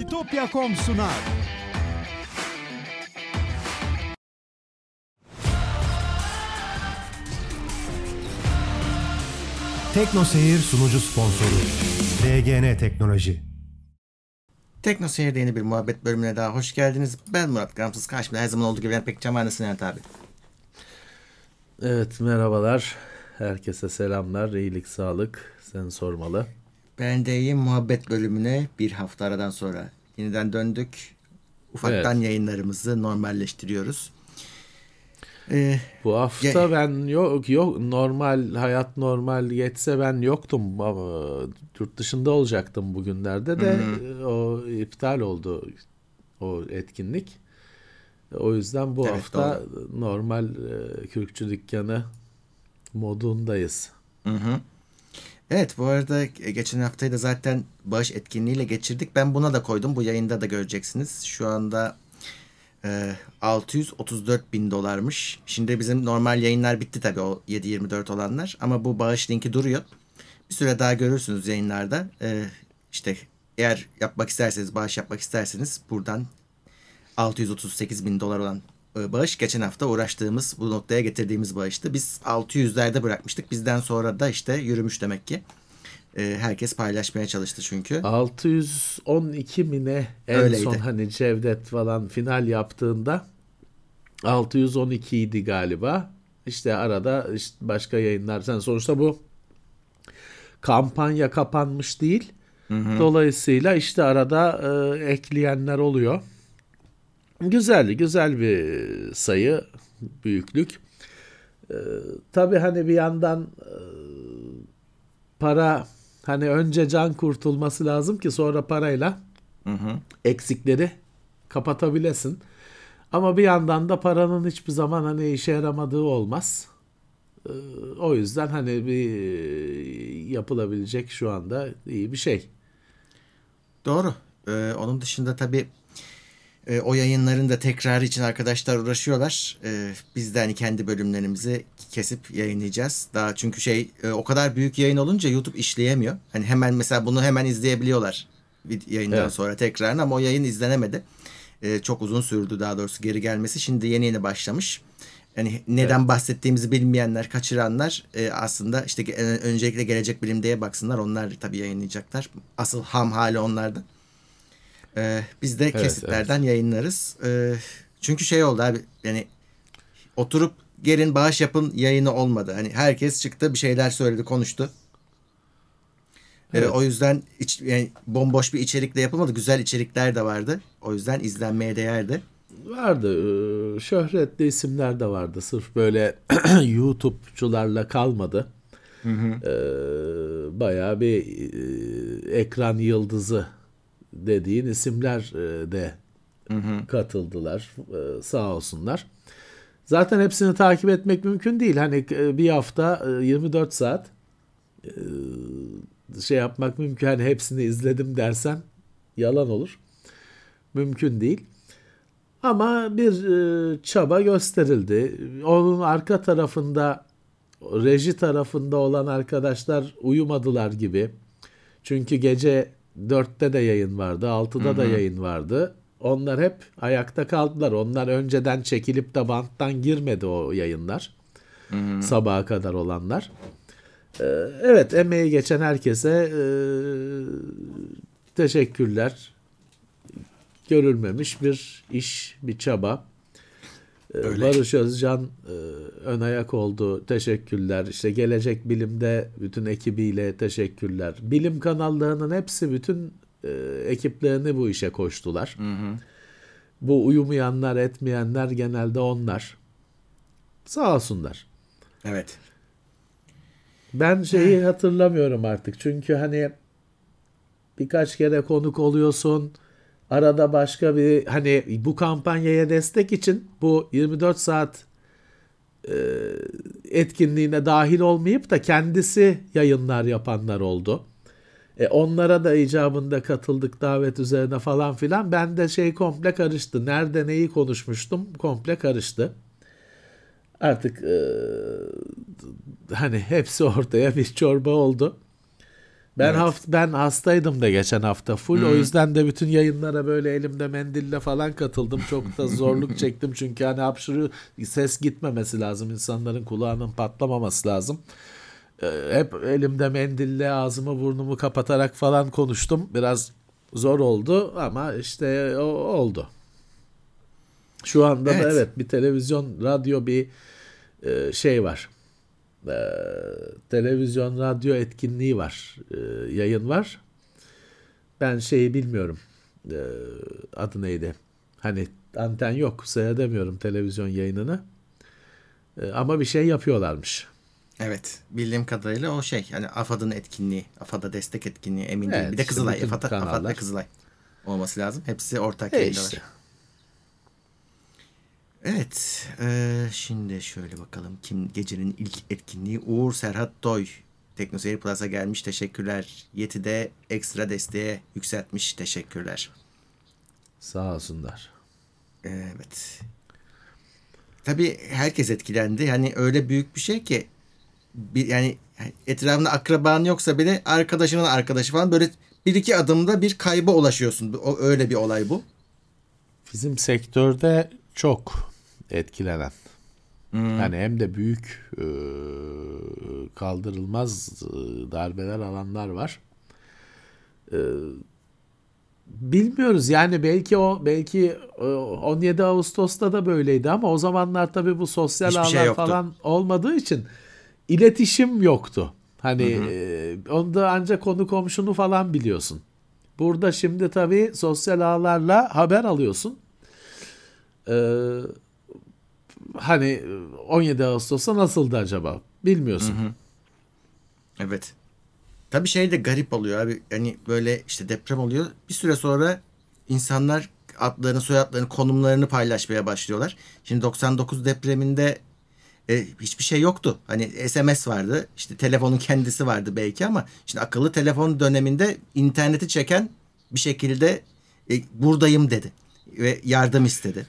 Bitopya.com sunar. TeknoSeyir sunucu sponsoru DGN Teknoloji. TeknoSeyir'de yeni bir muhabbet bölümüne daha hoş geldiniz. Ben Murat Gamsız. Karşımda her zaman olduğu gibi Pekcan var. Nasılsın Nihat abi? Evet, merhabalar. Herkese selamlar. İyilik, sağlık. Sen sormalı. Ben de iyiyim. Muhabbet bölümüne bir hafta aradan sonra yeniden döndük. Ufaktan yayınlarımızı normalleştiriyoruz. Bu hafta ben yok normal hayat normal geçse ben yoktum ama yurt dışında olacaktım bugünlerde de o iptal oldu o etkinlik. O yüzden bu hafta normal Kürkçü Dükkanı modundayız. Evet, bu arada geçen haftayı da zaten bağış etkinliğiyle geçirdik. Ben buna da koydum. Bu yayında da göreceksiniz. Şu anda 634 bin dolarmış. Şimdi bizim normal yayınlar bitti tabii, o 7-24 olanlar. Ama bu bağış linki duruyor. Bir süre daha görürsünüz yayınlarda. İşte eğer yapmak isterseniz, bağış yapmak isterseniz buradan 638 bin dolar olan bağış geçen hafta uğraştığımız, bu noktaya getirdiğimiz bağıştı. Biz 600'lerde bırakmıştık. Bizden sonra da işte yürümüş demek ki. Herkes paylaşmaya çalıştı çünkü. 612 mi ne en öyleydi. son hani Cevdet falan final yaptığında 612 idi galiba. İşte arada işte başka yayınlar. Sen sonuçta bu kampanya kapanmış değil. Dolayısıyla işte arada ekleyenler oluyor. Güzel bir sayı, büyüklük. Tabii hani bir yandan para, hani önce can kurtulması lazım ki sonra parayla eksikleri kapatabilesin. Ama bir yandan da paranın hiçbir zaman hani işe yaramadığı olmaz. O yüzden hani bir yapılabilecek şu anda iyi bir şey. Doğru. Onun dışında tabii o yayınların da tekrarı için arkadaşlar uğraşıyorlar. Biz de hani kendi bölümlerimizi kesip yayınlayacağız. Daha çünkü o kadar büyük yayın olunca YouTube işleyemiyor. Hani hemen mesela bunu hemen izleyebiliyorlar yayından sonra tekrarını, ama o yayın izlenemedi. Çok uzun sürdü daha doğrusu geri gelmesi. Şimdi yeni başlamış. Yani neden bahsettiğimizi bilmeyenler, kaçıranlar aslında işte öncelikle Gelecek Bilim'deye baksınlar. Onlar tabii yayınlayacaklar. Asıl ham hali onlarda. Biz de kesitlerden yayınlarız. Çünkü oldu abi, yani oturup gelin bağış yapın yayını olmadı. Hani herkes çıktı, bir şeyler söyledi, konuştu. O yüzden yani bomboş bir içerikle yapılmadı. Güzel içerikler de vardı. O yüzden izlenmeye değerdi. Vardı. Şöhretli isimler de vardı. Sırf böyle YouTube'cularla kalmadı. Bayağı bir ekran yıldızı dediğin isimler de katıldılar. Sağ olsunlar. Zaten hepsini takip etmek mümkün değil. Hani bir hafta 24 saat yapmak mümkün. Hani hepsini izledim dersen yalan olur. Mümkün değil. Ama bir çaba gösterildi. Onun arka tarafında, reji tarafında olan arkadaşlar uyumadılar gibi. Çünkü gece 4'te de yayın vardı, 6'da da yayın vardı. Onlar hep ayakta kaldılar. Onlar önceden çekilip de banttan girmedi o yayınlar. Sabaha kadar olanlar. Evet, emeği geçen herkese teşekkürler. Görülmemiş bir iş, bir çaba. Barış Özcan ön ayak oldu. Teşekkürler. İşte Gelecek Bilim'de bütün ekibiyle teşekkürler. Bilim kanallarının hepsi bütün ekiplerini bu işe koştular. Bu uyumayanlar, etmeyenler genelde onlar. Sağ olsunlar. Evet. Ben hatırlamıyorum artık. Çünkü hani birkaç kere konuk oluyorsun. Arada başka bir hani bu kampanyaya destek için bu 24 saat etkinliğine dahil olmayıp da kendisi yayınlar yapanlar oldu. Onlara da icabında katıldık davet üzerine falan filan. Ben de komple karıştı. Nerede neyi konuşmuştum komple karıştı. Artık hani hepsi ortaya bir çorba oldu. Evet. Ben hastaydım da geçen hafta full. O yüzden de bütün yayınlara böyle elimde mendille falan katıldım. Çok da zorluk çektim çünkü hani hapşırıyor, ses gitmemesi lazım. İnsanların kulağının patlamaması lazım. Hep elimde mendille ağzımı burnumu kapatarak falan konuştum. Biraz zor oldu ama işte o oldu. Şu anda da Evet. evet, bir televizyon, radyo, bir şey var. E, Televizyon, radyo etkinliği var. Yayın var. Ben şeyi bilmiyorum. E, Adı neydi? Hani anten yok. Seyredemiyorum televizyon yayınını. Ama bir şey yapıyorlarmış. Evet. Bildiğim kadarıyla o şey. Yani AFAD'ın etkinliği. AFAD'a destek etkinliği, emin değilim. Bir Evet, de işte Kızılay. bütün AFAD ve kanallar. Kızılay olması lazım. Hepsi ortak yayındalar. İşte. Evet. Şimdi şöyle bakalım. Kim gecenin ilk etkinliği? Uğur Serhat Doy. Teknoseyir Plus'a gelmiş. Teşekkürler. Yeti'de ekstra desteğe yükseltmiş. Teşekkürler. Sağ olsunlar. Evet. Tabii herkes etkilendi. Yani öyle büyük bir şey ki yani etrafında akraban yoksa bile arkadaşının arkadaşı falan böyle bir iki adımda bir kayba ulaşıyorsun. Öyle bir olay bu. Bizim sektörde çok etkilenen. Yani hem de büyük kaldırılmaz darbeler alanlar var. Bilmiyoruz yani, belki 17 Ağustos'ta da böyleydi ama o zamanlar tabii bu sosyal Hiçbir şey ağlar yoktu. falan olmadığı için iletişim yoktu. Hani Hı hı. onda ancak konu komşunu falan biliyorsun. Burada şimdi tabii sosyal ağlarla haber alıyorsun. Ee, Hani 17 Ağustos'ta nasıldı acaba? Bilmiyorsun. Evet. Tabii şey de garip oluyor abi. Hani böyle işte deprem oluyor. Bir süre sonra insanlar adlarını, soyadlarını, konumlarını paylaşmaya başlıyorlar. Şimdi 99 depreminde hiçbir şey yoktu. Hani SMS vardı. İşte telefonun kendisi vardı belki ama şimdi akıllı telefon döneminde interneti çeken bir şekilde buradayım dedi ve yardım istedi.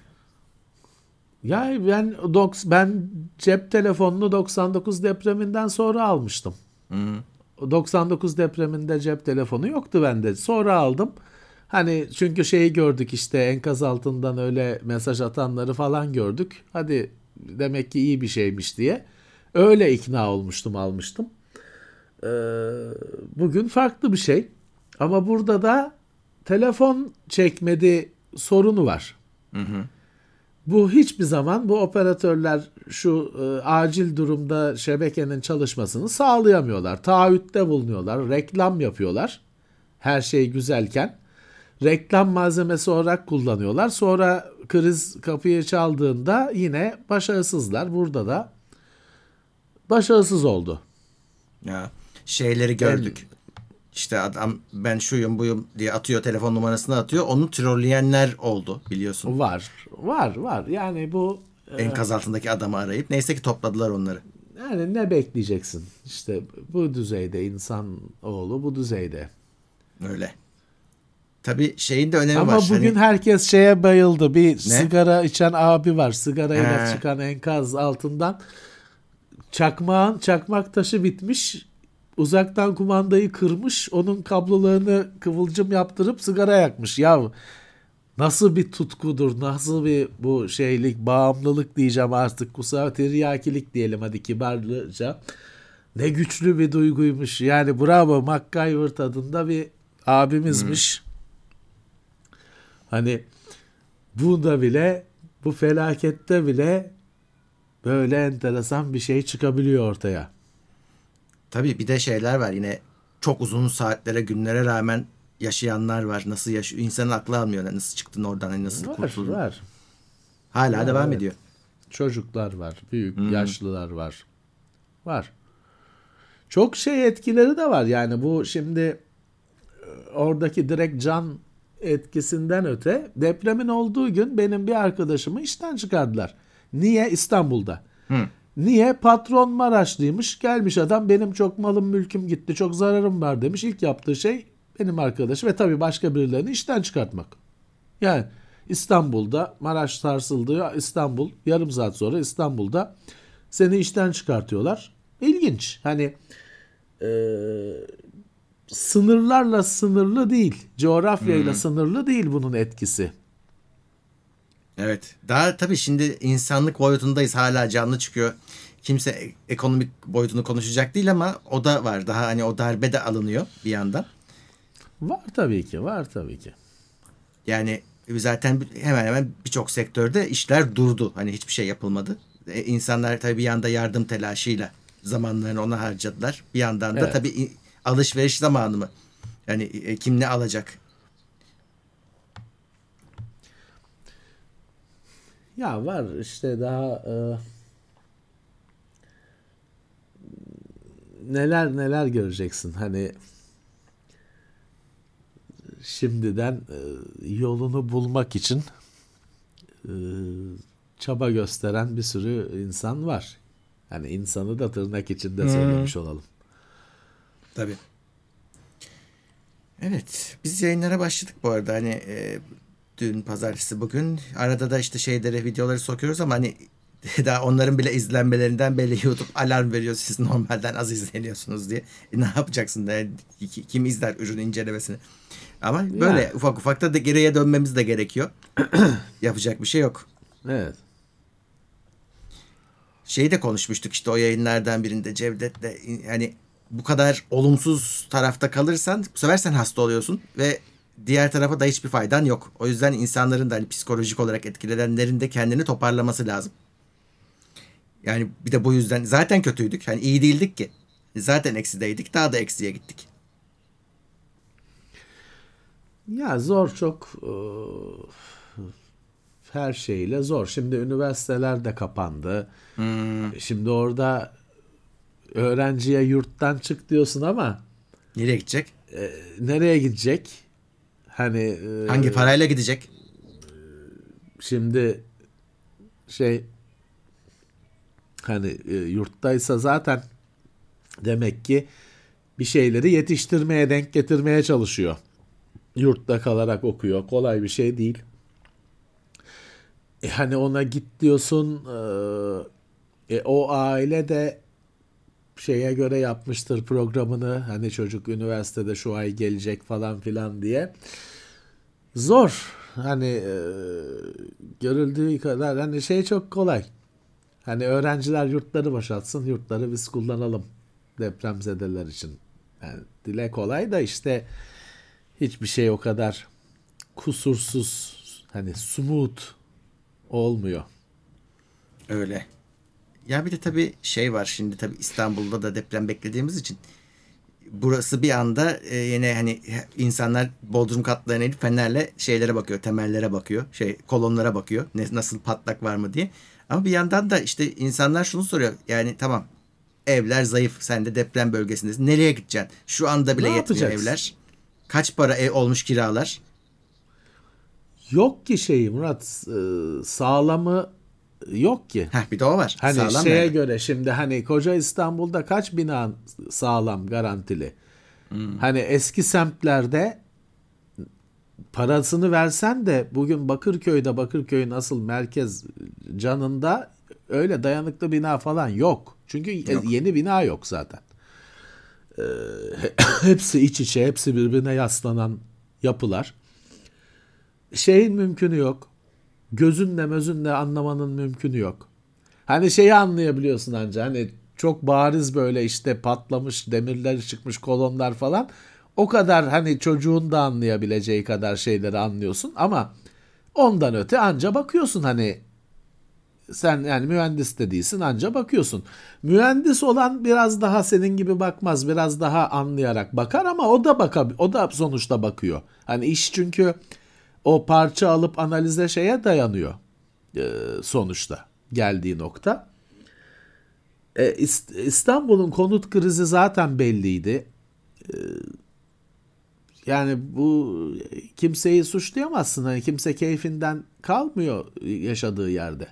Yani ben cep telefonunu 99 depreminden sonra almıştım. Hı. 99 depreminde cep telefonu yoktu bende. Sonra aldım. Hani çünkü şeyi gördük, işte enkaz altından öyle mesaj atanları falan gördük. Hadi demek ki iyi bir şeymiş diye. Öyle ikna olmuştum, almıştım. Ee, Bugün farklı bir şey. Ama burada da telefon çekmedi sorunu var. Hı hı. Bu hiçbir zaman bu operatörler şu acil durumda şebekenin çalışmasını sağlayamıyorlar. Taahhütte bulunuyorlar, reklam yapıyorlar. Her şey güzelken reklam malzemesi olarak kullanıyorlar. Sonra kriz kapıyı çaldığında yine başarısızlar. Burada da başarısız oldu. Ya şeyleri En gördük. İşte adam ben şuyum buyum diye atıyor, telefon numarasını atıyor. Onu trolleyenler oldu biliyorsun. var. Yani bu Enkaz altındaki adamı arayıp neyse ki topladılar onları. yani ne bekleyeceksin? İşte bu düzeyde insan oğlu, bu düzeyde. Öyle. Tabii şeyin de önemi var. Ama bugün Hani herkes şeye bayıldı. Bir ne? sigara içen abi var. Sigarayla He, çıkan enkaz altından çakmak taşı bitmiş. Uzaktan kumandayı kırmış. Onun kablolarını kıvılcım yaptırıp sigara yakmış. Ya nasıl bir tutkudur? Nasıl bir bu şeylik, bağımlılık diyeceğim artık. Kusura tiryakilik diyelim hadi kibarlıca. Ne güçlü bir duyguymuş. Yani bravo, MacGyver tadında bir abimizmiş. Hani bunda bile, bu felakette bile böyle enteresan bir şey çıkabiliyor ortaya. tabii bir de şeyler var yine çok uzun saatlere, günlere rağmen yaşayanlar var. Nasıl yaşıyor? İnsanın aklı almıyor. Yani nasıl çıktın oradan? Hani nasıl Var, kurtuldun? var. Hala Var, devam evet. ediyor. Çocuklar var, büyük, Hı. yaşlılar var. Var. Çok şey etkileri de var. Yani bu şimdi oradaki direkt can etkisinden öte, depremin olduğu gün benim bir arkadaşımı işten çıkardılar. Niye? İstanbul'da. Hı. Niye? Patron Maraşlıymış. Gelmiş adam, benim çok malım mülküm gitti, çok zararım var demiş. İlk yaptığı şey benim arkadaşı ve tabii başka birilerini işten çıkartmak. Yani İstanbul'da, Maraş sarsıldı, İstanbul yarım saat sonra İstanbul'da seni işten çıkartıyorlar. İlginç. Hani e, sınırlarla sınırlı değil. Coğrafyayla sınırlı değil bunun etkisi. Evet. Daha tabii şimdi insanlık boyutundayız. Hala canlı çıkıyor. Kimse ekonomik boyutunu konuşacak değil ama o da var. Daha hani o darbe de alınıyor bir yandan. Var tabii ki, var tabii ki. Yani zaten hemen hemen birçok sektörde işler durdu. Hani hiçbir şey yapılmadı. İnsanlar tabii bir yanda yardım telaşıyla zamanlarını ona harcadılar. Bir yandan da Evet. tabii alışveriş zamanı mı? Yani kim ne alacak? Ya var işte daha neler neler göreceksin. Hani şimdiden yolunu bulmak için e, çaba gösteren bir sürü insan var. Hani insanı da tırnak içinde söylemiş olalım. Tabii. Evet. Biz yayınlara başladık bu arada. Hani dün pazartesi bugün. Arada da işte şeyleri videoları sokuyoruz ama hani daha onların bile izlenmelerinden belli YouTube alarm veriyor. Siz normalden az izleniyorsunuz diye. Ne yapacaksın da yani kim izler ürün incelemesini? Ama böyle Yani. ufak ufak da geriye dönmemiz de gerekiyor. Yapacak bir şey yok. Evet. Şeyi de konuşmuştuk işte o yayınlardan birinde Cevdet'le hani bu kadar olumsuz tarafta kalırsan bu sefer sen hasta oluyorsun ve diğer tarafa da hiçbir faydan yok. O yüzden insanların da hani psikolojik olarak etkilenenlerin de kendini toparlaması lazım. Yani bir de bu yüzden zaten kötüydük. Hani iyi değildik ki. Zaten eksideydik. Daha da eksiye gittik. Ya zor çok her şeyle zor. Şimdi üniversiteler de kapandı. Şimdi orada öğrenciye yurttan çık diyorsun ama Nereye gidecek? nereye gidecek? Hani Hangi parayla gidecek? şimdi şey hani yurttaysa zaten demek ki bir şeyleri yetiştirmeye, denk getirmeye çalışıyor. Yurtta kalarak okuyor. Kolay bir şey değil. Hani ona git diyorsun. O aile de şeye göre yapmıştır programını. Hani çocuk üniversitede şu ay gelecek falan filan diye. Zor. Hani görüldüğü kadar hani şey çok kolay. Hani öğrenciler yurtları boşaltsın, yurtları biz kullanalım depremzedeler için. Yani dile kolay da işte hiçbir şey o kadar kusursuz, hani smooth olmuyor. Öyle. Ya bir de tabii şey var şimdi tabii İstanbul'da da deprem beklediğimiz için burası bir anda yine hani insanlar bodrum katlarına inip fenerle şeylere bakıyor, temellere bakıyor, kolonlara bakıyor. Nasıl patlak var mı diye. Ama bir yandan da işte insanlar şunu soruyor. Yani tamam evler zayıf. Sen de deprem bölgesindesin. Nereye gideceksin? Şu anda bile Ne yetmiyor yapacaksın? evler. Kaç para ev olmuş kiralar? Yok ki şeyi Murat, sağlamı yok ki. Heh bir de o var. Hani Sağlam şeye nerede? göre şimdi hani koca İstanbul'da kaç bina sağlam garantili? Hani eski semtlerde parasını versen de bugün Bakırköy'de Bakırköy'ün asıl merkez canında öyle dayanıklı bina falan yok. Çünkü Yok. yeni bina yok zaten. Hepsi iç içe, hepsi birbirine yaslanan yapılar. Şeyin mümkünü yok. Gözünle mözünle anlamanın mümkünü yok. Hani şeyi anlayabiliyorsun anca hani çok bariz böyle işte patlamış demirler çıkmış kolonlar falan. O kadar hani çocuğun da anlayabileceği kadar şeyleri anlıyorsun ama ondan öte anca bakıyorsun hani sen yani mühendis de değilsin anca bakıyorsun. Mühendis olan biraz daha senin gibi bakmaz biraz daha anlayarak bakar ama o da sonuçta bakıyor. Hani iş çünkü o parça alıp analize şeye dayanıyor sonuçta geldiği nokta. İstanbul'un konut krizi zaten belliydi. Yani bu kimseyi suçlayamazsın. Hani kimse keyfinden kalmıyor yaşadığı yerde.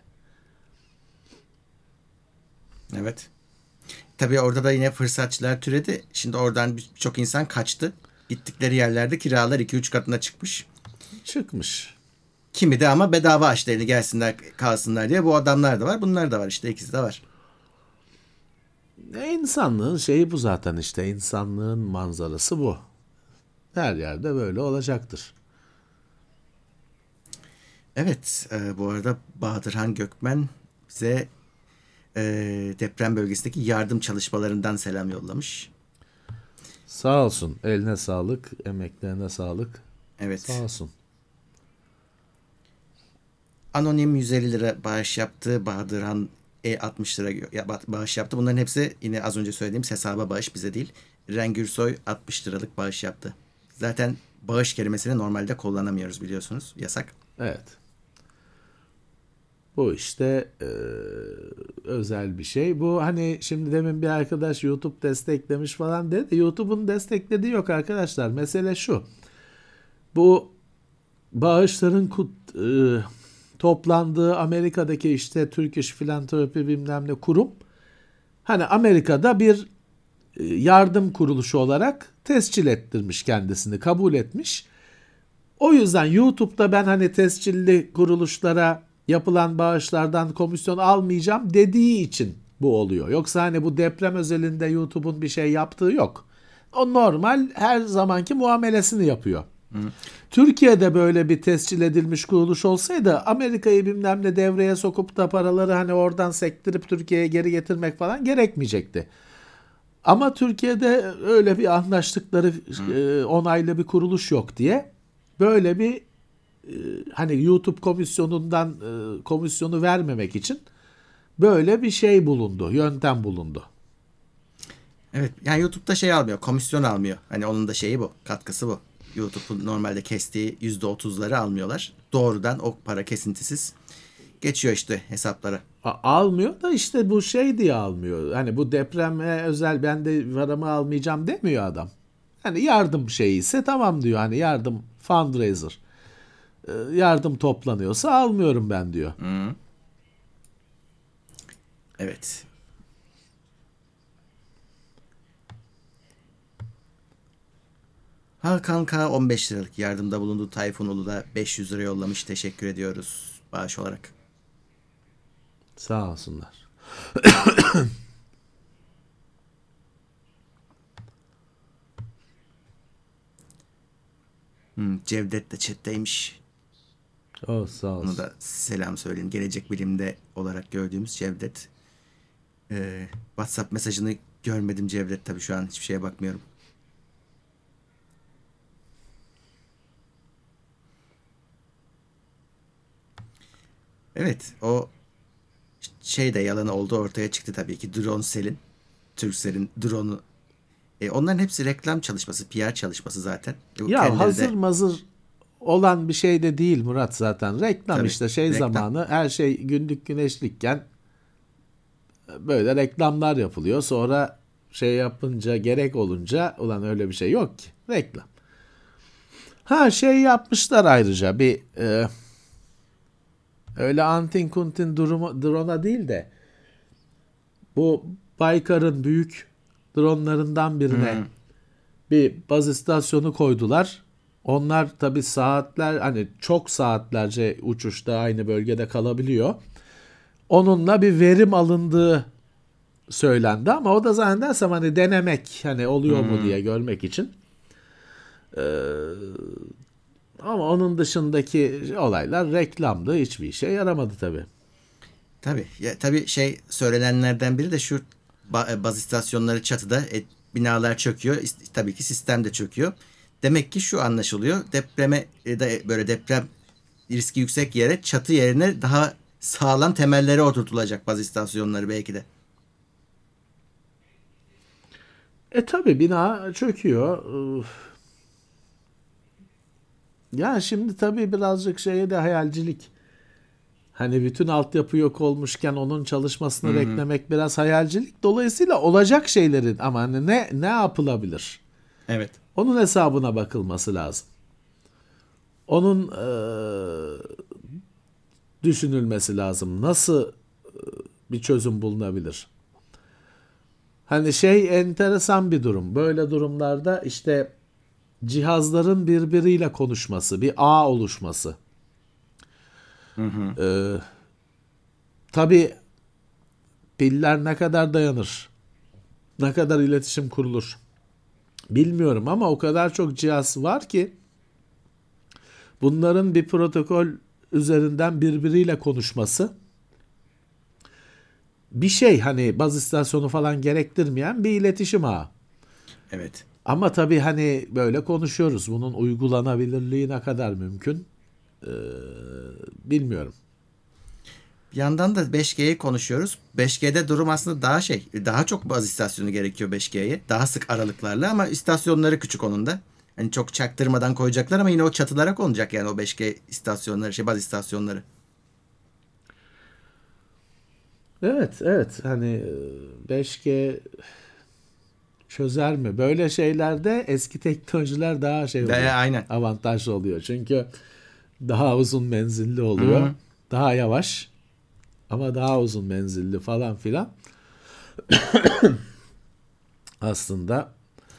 Evet. Tabii orada da yine fırsatçılar türedi. Şimdi oradan birçok insan kaçtı. Gittikleri yerlerde kiralar 2-3 katına çıkmış. Çıkmış. Kimi de ama bedava açtı elini gelsinler kalsınlar diye. Bu adamlar da var. Bunlar da var işte. İkisi de var. İnsanlığın şeyi bu zaten işte. İnsanlığın manzarası bu. Her yerde böyle olacaktır. Evet, bu arada Bahadırhan Gökmen bize deprem bölgesindeki yardım çalışmalarından selam yollamış. Sağ olsun. Eline sağlık, emeklerine sağlık. Evet. Sağ olsun. Anonim 150 lira bağış yaptı. Bahadırhan 60 lira bağış yaptı. Bunların hepsi yine az önce söylediğim hesaba bağış, bize değil. Rengürsoy 60 liralık bağış yaptı. Zaten bağış kelimesini normalde kullanamıyoruz, biliyorsunuz. Yasak. Evet. Bu işte özel bir şey. Bu hani şimdi demin bir arkadaş YouTube desteklemiş falan dedi. YouTube'un desteklediği yok arkadaşlar. Mesele şu. Bu bağışların toplandığı Amerika'daki işte Turkish Philanthropy bilmem ne kurum, hani Amerika'da bir yardım kuruluşu olarak tescil ettirmiş, kendisini kabul etmiş. O yüzden YouTube'da ben hani tescilli kuruluşlara yapılan bağışlardan komisyon almayacağım dediği için bu oluyor. Yoksa hani bu deprem özelinde YouTube'un bir şey yaptığı yok. O normal her zamanki muamelesini yapıyor. Türkiye'de böyle bir tescil edilmiş kuruluş olsaydı Amerika'yı bilmem ne devreye sokup da paraları hani oradan sektirip Türkiye'ye geri getirmek falan gerekmeyecekti. Ama Türkiye'de öyle bir anlaştıkları onaylı bir kuruluş yok diye böyle bir hani YouTube komisyonundan komisyonu vermemek için böyle bir şey bulundu, yöntem bulundu. Evet, yani YouTube'da şey almıyor, komisyon almıyor. Hani onun da şeyi bu, katkısı bu. YouTube'un normalde kestiği %30'ları almıyorlar. Doğrudan o para kesintisiz geçiyor işte hesaplara. Almıyor da işte bu şey diye almıyor. Hani bu depreme özel ben de paramı almayacağım demiyor adam. Hani yardım şeyi ise tamam diyor. Hani yardım fundraiser. Yardım toplanıyorsa almıyorum ben diyor. Evet. Hakan K 15 liralık yardımda bulundu. Tayfun Ulu da 500 lira yollamış. Teşekkür ediyoruz bağış olarak. Sağ olsunlar. Cevdet de chatteymiş. Sağ olsun. Onu da selam söyleyin. Gelecek Bilim'de olarak gördüğümüz Cevdet. WhatsApp mesajını görmedim Cevdet, tabii şu an hiçbir şeye bakmıyorum. Evet, o şey de yalan oldu, ortaya çıktı tabii ki. Dronesel'in, Turkcell'in drone'u. Onların hepsi reklam çalışması, PR çalışması zaten. Ya hazır mazır olan bir şey de değil Murat zaten. Reklam Tabii, işte şey reklam. zamanı her şey günlük güneşlikken böyle reklamlar yapılıyor. Sonra şey yapınca gerek olunca ulan öyle bir şey yok ki. Reklam. Ha şey yapmışlar ayrıca bir öyle antin kuntin drone'a değil de bu Baykar'ın büyük dronlarından birine bir baz istasyonu koydular. Onlar tabii saatler hani çok saatlerce uçuşta aynı bölgede kalabiliyor. Onunla bir verim alındığı söylendi ama o da zannedersem hani denemek hani oluyor mu diye görmek için. Ama onun dışındaki olaylar reklamdı. Hiçbir işe yaramadı tabii. Tabii. Ya, tabii şey söylenenlerden biri de şu: baz istasyonları çatıda, binalar çöküyor. Tabii ki sistem de çöküyor. Demek ki şu anlaşılıyor: depreme böyle deprem riski yüksek yere, çatı yerine daha sağlam temelleri oturtulacak baz istasyonları belki de. Tabii bina çöküyor. Ya şimdi tabii birazcık şeye de hayalcilik. Hani bütün altyapı yok olmuşken onun çalışmasını beklemek biraz hayalcilik. Dolayısıyla olacak şeylerin ama hani ne yapılabilir? Evet. Onun hesabına bakılması lazım. Onun düşünülmesi lazım. Nasıl bir çözüm bulunabilir? Hani şey enteresan bir durum. Böyle durumlarda işte cihazların birbiriyle konuşması, bir ağ oluşması. Tabii piller ne kadar dayanır? Ne kadar iletişim kurulur? bilmiyorum ama o kadar çok cihaz var ki bunların bir protokol üzerinden birbiriyle konuşması bir şey, hani baz istasyonu falan gerektirmeyen bir iletişim ağı. Evet. Ama tabii hani böyle konuşuyoruz. Bunun uygulanabilirliği ne kadar mümkün bilmiyorum. Bir yandan da 5G'yi konuşuyoruz. 5G'de durum aslında daha çok baz istasyonu gerekiyor 5G'ye. Daha sık aralıklarla ama istasyonları küçük onun da. Hani çok çaktırmadan koyacaklar ama yine o çatılara konacak yani o 5G istasyonları, baz istasyonları. Evet hani 5G çözer mi? Böyle şeylerde eski teknolojiler daha şey oluyor. Aynen. Avantajlı oluyor. Çünkü daha uzun menzilli oluyor. Hı-hı. Daha yavaş ama daha uzun menzilli falan filan. Aslında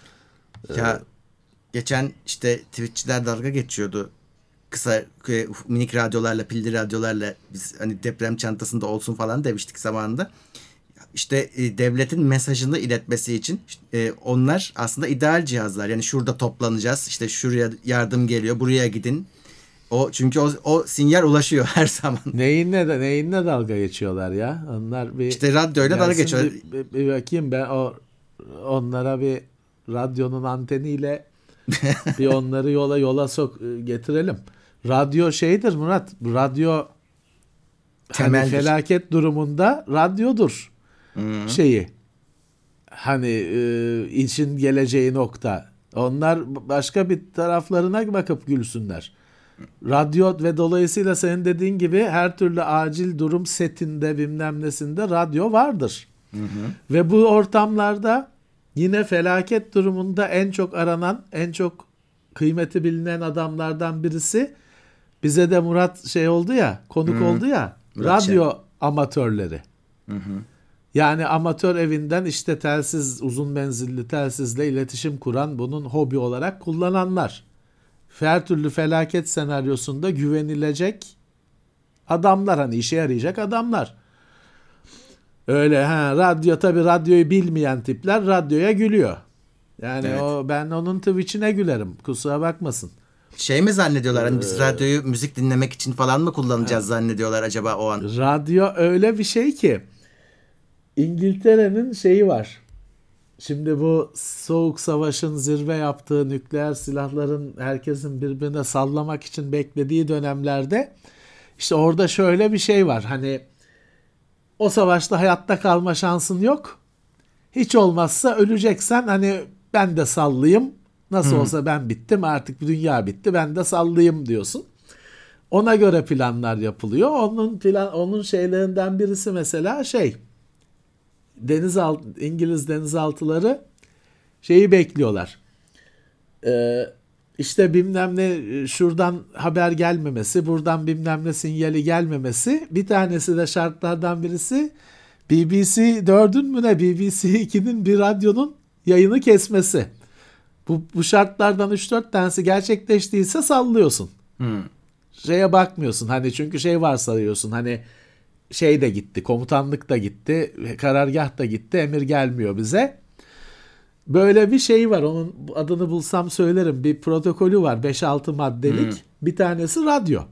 Ya geçen işte Twitch'çiler dalga geçiyordu. Kısa minik radyolarla, pilli radyolarla biz hani deprem çantasında olsun falan demiştik zamanında. İşte devletin mesajını iletmesi için onlar aslında ideal cihazlar. Yani şurada toplanacağız. İşte şuraya yardım geliyor. Buraya gidin. Çünkü o sinyal ulaşıyor her zaman. neyinle dalga geçiyorlar ya? Onlar bir İşte radyoyla dalga gelsin geçiyor. bir bakayım ben onlara bir radyonun anteniyle bir onları yola getirelim. Radyo şeydir Murat. Radyo hani Temeldir. felaket durumunda radyodur. Hı-hı. Şeyi hani için geleceği nokta. Onlar başka bir taraflarına bakıp gülsünler. Radyo ve dolayısıyla senin dediğin gibi her türlü acil durum setinde bilmem nesinde radyo vardır. Hı-hı. Ve bu ortamlarda yine felaket durumunda en çok aranan, en çok kıymeti bilinen adamlardan birisi bize de Murat şey oldu ya, konuk Hı-hı. oldu ya, Murat Şen. radyo amatörleri. Hı-hı. Yani amatör evinden işte uzun menzilli telsizle iletişim kuran, bunun hobi olarak kullananlar. Her türlü felaket senaryosunda güvenilecek adamlar, hani işe yarayacak adamlar. Öyle tabii radyoyu bilmeyen tipler radyoya gülüyor. Yani Evet. ben onun Twitch'ine gülerim. Kusura bakmasın. Şey mi zannediyorlar hani biz radyoyu müzik dinlemek için falan mı kullanacağız zannediyorlar acaba o an? Radyo öyle bir şey ki İngiltere'nin şeyi var. Şimdi bu Soğuk Savaş'ın zirve yaptığı, nükleer silahların herkesin birbirine sallamak için beklediği dönemlerde işte orada şöyle bir şey var. Hani o savaşta hayatta kalma şansın yok. Hiç olmazsa öleceksen hani ben de sallayayım. Nasıl Hı. olsa ben bittim, artık dünya bitti, ben de sallayayım diyorsun. Ona göre planlar yapılıyor. Onun şeylerinden birisi mesela İngiliz denizaltıları şeyi bekliyorlar. İşte bilmem ne şuradan haber gelmemesi, buradan bilmem ne sinyali gelmemesi. Bir tanesi de şartlardan birisi BBC 4'ün mü ne BBC 2'nin bir radyonun yayını kesmesi. Bu şartlardan 3-4 tanesi gerçekleştiyse sallıyorsun. Hı. Şeye bakmıyorsun hani, çünkü şey varsayıyorsun hani şey de gitti, komutanlık da gitti, karargah da gitti, emir gelmiyor bize. Böyle bir şey var, onun adını bulsam söylerim, bir protokolü var 5-6 maddelik. Hı. Bir tanesi radyo.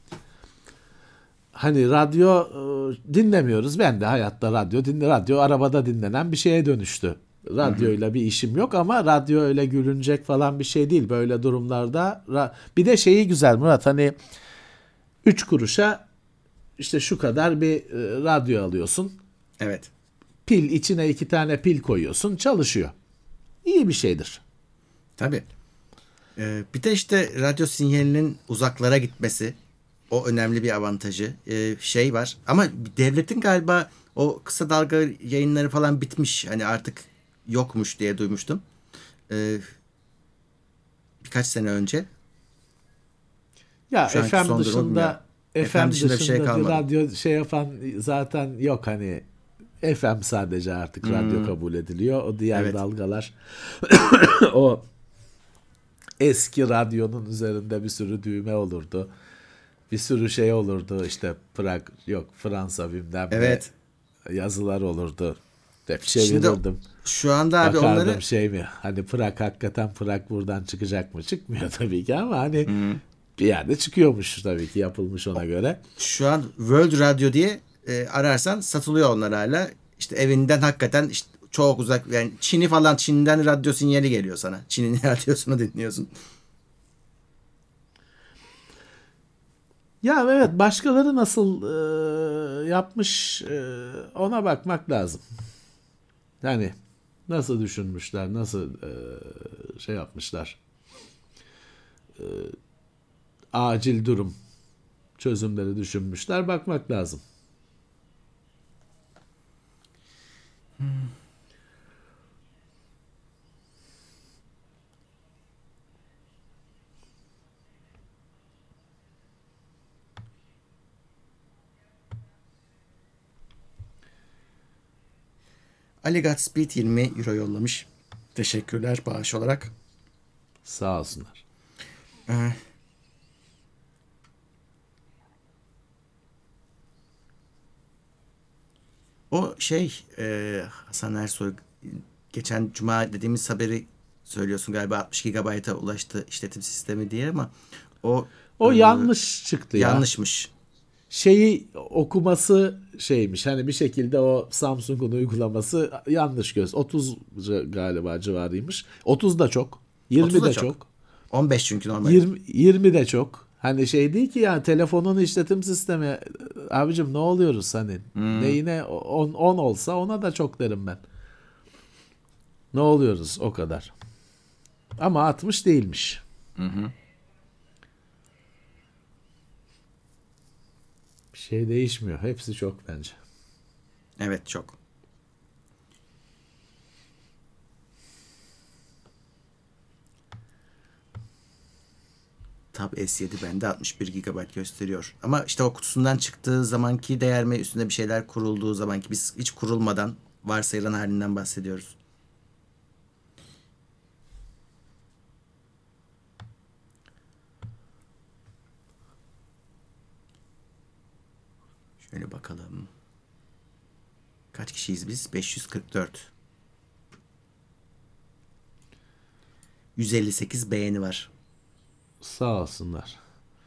Hani radyo dinlemiyoruz. Ben de hayatta radyo arabada dinlenen bir şeye dönüştü. Radyoyla bir işim yok ama radyo öyle gülünecek falan bir şey değil böyle durumlarda. Bir de şeyi güzel Murat, hani 3 kuruşa işte şu kadar bir radyo alıyorsun. Evet. İçine 2 tane pil koyuyorsun, çalışıyor. İyi bir şeydir. Tabii. Bir de işte radyo sinyalinin uzaklara gitmesi o önemli bir avantajı. Şey var ama devletin galiba o kısa dalga yayınları falan bitmiş. Hani artık yokmuş diye duymuştum. Birkaç sene önce. Ya Şu anki FM son durumu bilmiyorum. dışında FM dışında bir şey bir kalmadı. radyo şey yapan zaten yok, hani FM sadece artık radyo kabul ediliyor. O diğer Evet. dalgalar o eski radyonun üzerinde bir sürü düğme olurdu. Bir sürü şey olurdu işte Fransa bilmem ne Evet. yazılar olurdu. Hep Şimdi çevirirdim. şu anda abi Bakardım onları şey mi? Hani Prag hakikaten Prag buradan çıkacak mı? Çıkmıyor tabii ki ama hani bir yerde çıkıyormuş tabii ki yapılmış ona göre. şu an World Radio diye ararsan satılıyor onlar hala. İşte evinden hakikaten işte çok uzak, yani Çin'i falan, Çin'den radyo sinyali geliyor sana. Çin'in radyosunu dinliyorsun. Ya evet, başkaları nasıl yapmış, ona bakmak lazım. Yani nasıl düşünmüşler, nasıl şey yapmışlar. Acil durum çözümleri düşünmüşler, bakmak lazım. Ali Godspeed 20 euro yollamış. Teşekkürler bağış olarak. Sağ olsunlar. Ee, O şey Hasan Ersoy, geçen cuma dediğimiz haberi söylüyorsun galiba, 60 GB'a ulaştı işletim sistemi diye, ama o O yanlış çıktı ya. yanlışmış. Şeyi okuması şeymiş, hani bir şekilde o Samsung'un uygulaması yanlış 30 galiba civarıymış. 30 da çok. 20 30 da de çok. çok. 15 çünkü normal. 20 de çok. Hani şey değil ki ya, telefonun işletim sistemi, abicim ne oluyoruz hani. Neyine 10 olsa ona da çok derim ben. Ne oluyoruz o kadar. Ama 60 değilmiş. Bir şey değişmiyor. Hepsi çok bence. Evet, çok. Tab S7 bende 61 GB gösteriyor. Ama işte o kutusundan çıktığı zamanki değer mi, üstünde bir şeyler kurulduğu zamanki, biz hiç kurulmadan varsayılan halinden bahsediyoruz. Şöyle bakalım. Kaç kişiyiz biz? 544. 158 beğeni var. Sağ olsunlar.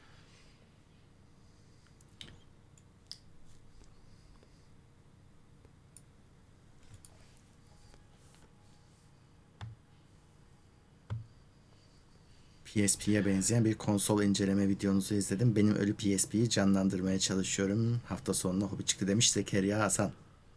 PSP'ye benzeyen bir konsol inceleme videonuzu izledim. Benim ölü PSP'yi canlandırmaya çalışıyorum. Hafta sonuna hobi çıktı demiş Zekeriya Hasan.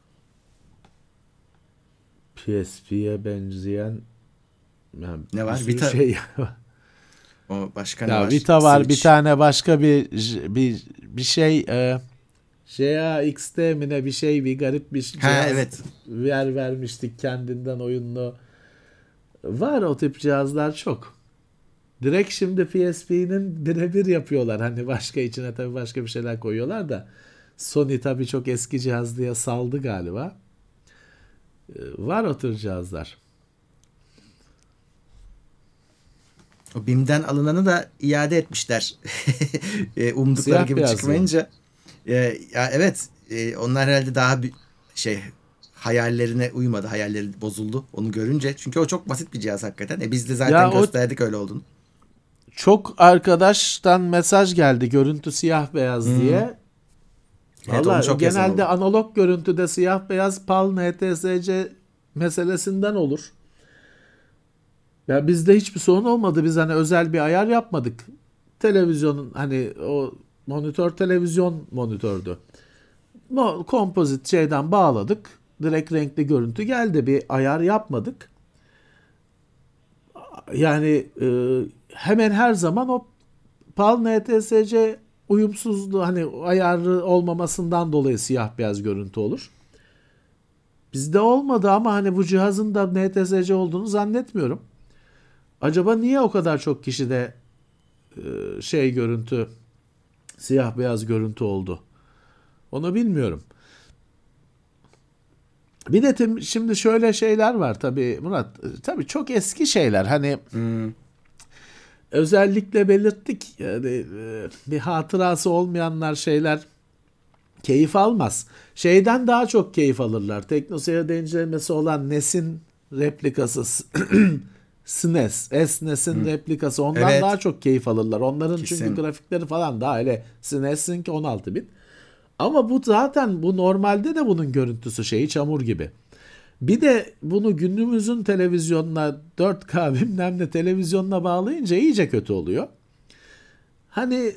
PSP'ye benzeyen yani Ne var? bir sürü Vita. şey. O başka ne Ya var? Vita var, bir Switch. tane başka bir şey, JAXT mi ne, bir şey, bir garip bir Ha, cihaz evet. vermiştik kendinden oyunlu. Var o tip cihazlar çok. Direkt şimdi PSP'nin birebir yapıyorlar. Hani başka içine tabii başka bir şeyler koyuyorlar da. Sony tabii çok eski cihaz diye saldı galiba. Var o tür cihazlar. O BİM'den alınanı da iade etmişler. Umdukları Siyah gibi beyaz çıkmayınca. Ya evet, onlar herhalde daha bir şey, hayallerine uymadı. Hayalleri bozuldu onu görünce. Çünkü o çok basit bir cihaz hakikaten. Biz de zaten Ya o gösterdik öyle olduğunu. çok arkadaştan mesaj geldi, görüntü siyah beyaz diye. Evet, onu Valla çok yazan genelde oldu. analog görüntüde siyah beyaz PAL NTSC meselesinden olur. Ya bizde hiçbir sorun olmadı. Biz hani özel bir ayar yapmadık. Televizyonun, hani o monitör televizyon monitördü. Kompozit şeyden bağladık. Direkt renkli görüntü geldi. Bir ayar yapmadık. Yani hemen her zaman o PAL NTSC uyumsuzluğu, hani ayarı olmamasından dolayı siyah beyaz görüntü olur. Bizde olmadı ama hani bu cihazın da NTSC olduğunu zannetmiyorum. Acaba niye o kadar çok kişide şey görüntü, siyah beyaz görüntü oldu? Onu bilmiyorum. Bir de şimdi şöyle şeyler var tabii Murat. Tabii çok eski şeyler. Hani özellikle belirttik. Yani bir hatırası olmayanlar şeyler keyif almaz. Şeyden daha çok keyif alırlar. TeknoSeyir'de incelemesi olan NES'in replikası SNES, SNES'in replikası, ondan Evet. daha çok keyif alırlar. Onların Kesin. çünkü grafikleri falan daha, hele SNES'inki 16 bit. Ama bu zaten, bu normalde de bunun görüntüsü şeyi çamur gibi. Bir de bunu günümüzün televizyonuna 4K bilmem ne televizyonuna bağlayınca iyice kötü oluyor. Hani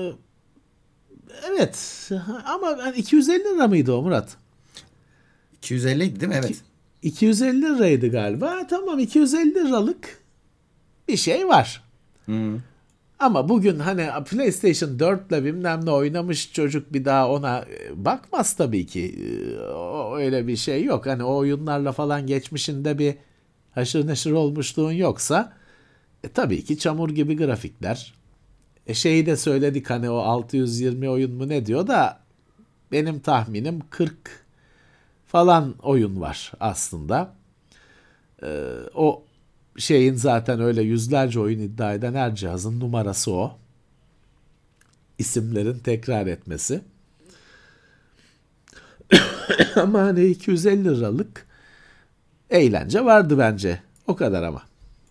evet, ama hani 250 lira mıydı o Murat? 250 idi değil mi? Evet. 250 liraydı galiba. Tamam, 250 liralık bir şey var. Hı. Ama bugün hani PlayStation 4 ile bilmem ne oynamış çocuk bir daha ona bakmaz tabii ki. Öyle bir şey yok. Hani o oyunlarla falan geçmişinde bir haşır neşir olmuşluğun yoksa tabii ki çamur gibi grafikler. Şeyi de söyledik, hani o 620 oyun mu ne diyor da benim tahminim 40 falan oyun var aslında. O şeyin zaten öyle yüzlerce oyun iddia eden her cihazın numarası o. İsimlerin tekrar etmesi. Ama hani 250 liralık eğlence vardı bence. O kadar ama.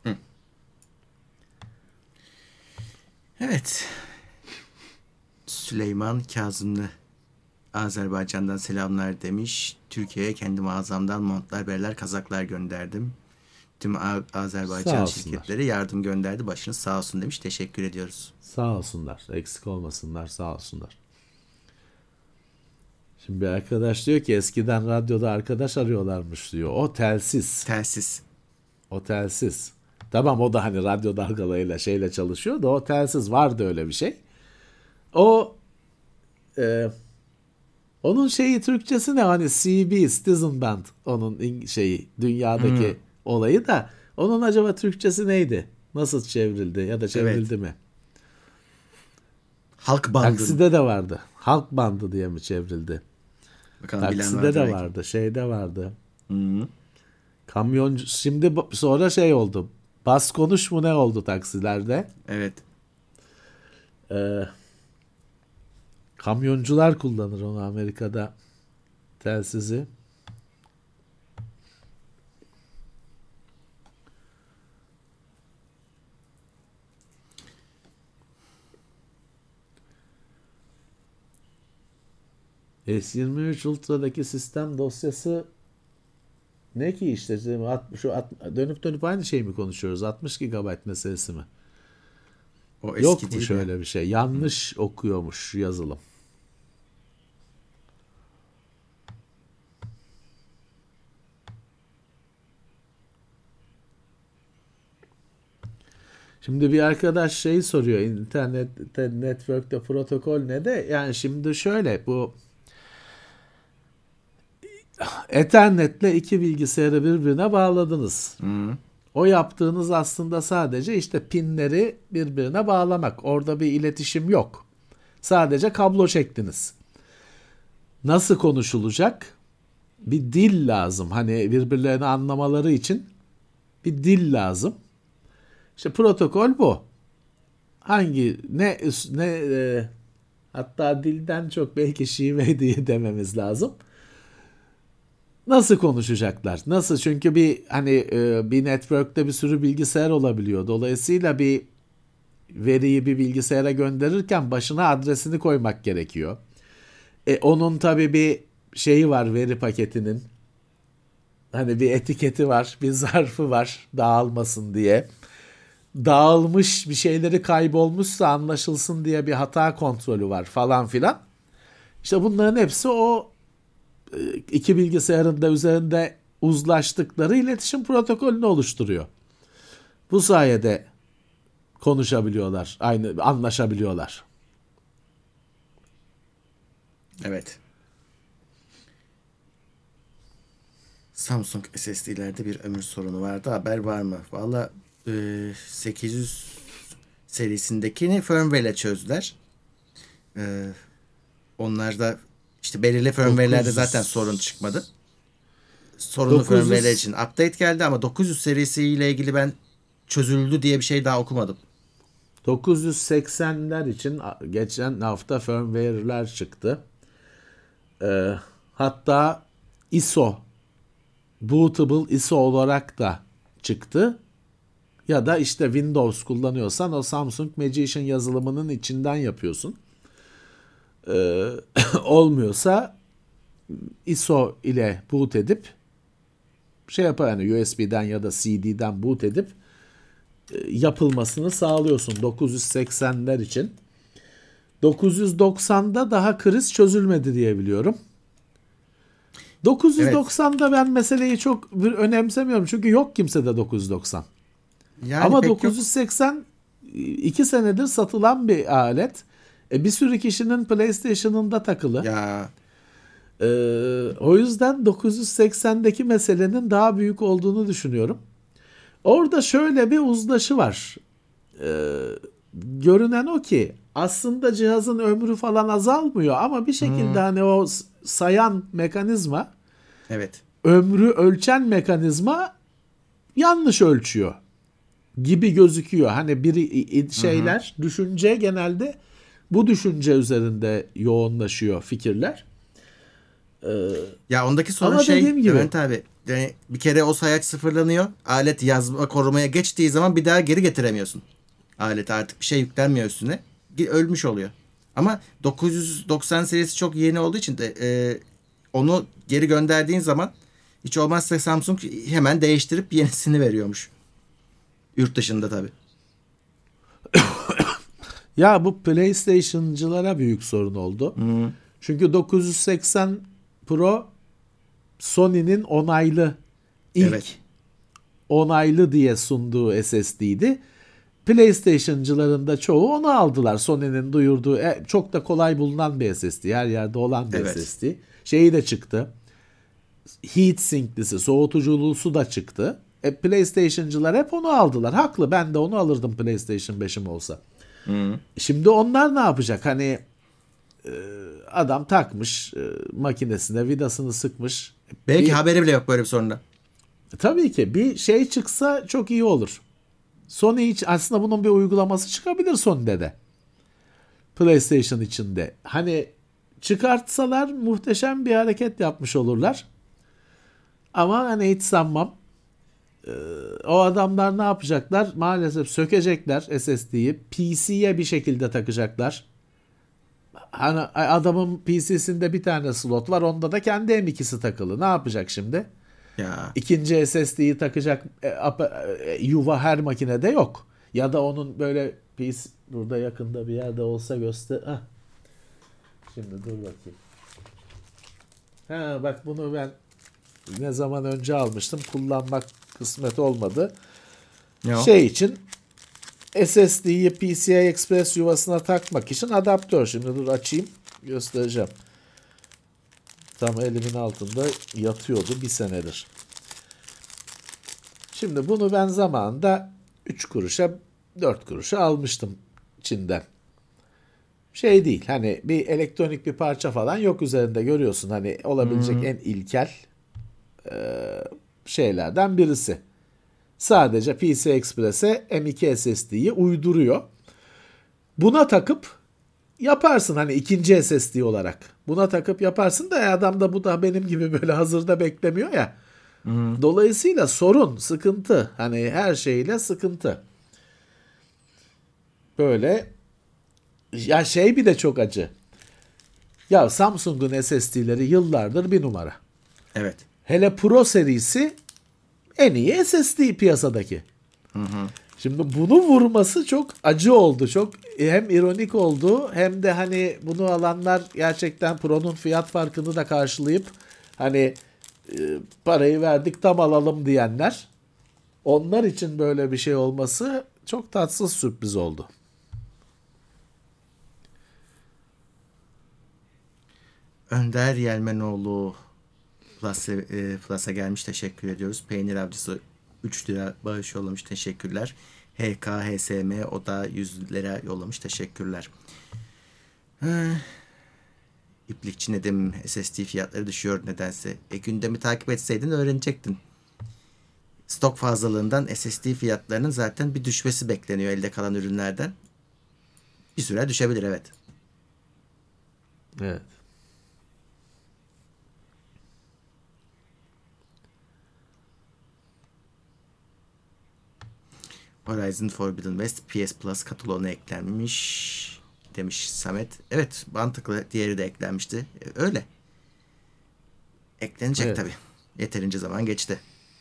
Evet. Süleyman Kazımlı Azerbaycan'dan selamlar demiş. Türkiye'ye kendi mağazamdan montlar, berler, kazaklar gönderdim. Tüm Azerbaycan Sağ olsunlar. şirketleri yardım gönderdi. Başınız sağ olsun demiş. Teşekkür ediyoruz. Sağ olsunlar. Eksik olmasınlar. Sağ olsunlar. Şimdi bir arkadaş diyor ki eskiden radyoda arkadaş arıyorlarmış diyor. O telsiz. Telsiz. O telsiz. Tamam, o da hani radyo dalgalarıyla şeyle çalışıyor da o telsiz, vardı öyle bir şey. O onun şeyi Türkçesi ne, hani CB, Citizen Band, onun şeyi dünyadaki olayı da, onun acaba Türkçesi neydi? Nasıl çevrildi ya da çevrildi mi? Halk bandı. Takside de vardı. Halk bandı diye mi çevrildi? Bakalım bilen Takside vardır de belki. vardı, şeyde vardı. Hı. Kamyoncu, şimdi sonra şey oldu. Bas konuş mu ne oldu taksilerde? Evet. Kamyoncular kullanır onu Amerika'da, telsizi. S23 Ultra'daki sistem dosyası ne ki işte, dönüp dönüp aynı şeyi mi konuşuyoruz? 60 GB meselesi mi? O eski Yokmuş değil mi? öyle bir şey. Yanlış okuyormuş yazılım. Şimdi bir arkadaş şeyi soruyor. İnternette, network'te protokol ne de? Yani şimdi şöyle, bu Ethernet'le iki bilgisayarı birbirine bağladınız. Hı. O yaptığınız aslında sadece işte pinleri birbirine bağlamak. Orada bir iletişim yok. Sadece kablo çektiniz. Nasıl konuşulacak? Bir dil lazım. Hani birbirlerini anlamaları için bir dil lazım. İşte protokol bu. Hatta dilden çok belki şive diye dememiz lazım. Nasıl konuşacaklar? Nasıl? Çünkü bir network'te bir sürü bilgisayar olabiliyor. Dolayısıyla bir veriyi bir bilgisayara gönderirken başına adresini koymak gerekiyor. Onun tabii bir şeyi var, veri paketinin. Hani bir etiketi var, bir zarfı var dağılmasın diye. Dağılmış bir şeyleri, kaybolmuşsa anlaşılsın diye bir hata kontrolü var falan filan. İşte bunların hepsi o iki bilgisayarın da üzerinde uzlaştıkları iletişim protokolünü oluşturuyor. Bu sayede konuşabiliyorlar, anlaşabiliyorlar. Evet. Samsung SSD'lerde bir ömür sorunu vardı. Haber var mı? Valla 800 serisindekini firmware'le çözdüler. Onlarda işte belirli firmware'lerde 900 zaten sorun çıkmadı. Sorunlu firmware'ler için update geldi ama 900 serisiyle ilgili ben çözüldü diye bir şey daha okumadım. 980'ler için geçen hafta firmware'ler çıktı. Hatta ISO, bootable ISO olarak da çıktı. Ya da işte Windows kullanıyorsan o Samsung Magician yazılımının içinden yapıyorsun. Olmuyorsa ISO ile boot edip şey yapar, yani USB'den ya da CD'den boot edip yapılmasını sağlıyorsun 980'ler için. 990'da daha kriz çözülmedi diye biliyorum. 990'da ben meseleyi çok önemsemiyorum çünkü yok kimsede 990. Yani Ama pek yok. 980 2 senedir satılan bir alet. Bir sürü kişinin PlayStation'ında takılı. Ya O yüzden 980'deki meselenin daha büyük olduğunu düşünüyorum. Orada şöyle bir uzlaşı var. Görünen o ki aslında cihazın ömrü falan azalmıyor ama bir şekilde hani o sayan mekanizma, evet. ömrü ölçen mekanizma yanlış ölçüyor gibi gözüküyor. Hani şeyler, düşünce genelde bu düşünce üzerinde yoğunlaşıyor fikirler. Ya ondaki sorun Ama dediğim gibi, Levent abi. Yani bir kere o sayaç sıfırlanıyor. Alet yazma korumaya geçtiği zaman bir daha geri getiremiyorsun. Alete artık bir şey yüklenmiyor üstüne. Ölmüş oluyor. Ama 990 serisi çok yeni olduğu için de onu geri gönderdiğin zaman hiç olmazsa Samsung hemen değiştirip yenisini veriyormuş. Yurt dışında tabii. ya bu PlayStation'cılara büyük sorun oldu. Çünkü 980 Pro Sony'nin onaylı, ilk Evet. onaylı diye sunduğu SSD'ydi. PlayStation'cıların da çoğu onu aldılar. Sony'nin duyurduğu çok da kolay bulunan bir SSD. Her yerde olan bir Evet. SSD. Şeyi de çıktı. Heatsinklisi, soğutuculusu da çıktı. PlayStation'cılar hep onu aldılar. Haklı. Ben de onu alırdım PlayStation 5'im olsa. Şimdi onlar ne yapacak? Hani adam takmış makinesine, vidasını sıkmış. Belki haberi bile yok böyle bir sorunda. Tabii ki bir şey çıksa çok iyi olur. Sony hiç aslında bunun bir uygulaması çıkabilir Sony'de de. PlayStation içinde. Hani çıkartsalar muhteşem bir hareket yapmış olurlar. Ama hani hiç sanmam. O adamlar ne yapacaklar? Maalesef sökecekler SSD'yi. PC'ye bir şekilde takacaklar. Hani adamın PC'sinde bir tane slot var. Onda da kendi M2'si takılı. Ne yapacak şimdi? Ya İkinci SSD'yi takacak yuva her makinede yok. Ya da onun böyle PC burada yakında bir yerde olsa göster. Heh. Şimdi dur bakayım. Ha bak bunu ben ne zaman önce almıştım. Kullanmak kısmet olmadı. ne o? Şey için SSD'yi PCI Express yuvasına takmak için adaptör. Şimdi dur açayım göstereceğim. Tam elimin altında yatıyordu bir senedir. Şimdi bunu ben zamanında 3 kuruşa 4 kuruşa almıştım Çin'den. Şey değil, hani bir elektronik bir parça falan yok üzerinde, görüyorsun hani olabilecek en ilkel şeylerden birisi. Sadece PCI Express'e M.2 SSD'yi uyduruyor. Buna takıp yaparsın hani ikinci SSD olarak. Buna takıp yaparsın da adam da bu da benim gibi böyle hazırda beklemiyor ya. Dolayısıyla sorun, sıkıntı. Hani her şeyle sıkıntı. Böyle ya şey bir de çok acı. Ya Samsung'un SSD'leri yıllardır bir numara. Evet. Hele Pro serisi en iyi SSD piyasadaki. Şimdi bunu vurması çok acı oldu. Çok hem ironik oldu hem de hani bunu alanlar gerçekten Pro'nun fiyat farkını da karşılayıp hani parayı verdik tam alalım diyenler, onlar için böyle bir şey olması çok tatsız sürpriz oldu. Önder Yelmenoğlu Plus'a gelmiş. Teşekkür ediyoruz. Peynir Avcısı 3 lira bağış yollamış. Teşekkürler. HKHSM o da 100 lira yollamış. Teşekkürler. İplikçi Nedim SSD fiyatları düşüyor nedense. Gündemi takip etseydin öğrenecektin. Stok fazlalığından SSD fiyatlarının zaten bir düşmesi bekleniyor elde kalan ürünlerden. Bir süre düşebilir evet. Evet. Horizon Forbidden West PS Plus kataloğuna eklenmiş demiş Samet. Evet, mantıklı. Diğeri de eklenmişti. Öyle. Eklenecek Evet. tabii. Yeterince zaman geçti.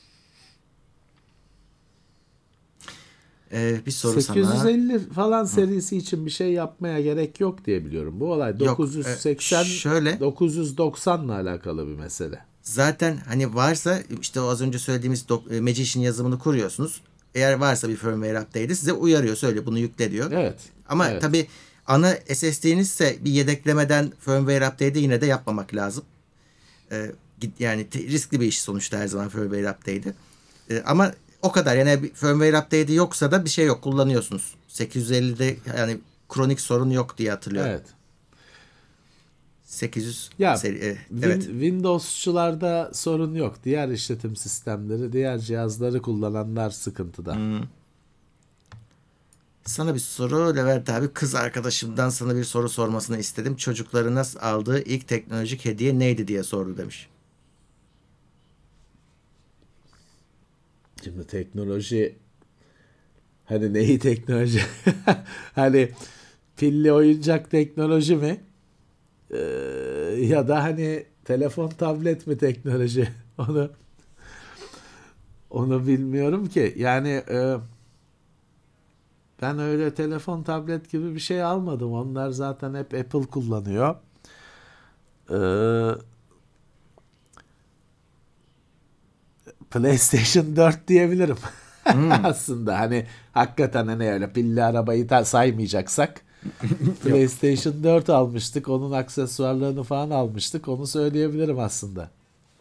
Bir soru 850 falan serisi için bir şey yapmaya gerek yok diye biliyorum. Bu olay Yok, 980 şöyle. 990 ile alakalı bir mesele. Zaten hani varsa işte o az önce söylediğimiz Magician yazımını kuruyorsunuz. Eğer varsa bir firmware update'i size uyarıyor. Söyle bunu yükle diyor. Evet. Ama evet. tabii ana SSD'nizse bir yedeklemeden firmware update'i yine de yapmamak lazım. Yani riskli bir iş sonuçta her zaman firmware update'i. Ama o kadar. Yani bir firmware update'i yoksa da bir şey yok. Kullanıyorsunuz. 850'de yani kronik sorun yok diye hatırlıyorum. Evet. 800 Ya seri. Evet. Windows'çularda sorun yok. Diğer işletim sistemleri, diğer cihazları kullananlar sıkıntıda. Sana bir soru Levent abi. Kız arkadaşımdan sana bir soru sormasını istedim. Çocuklarına aldığı ilk teknolojik hediye neydi diye sordu demiş. Şimdi teknoloji, hani neyi teknoloji? Hani pilli oyuncak teknoloji mi? Ya da hani telefon, tablet mi teknoloji? Onu bilmiyorum ki. Yani ben öyle telefon, tablet gibi bir şey almadım. Onlar zaten hep Apple kullanıyor. PlayStation 4 diyebilirim. Aslında hani hakikaten hani öyle pilli arabayı saymayacaksak PlayStation 4 almıştık. Onun aksesuarlarını falan almıştık. Onu söyleyebilirim aslında.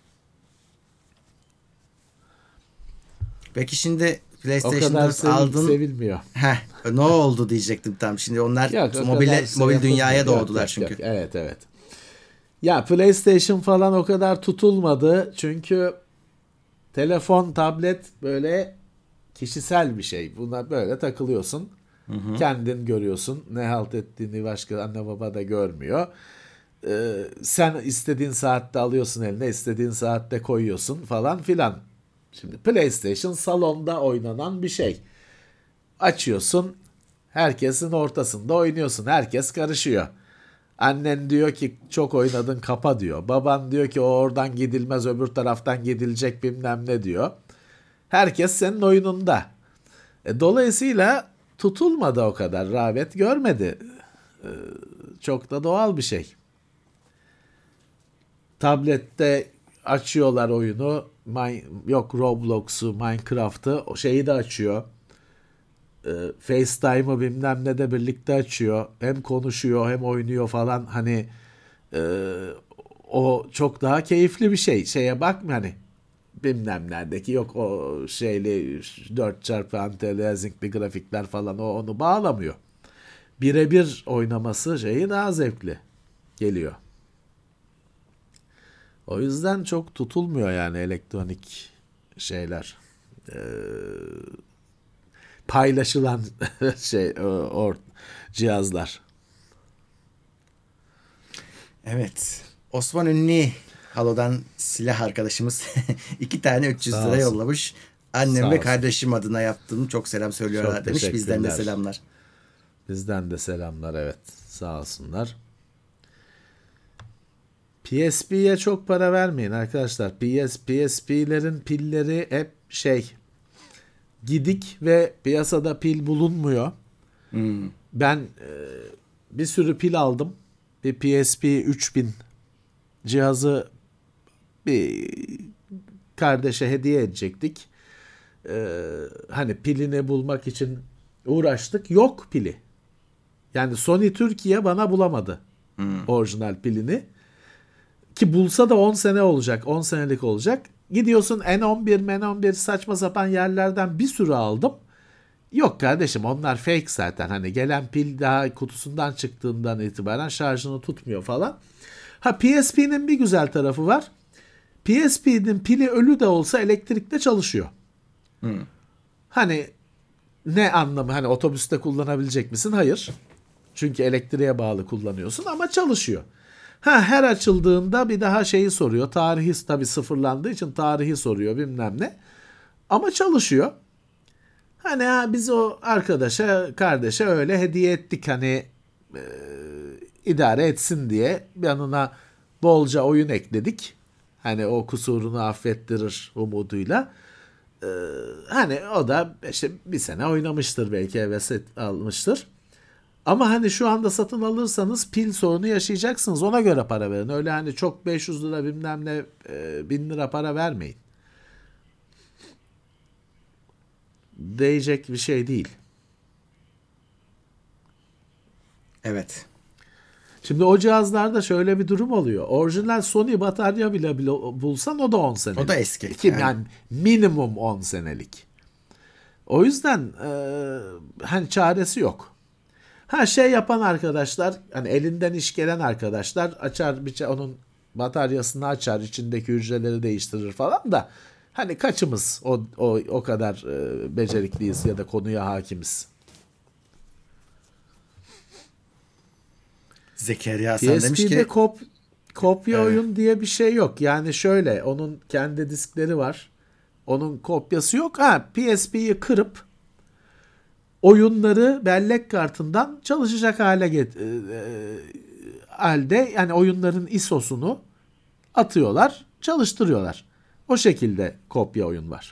Peki şimdi O PlayStation kadar 4 aldın. sevilmiyor. Ne oldu diyecektim tam. Şimdi onlar Yok, o mobil kadar dünyaya yapılmıyor. doğdular Yok, çünkü. yok. Evet, evet. Ya PlayStation falan o kadar tutulmadı. Çünkü telefon, tablet böyle kişisel bir şey. Buna böyle takılıyorsun. Kendin görüyorsun. Ne halt ettiğini başka anne baba da görmüyor. Sen istediğin saatte alıyorsun eline, istediğin saatte koyuyorsun falan filan. Şimdi PlayStation salonda oynanan bir şey. Açıyorsun, herkesin ortasında oynuyorsun. Herkes karışıyor. Annen diyor ki çok oynadın, kapa diyor. Baban diyor ki o oradan gidilmez, öbür taraftan gidilecek bilmem ne diyor. Herkes senin oyununda. Dolayısıyla tutulmadı, o kadar rağbet görmedi. Çok da doğal bir şey. Tablette açıyorlar oyunu. Yok Roblox'u, Minecraft'ı, o şeyi de açıyor. FaceTime'ı bilmem ne de birlikte açıyor. Hem konuşuyor hem oynuyor falan. Hani o çok daha keyifli bir şey. Şeye bakma hani bilmem neredeki yok o şeyli 4x anti-aliasing'li grafikler falan, o onu bağlamıyor. Birebir oynaması şeyi daha zevkli geliyor. O yüzden çok tutulmuyor yani elektronik şeyler. Paylaşılan cihazlar. Evet. Osman Ünlü Halo'dan silah arkadaşımız 2 tane 300 Sağ lira olsun. yollamış. Annem Sağ ve olsun. kardeşim adına yaptığım çok selam söylüyorlar Çok demiş. Bizden de teşekkürler. selamlar. Bizden de selamlar, evet. Sağ olsunlar. PSP'ye çok para vermeyin arkadaşlar. PSP'lerin pilleri hep gidik ve piyasada pil bulunmuyor. Ben bir sürü pil aldım. Bir PSP 3000 cihazı bir kardeşe hediye edecektik. Hani pilini bulmak için uğraştık. Yok pili. Yani Sony Türkiye bana bulamadı orijinal pilini. Ki bulsa da 10 sene olacak. 10 senelik olacak. Gidiyorsun N11 saçma sapan yerlerden bir sürü aldım. Yok kardeşim, onlar fake zaten. Hani gelen pil daha kutusundan çıktığından itibaren şarjını tutmuyor falan. PSP'nin bir güzel tarafı var. PSP'nin pili ölü de olsa elektrikte çalışıyor. Hani ne anlamı, hani otobüste kullanabilecek misin? Hayır. Çünkü elektriğe bağlı kullanıyorsun ama çalışıyor. Her açıldığında bir daha şeyi soruyor. Tarihi tabii sıfırlandığı için tarihi soruyor bilmem ne. Ama çalışıyor. Hani biz o arkadaşa, kardeşe öyle hediye ettik hani e, idare etsin diye yanına bolca oyun ekledik. Hani o kusurunu affettirir umuduyla. Hani o da işte bir sene oynamıştır belki heves almıştır. Ama hani şu anda satın alırsanız pil sorunu yaşayacaksınız. Ona göre para verin. Öyle hani çok 500 lira bilmem ne 1000 lira para vermeyin. Değecek bir şey değil. Evet. Şimdi o cihazlarda şöyle bir durum oluyor. Orijinal Sony batarya bile bulsan o da 10 senelik. O da eski. Yani minimum 10 senelik. O yüzden hani çaresi yok. Ha şey yapan arkadaşlar hani elinden iş gelen arkadaşlar açar onun bataryasını açar içindeki hücreleri değiştirir falan da hani kaçımız o kadar becerikliyiz ya da konuya hakimiz. Zekeriya Hasan demiş PSP'de ki kopya oyun diye bir şey yok. Yani şöyle onun kendi diskleri var. Onun kopyası yok. Ha PSP'yi kırıp oyunları bellek kartından çalışacak halde yani oyunların ISO'sunu atıyorlar, çalıştırıyorlar. O şekilde kopya oyun var.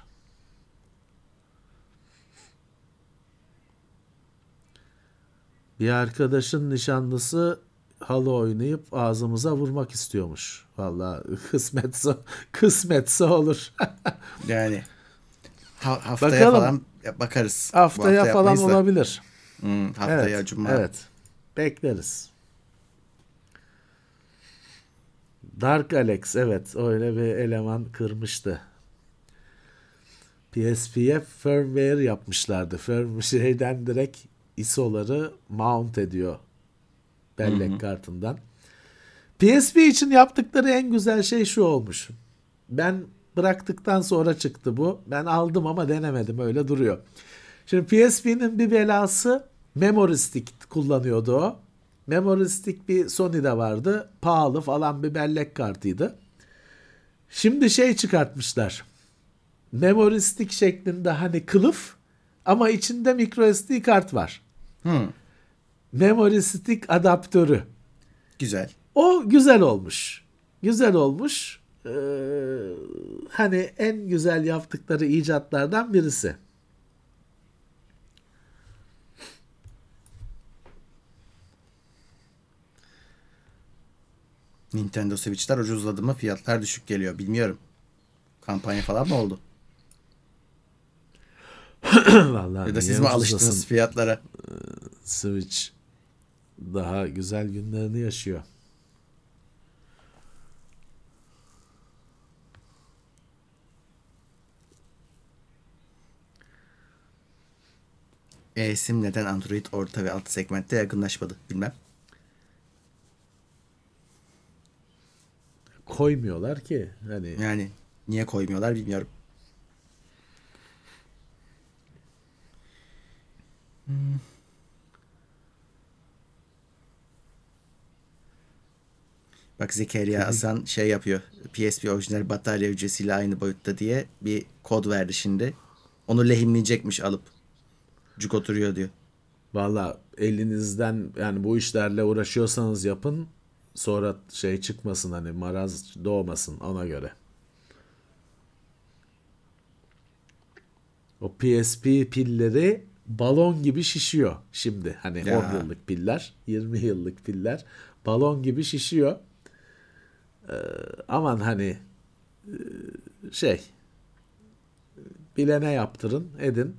Bir arkadaşın nişanlısı halı oynayıp ağzımıza vurmak istiyormuş. Vallahi kısmetse olur. yani haftaya Bakalım. falan bakarız. Bu Haftaya hafta falan yapmayız da. olabilir. Haftaya Evet, Cuma. evet. Bekleriz. Dark Alex evet öyle bir eleman kırmıştı. PSP'ye firmware yapmışlardı. Şeyden direkt ISO'ları mount ediyor bellek kartından. PSP için yaptıkları en güzel şey şu olmuş. Ben bıraktıktan sonra çıktı bu. Ben aldım ama denemedim öyle duruyor. Şimdi PSP'nin bir belası memory stick kullanıyordu o. Memory stick bir Sony'de vardı. Pahalı falan bir bellek kartıydı. Şimdi şey çıkartmışlar. Memory stick şeklinde hani kılıf ama içinde micro SD kart var. Memory stick adaptörü. Güzel. O güzel olmuş. Güzel olmuş. Hani en güzel yaptıkları icatlardan birisi. Nintendo Switch'ler ucuzladı mı? Fiyatlar düşük geliyor. Bilmiyorum. Kampanya falan mı oldu? Vallahi Ya da niye siz mi alıştınız ucuzlasın? fiyatlara? Switch daha güzel günlerini yaşıyor. eSIM neden Android orta ve alt segmentte yakınlaşmadı? Bilmem. Koymuyorlar ki. Hani Yani niye koymuyorlar bilmiyorum. Bak Zekeriya Hasan şey yapıyor. PSP orijinal batarya hücresiyle aynı boyutta diye bir kod verdi şimdi. Onu lehimleyecekmiş alıp. Cuk oturuyor diyor. valla elinizden yani bu işlerle uğraşıyorsanız yapın. Sonra şey çıkmasın hani maraz doğmasın ona göre. O PSP pilleri balon gibi şişiyor şimdi. Hani Ya. 10 yıllık piller, 20 yıllık piller balon gibi şişiyor. Aman hani şey bilene yaptırın edin.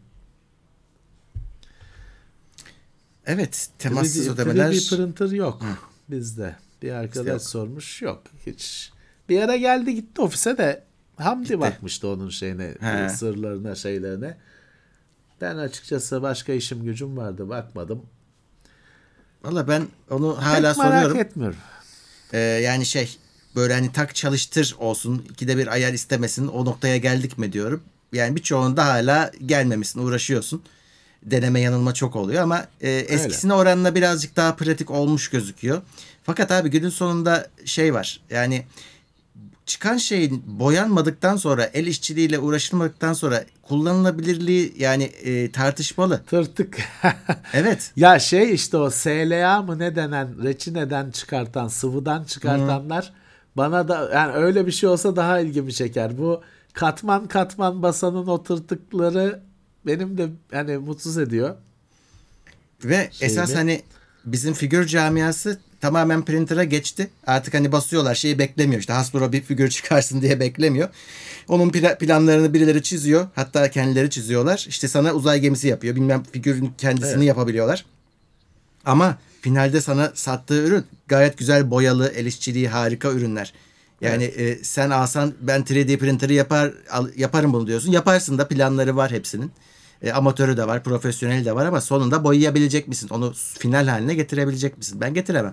Evet, temassız 3D ödemeler. printer yok bizde. Bir arkadaş yok. sormuş. Yok hiç. Bir ara geldi gitti ofise de Hamdi Gitti. bakmıştı onun şeyine, He. sırlarına, şeylerine. Ben açıkçası başka işim gücüm vardı. Bakmadım. Valla ben onu hala Pek merak soruyorum. etmiyorum. Yani şey böyle hani tak çalıştır olsun. İkide bir ayar istemesin. O noktaya geldik mi diyorum. Yani birçoğunda hala gelmemişsin. Uğraşıyorsun. Deneme yanılma çok oluyor ama eskisine oranla birazcık daha pratik olmuş gözüküyor. Fakat abi günün sonunda şey var. Yani çıkan şeyin boyanmadıktan sonra, el işçiliğiyle uğraşılmadıktan sonra kullanılabilirliği yani tartışmalı. Tırtık. Evet. Ya şey işte o SLA mı ne denen reçineden çıkartan, sıvıdan çıkartanlar bana da yani öyle bir şey olsa daha ilgimi çeker. Bu katman katman basanın o tırtıkları benim de hani mutsuz ediyor. Ve esas hani bizim figür camiası tamamen printer'a geçti. Artık hani basıyorlar, şeyi beklemiyor. İşte Hasbro bir figür çıkarsın diye beklemiyor. Onun planlarını birileri çiziyor. Hatta kendileri çiziyorlar. İşte sana uzay gemisi yapıyor. Bilmem, figürün kendisini yapabiliyorlar. Ama finalde sana sattığı ürün gayet güzel boyalı, el işçiliği harika ürünler. Yani sen alsan ben 3D printer'ı yaparım bunu diyorsun. Yaparsın da, planları var hepsinin. Amatörü de var, profesyoneli de var ama sonunda boyayabilecek misin? Onu final haline getirebilecek misin? Ben getiremem.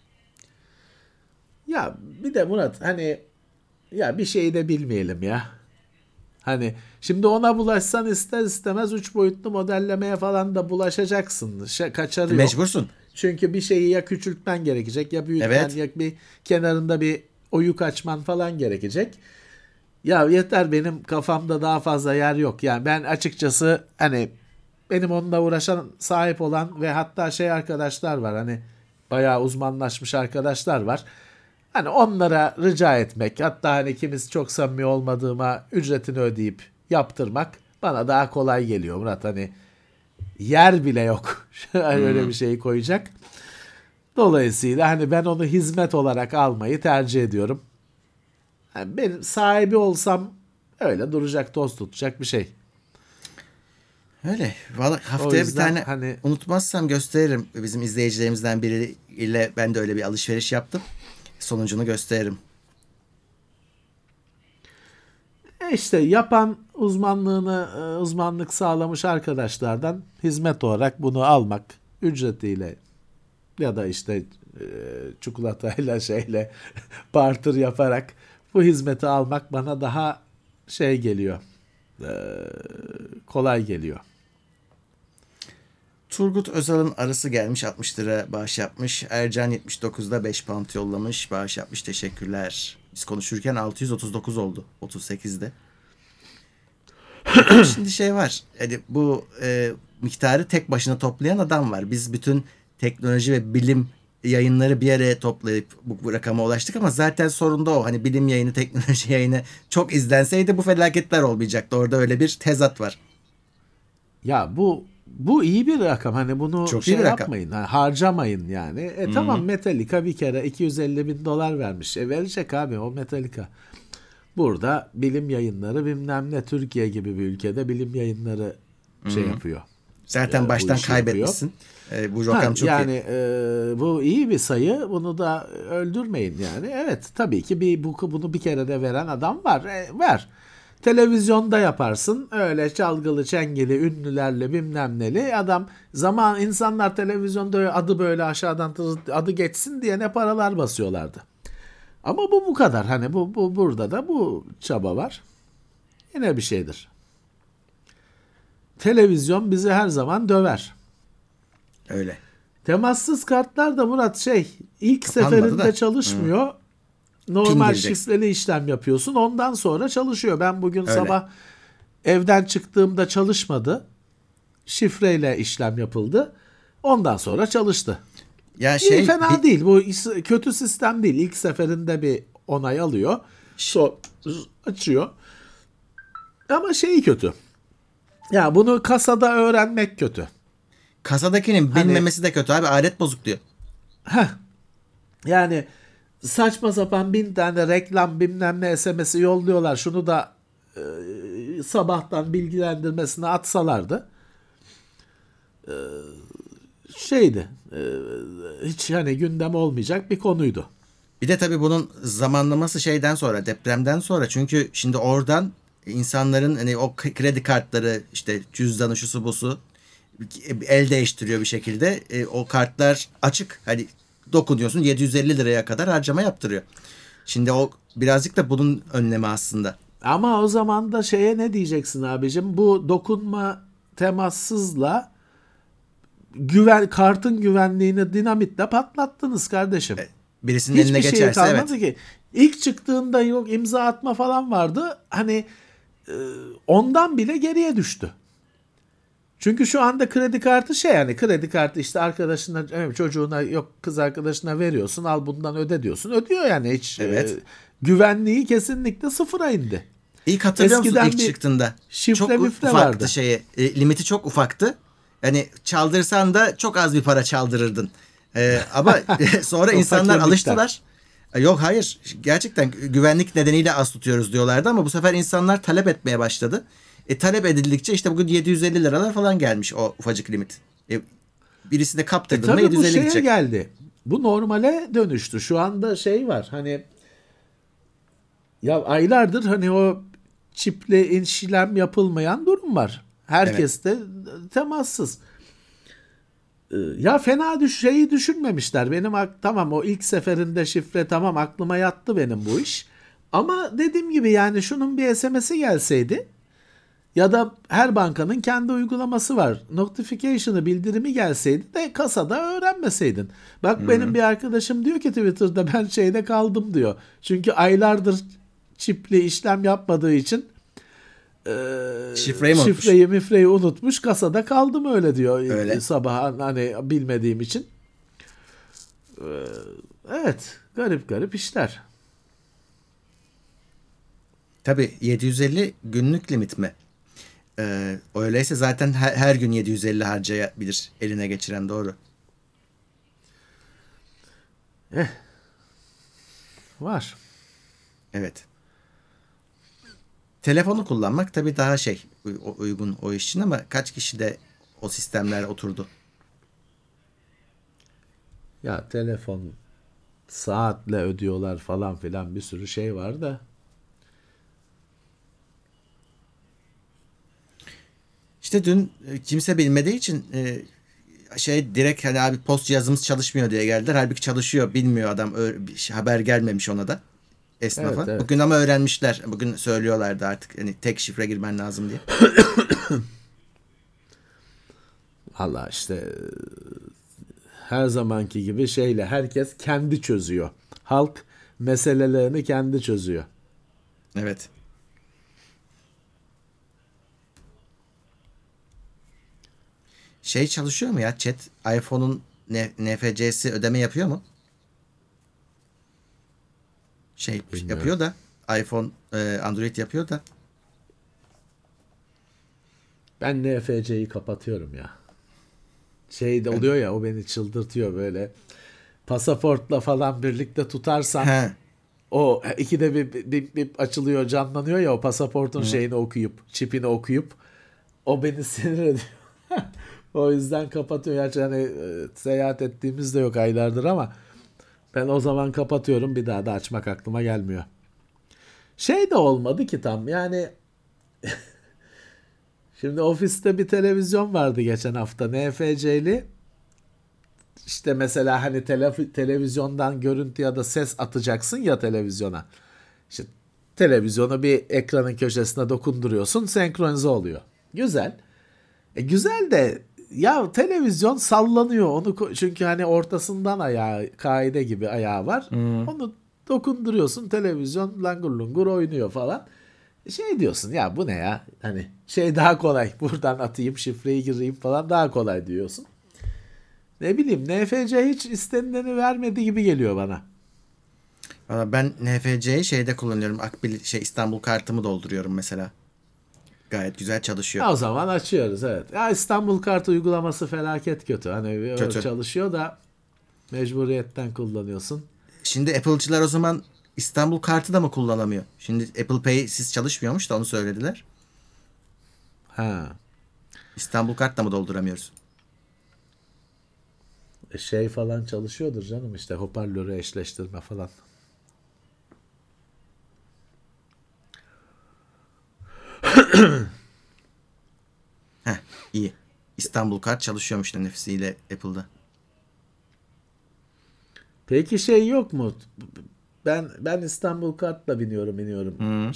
Ya bir de Murat hani ya bir şey de bilmeyelim ya. Hani şimdi ona bulaşsan ister istemez 3 boyutlu modellemeye falan da bulaşacaksın. Kaçarı yok. Mecbursun. Çünkü bir şeyi ya küçültmen gerekecek ya büyütmen Evet. ya bir kenarında bir oyuk açman falan gerekecek. Ya yeter, benim kafamda daha fazla yer yok. Yani ben açıkçası hani benim onunla uğraşan, sahip olan ve hatta şey arkadaşlar var, hani bayağı uzmanlaşmış arkadaşlar var. Hani onlara rica etmek, hatta hani ikimiz çok samimi olmadığıma ücretini ödeyip yaptırmak bana daha kolay geliyor Murat. Hani yer bile yok öyle bir şeyi koyacak. Dolayısıyla hani ben onu hizmet olarak almayı tercih ediyorum. Yani benim sahibi olsam öyle duracak, toz tutacak bir şey. Öyle. Vallahi O haftaya bir yüzden tane hani unutmazsam gösteririm. Bizim izleyicilerimizden biriyle ben de öyle bir alışveriş yaptım. Sonucunu gösteririm. işte yapan uzmanlık sağlamış arkadaşlardan hizmet olarak bunu almak ücretiyle ya da işte çikolatayla şeyle barter yaparak bu hizmeti almak bana daha şey geliyor. e, kolay geliyor. Turgut Özal'ın arısı gelmiş, 60 lira bağış yapmış. Ercan 79'da 5 pound yollamış. Bağış yapmış. Teşekkürler. Biz konuşurken 639 oldu. 38'de. Şimdi şey var. Hani bu miktarı tek başına toplayan adam var. Biz bütün teknoloji ve bilim yayınları bir araya toplayıp bu rakama ulaştık ama zaten sorun da o. Hani bilim yayını, teknoloji yayını çok izlenseydi bu felaketler olmayacaktı. Orada öyle bir tezat var. Ya bu iyi bir rakam. Hani bunu Çok iyi şey bir rakam. yapmayın. Hani harcamayın yani. Tamam, Metallica bir kere 250 bin dolar vermiş. Verecek abi o Metallica. Burada bilim yayınları bilmem ne, Türkiye gibi bir ülkede bilim yayınları şey yapıyor. Zaten Bu baştan işi kaybetmişsin. Bu rakam çok yani iyi. bu iyi bir sayı. Bunu da öldürmeyin yani. Evet, tabii ki bunu bir kere de veren adam var. Ver. Televizyonda yaparsın. Öyle çalgılı çengeli ünlülerle bilmem neli adam, insanlar televizyonda adı böyle aşağıdan adı geçsin diye ne paralar basıyorlardı. Ama bu kadar. Hani bu burada da bu çaba var. Yine bir şeydir. Televizyon bizi her zaman döver. Öyle. Temassız kartlar da Murat ilk Kapanmadı seferinde da. çalışmıyor. Pin Normal gireceksin. şifreli işlem yapıyorsun. Ondan sonra çalışıyor. Ben bugün Öyle. sabah evden çıktığımda çalışmadı. Şifreyle işlem yapıldı. Ondan sonra çalıştı. Ya İyi, fena değil. Bu kötü sistem değil. İlk seferinde bir onay alıyor. Açıyor. Ama kötü. Ya bunu kasada öğrenmek kötü. kasadakinin bilmemesi de kötü abi. Alet bozuk diyor. Yani saçma sapan 1000 tane reklam bilmem ne SMS'i yolluyorlar. Şunu da sabahtan bilgilendirmesini atsalardı hiç hani gündem olmayacak bir konuydu. Bir de tabii bunun zamanlaması şeyden sonra, depremden sonra. Çünkü şimdi oradan insanların hani o kredi kartları, işte cüzdanı, şusu busu el değiştiriyor bir şekilde. O kartlar açık. Hani dokunuyorsun, 750 liraya kadar harcama yaptırıyor. Şimdi o birazcık da bunun önlemi aslında. Ama o zaman da ne diyeceksin abicim? Bu dokunma temassızla kartın güvenliğini dinamitle patlattınız kardeşim. birisinin Hiçbir eline şey geçerse kalmadı evet. ki. İlk çıktığında yok imza atma falan vardı. Hani ondan bile geriye düştü. Çünkü şu anda kredi kartı yani kredi kartı işte arkadaşına, çocuğuna, yok kız arkadaşına veriyorsun, al bundan öde diyorsun. Ödüyor yani, hiç Evet. güvenliği kesinlikle sıfıra indi. İlk hatırlıyor musun Eskiden ilk bir çıktığında? şifre Çok mifre ufaktı vardı. limiti çok ufaktı. Yani çaldırsan da çok az bir para çaldırırdın. Ama sonra O insanlar fakirlikten. alıştılar. Yok hayır, gerçekten güvenlik nedeniyle az tutuyoruz diyorlardı ama bu sefer insanlar talep etmeye başladı. Talep edildikçe işte bugün 750 liralar falan gelmiş o ufacık limit. Birisi de kaptırdın mı Tabii bu 750 şeye gidecek. geldi. Bu normale dönüştü. Şu anda var hani, ya aylardır hani o çiple işlem yapılmayan durum var. Evet. Herkes de temassız. Ya fena şeyi düşünmemişler. Benim tamam, o ilk seferinde şifre tamam, aklıma yattı benim bu iş. Ama dediğim gibi yani şunun bir SMS'i gelseydi ya da her bankanın kendi uygulaması var. Notification'ı, bildirimi gelseydi de kasada öğrenmeseydin. Bak benim bir arkadaşım diyor ki Twitter'da ben şeyde kaldım diyor. Çünkü aylardır çipli işlem yapmadığı için Şifreyi mi unutmuş? şifreyi unutmuş, kasada kaldım öyle diyor Öyle. sabah, hani bilmediğim için. Evet, garip işler. Tabii 750 günlük limit mi? Öyleyse zaten her gün 750 harcayabilir eline geçiren, doğru. Var. Evet. Telefonu kullanmak tabii daha uygun o iş için ama kaç kişi de o sistemler oturdu. Ya telefon saatle ödüyorlar falan filan, bir sürü şey var da. İşte dün kimse bilmediği için direkt hani abi post cihazımız çalışmıyor diye geldiler. Halbuki çalışıyor, bilmiyor adam, haber gelmemiş ona da, Evet, esnafa. Bugün evet. ama öğrenmişler. Bugün söylüyorlardı artık hani tek şifre girmen lazım diye. Allah işte her zamanki gibi herkes kendi çözüyor. Halk meselelerini kendi çözüyor. Evet. Çalışıyor mu ya chat? iPhone'un NFC'si ödeme yapıyor mu? Bilmiyorum. Yapıyor da iPhone, Android yapıyor da. Ben NFC'yi kapatıyorum ya. De Ben oluyor ya, o beni çıldırtıyor böyle. Pasaportla falan birlikte tutarsan he, o ikide bir açılıyor, canlanıyor ya, o pasaportun şeyini okuyup, çipini okuyup, o beni sinir ediyor. O yüzden kapatıyor. Gerçi hani seyahat ettiğimiz de yok aylardır ama ben o zaman kapatıyorum. Bir daha da açmak aklıma gelmiyor. De olmadı ki tam. Yani şimdi ofiste bir televizyon vardı geçen hafta, NFC'li. İşte mesela hani televizyondan görüntü ya da ses atacaksın ya televizyona. İşte televizyonu bir ekranın köşesine dokunduruyorsun, senkronize oluyor. Güzel. Güzel de ya televizyon sallanıyor. Çünkü hani ortasından ayağı, kaide gibi ayağı var. Onu dokunduruyorsun, televizyon langur lungur oynuyor falan. Diyorsun ya, bu ne ya? Hani daha kolay. Buradan atayım, şifreyi gireyim falan, daha kolay diyorsun. Ne bileyim, NFC hiç istenileni vermedi gibi geliyor bana. valla ben NFC'yi kullanıyorum. Akbil İstanbul kartımı dolduruyorum mesela. Gayet güzel çalışıyor. O zaman açıyoruz, evet. Ya İstanbul Kart uygulaması felaket kötü. Hani Kötü. çalışıyor da mecburiyetten kullanıyorsun. Şimdi Apple'cılar o zaman İstanbul kartı da mı kullanamıyor? Şimdi Apple Pay çalışmıyormuş da onu söylediler. Ha. İstanbul kart da mı dolduramıyoruz? Falan çalışıyordur canım, işte hoparlörü eşleştirme falan. Heh, iyi. İstanbul kart çalışıyormuş nefsiyle Apple'da. Peki yok mu? Ben İstanbul Kart'la biniyorum. Hı.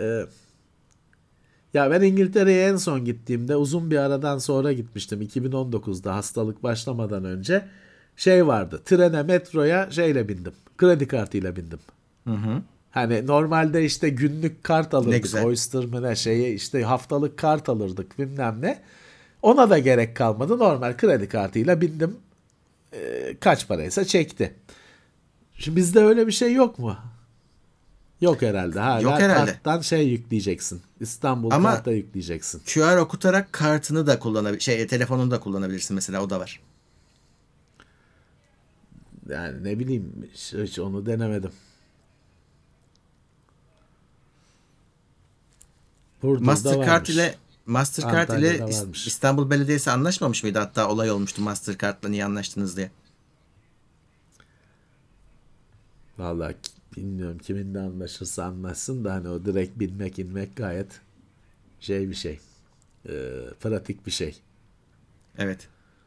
Ya ben İngiltere'ye en son gittiğimde uzun bir aradan sonra gitmiştim. 2019'da, hastalık başlamadan önce. şey vardı. Trene, metroya şeyle bindim. Kredi kartıyla bindim. Hı hı. Hani normalde işte günlük kart Ne alırdık. güzel. Oyster mı ne şeye işte haftalık kart alırdık bilmem ne. Ona da gerek kalmadı. Normal kredi kartıyla bindim. Kaç paraysa çekti. Şimdi bizde öyle bir şey yok mu? Yok herhalde. Yok Hala herhalde. karttan şey yükleyeceksin. İstanbul Ama karta yükleyeceksin. QR okutarak kartını da telefonunu da kullanabilirsin mesela, o da var. Yani ne bileyim hiç onu denemedim. Burdur'da varmış. Mastercard ile Antalya'da varmış. İstanbul Belediyesi anlaşmamış mıydı? Hatta olay olmuştu Mastercard'la niye anlaştınız diye. Vallahi bilmiyorum kiminle anlaşırsa anlaşsın da hani o direkt binmek inmek gayet şey bir şey. Pratik bir şey. Evet.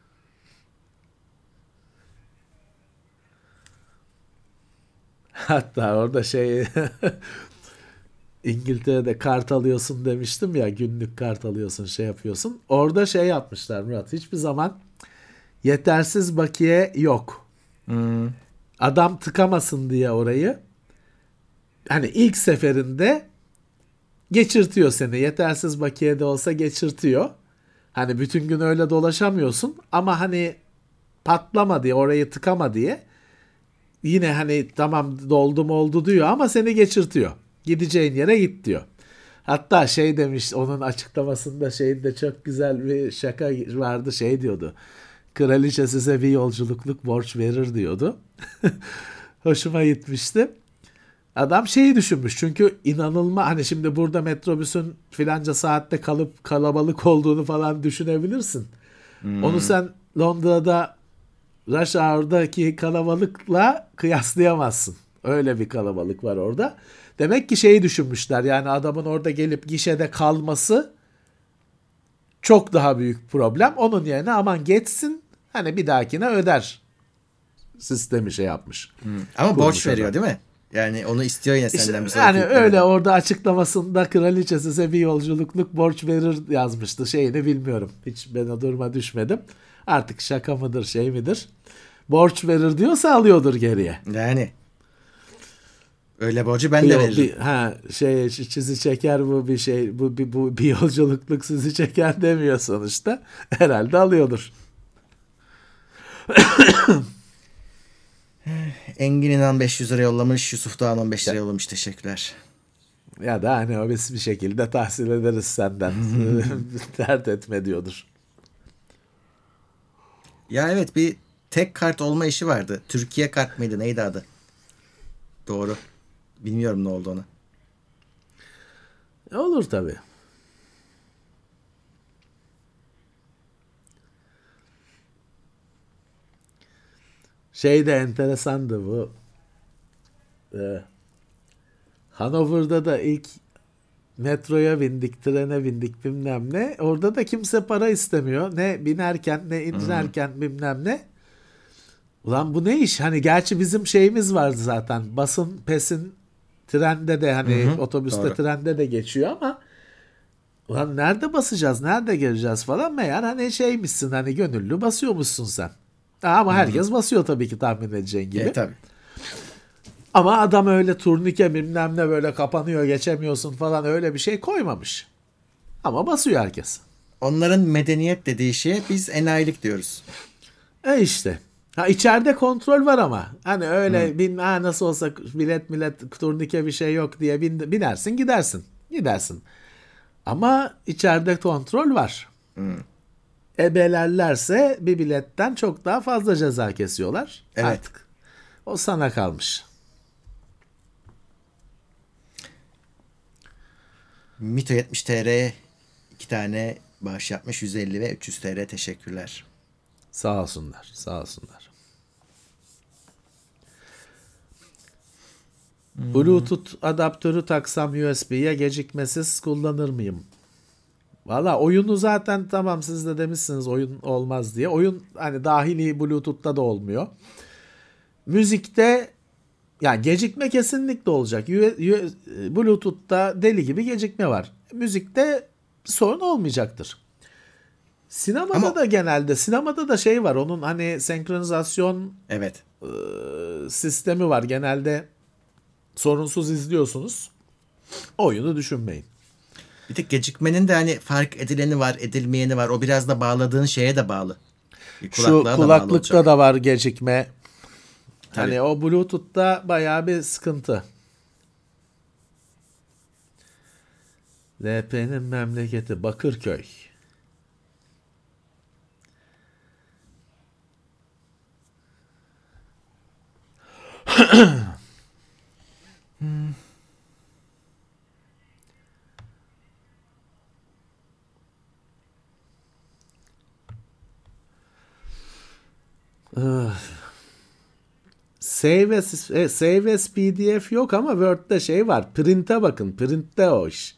Hatta orada şey İngiltere'de kart alıyorsun demiştim ya, günlük kart alıyorsun şey yapıyorsun. Orada şey yapmışlar Murat, hiçbir zaman yetersiz bakiye yok. Hmm. Adam tıkamasın diye orayı hani ilk seferinde geçirtiyor seni. Yetersiz bakiye de olsa geçirtiyor. Hani bütün gün öyle dolaşamıyorsun ama hani patlama diye, orayı tıkama diye yine hani tamam doldu mu oldu diyor ama seni geçirtiyor. Gideceğin yere git diyor. Hatta şey demiş onun açıklamasında, şeyinde çok güzel bir şaka vardı, şey diyordu. Kraliçe size bir yolculukluk borç verir diyordu. Hoşuma gitmişti. Adam şeyi düşünmüş çünkü inanılmaz, hani şimdi burada metrobüsün filanca saatte kalıp kalabalık olduğunu falan düşünebilirsin. Onu sen Londra'da rush hour'daki kalabalıkla kıyaslayamazsın. Öyle bir kalabalık var orada. Demek ki şeyi düşünmüşler, yani adamın orada gelip gişede kalması çok daha büyük problem. Onun yerine aman geçsin hani bir dahakine öder sistemi şey yapmış. Ama Kurmuş borç veriyor adam. değil mi? Yani onu istiyor yine İşte senden bir sonraki yani yüklemede. öyle orada açıklamasında kraliçe size bir yolculukluk borç verir yazmıştı. Şeyini bilmiyorum. Hiç ben o duruma düşmedim. Artık şaka mıdır şey midir? Borç verir diyorsa alıyordur geriye. Yani öyle borcu ben de veririm. Şey sizi çeker bu bir şey, bu bir yolculukluk sizi çeker demiyor sonuçta. Herhalde alıyordur. Engin İnan 500 lira yollamış. Yusuf Dağan 15 lira yollamış. Teşekkürler. Ya da hani o biz bir şekilde tahsil ederiz senden. Dert etme diyordur. Ya evet, bir tek kart olma işi vardı. Türkiye kart mıydı? Neydi adı? Doğru. Bilmiyorum ne oldu ona. Olur tabii. Şey de enteresandı bu. Hannover'da da ilk metroya bindik, trene bindik bilmem ne. Orada da kimse para istemiyor. Ne binerken ne inerken bilmem ne. Ulan bu ne iş? Hani gerçi bizim şeyimiz vardı zaten. Basın, PES'in trende de hani otobüste, doğru. trende de geçiyor ama ulan nerede basacağız, nerede geleceğiz falan, meğer hani şeymişsin, hani gönüllü basıyormuşsun sen. Ama herkes basıyor tabii ki, tahmin edeceğin gibi. Tabii. Ama adam öyle turnike bilmem ne böyle kapanıyor geçemiyorsun falan öyle bir şey koymamış. Ama basıyor herkes. Onların medeniyet dediği şeye biz enayilik diyoruz. İşte. Ha içeride kontrol var ama. Hani öyle nasıl olsa bilet turnike bir şey yok diye binersin gidersin. Gidersin. Ama içeride kontrol var. Ebelerlerse bir biletten çok daha fazla ceza kesiyorlar. Evet. Artık o sana kalmış. Mito 70 TR 2 tane bağış yapmış. 150 ve 300 TL teşekkürler. Sağ olsunlar. Sağ olsunlar. Bluetooth adaptörü taksam USB'ye gecikmesiz kullanır mıyım? Valla oyunu zaten tamam, siz de demişsiniz oyun olmaz diye. Oyun hani dahili Bluetooth'ta da olmuyor. Müzikte yani gecikme kesinlikle olacak. Bluetooth'ta deli gibi gecikme var. Müzikte sorun olmayacaktır. Sinemada Ama- da genelde sinemada da şey var. Onun hani senkronizasyon Evet. sistemi var. Genelde sorunsuz izliyorsunuz. Oyunu düşünmeyin. Bir tek gecikmenin de hani fark edileni var, edilmeyeni var. O biraz da bağladığın şeye de bağlı. Bir Şu kulaklığa da bağlı kulaklıkta olacak. da var gecikme. Tabii. Hani o Bluetooth'ta bayağı bir sıkıntı. LP'nin memleketi Bakırköy. Save as PDF yok ama Word'de şey var. Print'e bakın. Print'te o iş.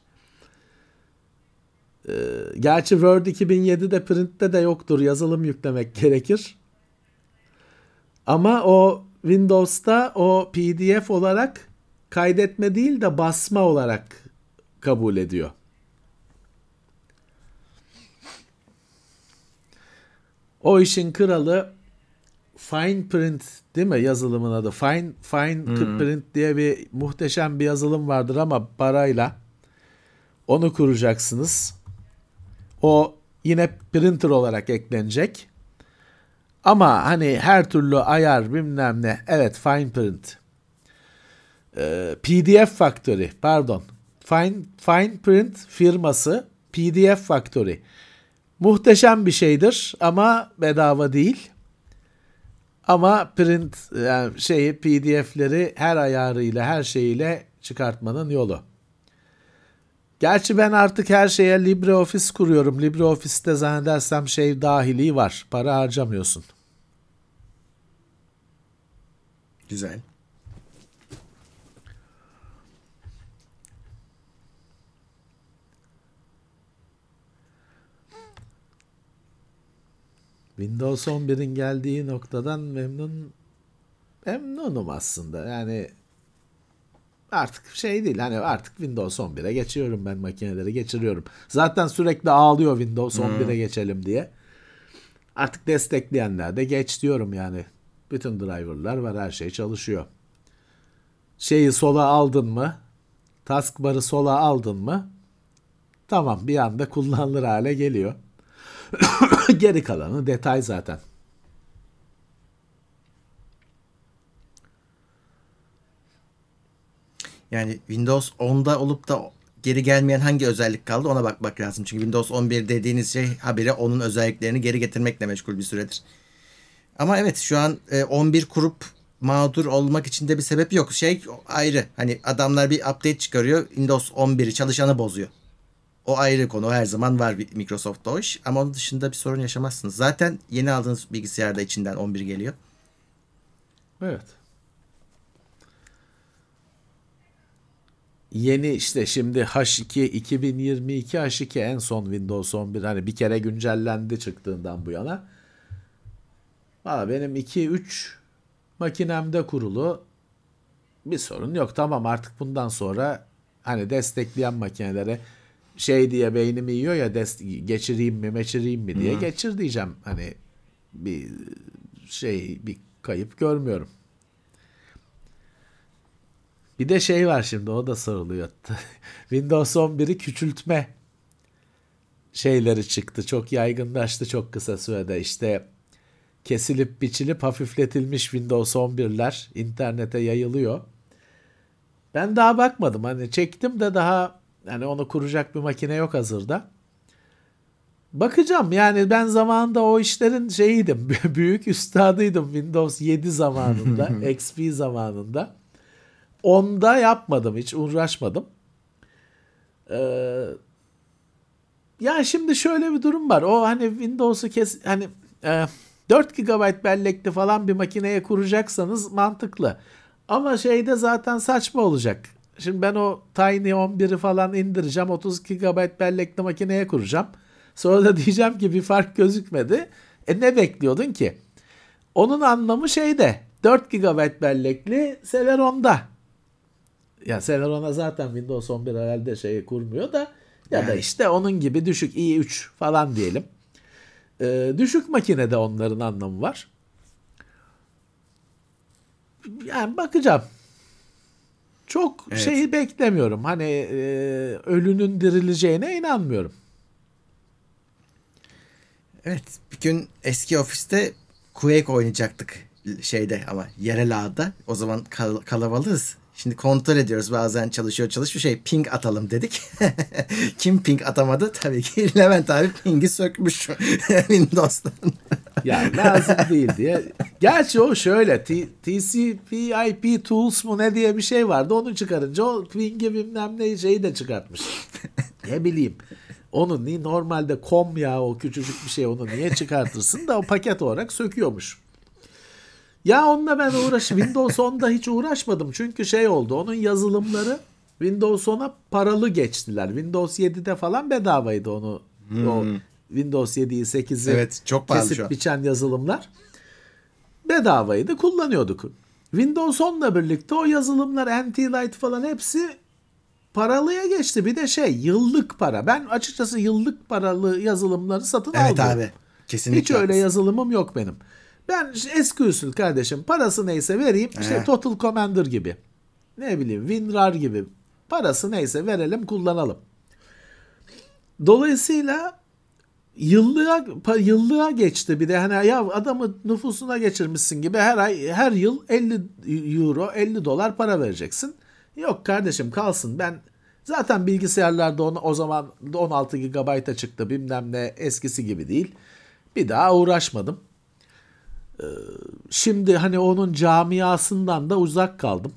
Gerçi Word 2007'de print'te de yoktur. Yazılım yüklemek gerekir. Ama o Windows'ta o PDF olarak kaydetme değil de basma olarak kabul ediyor. O işin kralı Fine Print değil mi yazılımın adı? Fine Print diye bir muhteşem bir yazılım vardır ama parayla onu kuracaksınız. O yine printer olarak eklenecek. Ama hani her türlü ayar bilmem ne. Evet Fine Print. PDF Factory pardon. Fine Print firması PDF Factory. Muhteşem bir şeydir ama bedava değil. Ama print yani PDF'leri her ayarıyla her şeyiyle çıkartmanın yolu. Gerçi ben artık her şeye LibreOffice kuruyorum. LibreOffice'te zannedersem şey dahili var. Para harcamıyorsun. Güzel. Windows 11'in geldiği noktadan memnunum aslında. Yani artık şey değil. Hani artık Windows 11'e geçiyorum ben makineleri geçiriyorum. Zaten sürekli ağlıyor Windows 11'e geçelim diye. Artık destekleyenler de geç diyorum yani. Bütün driverlar var, her şey çalışıyor. Şeyi sola aldın mı? Taskbar'ı sola aldın mı? Tamam bir anda kullanılır hale geliyor. Geri kalanı detay zaten. Yani Windows 10'da olup da geri gelmeyen hangi özellik kaldı ona bakmak lazım. Çünkü Windows 11 dediğiniz şey habire onun özelliklerini geri getirmekle meşgul bir süredir. Ama evet şu an 11 kurup mağdur olmak için de bir sebep yok. Şey ayrı. Hani adamlar bir update çıkarıyor. Windows 11'i çalışanı bozuyor. O ayrı konu. O her zaman var bir Microsoft'ta o iş. Ama onun dışında bir sorun yaşamazsınız. Zaten yeni aldığınız bilgisayarda içinden 11 geliyor. Evet. Yeni işte şimdi H2 2022 H2 en son Windows 11 hani bir kere güncellendi çıktığından bu yana. Valla benim 2-3 makinemde kurulu bir sorun yok. Tamam artık bundan sonra hani destekleyen makinelere şey diye beynimi yiyor ya geçireyim mi diye geçir diyeceğim. Hani bir bir kayıp görmüyorum. Bir de şey var şimdi o da soruluyor. Windows 11'i küçültme şeyleri çıktı. Çok yaygınlaştı çok kısa sürede. İşte kesilip biçilip hafifletilmiş Windows 11'ler internete yayılıyor. Ben daha bakmadım. Hani çektim de daha hani onu kuracak bir makine yok hazırda. Bakacağım yani ben zamanında o işlerin şeyiydim. Büyük üstadıydım Windows 7 zamanında, XP zamanında. Onda yapmadım hiç uğraşmadım. Ya şimdi şöyle bir durum var. O hani Windows'u hani 4 GB bellekli falan bir makineye kuracaksanız mantıklı. Ama şeyde zaten saçma olacak. Şimdi ben o Tiny 11'i falan indireceğim. 32 GB bellekli makineye kuracağım. Sonra da diyeceğim ki bir fark gözükmedi. Ne bekliyordun ki? Onun anlamı şeyde. 4 GB bellekli Celeron'da. Ya Celeron'a zaten Windows 11 herhalde kurmuyor da ya da işte onun gibi düşük i3 falan diyelim. Düşük makinede onların anlamı var. Yani bakacağım. Çok Evet. şeyi beklemiyorum. Hani ölünün dirileceğine inanmıyorum. Evet, bir gün eski ofiste Quake oynayacaktık şeyde ama yerel ağda. O zaman kalabalığız. Şimdi kontrol ediyoruz, bazen çalışıyor ping atalım dedik. Kim ping atamadı? Tabii ki Levent abi pingi sökmüş Windows'tan. Ya lazım değil diye. Gerçi o şöyle TCP/IP Tools mu ne diye bir şey vardı. Onu çıkarınca o ping'i bilmem ne şeyi de çıkartmış. Ne bileyim. Onu normalde COM ya, o küçücük bir şey, onu niye çıkartırsın da o paket olarak söküyormuş. Ya onunla ben Windows 10'da hiç uğraşmadım. Çünkü şey oldu. Onun yazılımları Windows 10'a paralı geçtiler. Windows 7'de falan bedavaydı onu. O Windows 7'yi 8'i Evet, çok pahalı şu kesip an. biçen yazılımlar bedavaydı. Kullanıyorduk. Windows 10'la birlikte o yazılımlar, Anti-Light falan hepsi paralıya geçti. Bir de yıllık para. Ben açıkçası yıllık paralı yazılımları satın Evet almıyorum. abi. Kesinlikle. Hiç öyle haklısın. yazılımım yok benim. Ben eski usul kardeşim, parası neyse vereyim. İşte Total Commander gibi. Ne bileyim WinRAR gibi. Parası neyse verelim, kullanalım. Dolayısıyla yıllığa geçti bir de, hani ya adamı nüfusuna geçirmişsin gibi her yıl 50 euro 50 dolar para vereceksin. Yok kardeşim, kalsın. Ben zaten bilgisayarlarda o zaman 16 GB'a çıktı, bilmem ne, eskisi gibi değil. Bir daha uğraşmadım. Şimdi hani onun camiasından da uzak kaldım.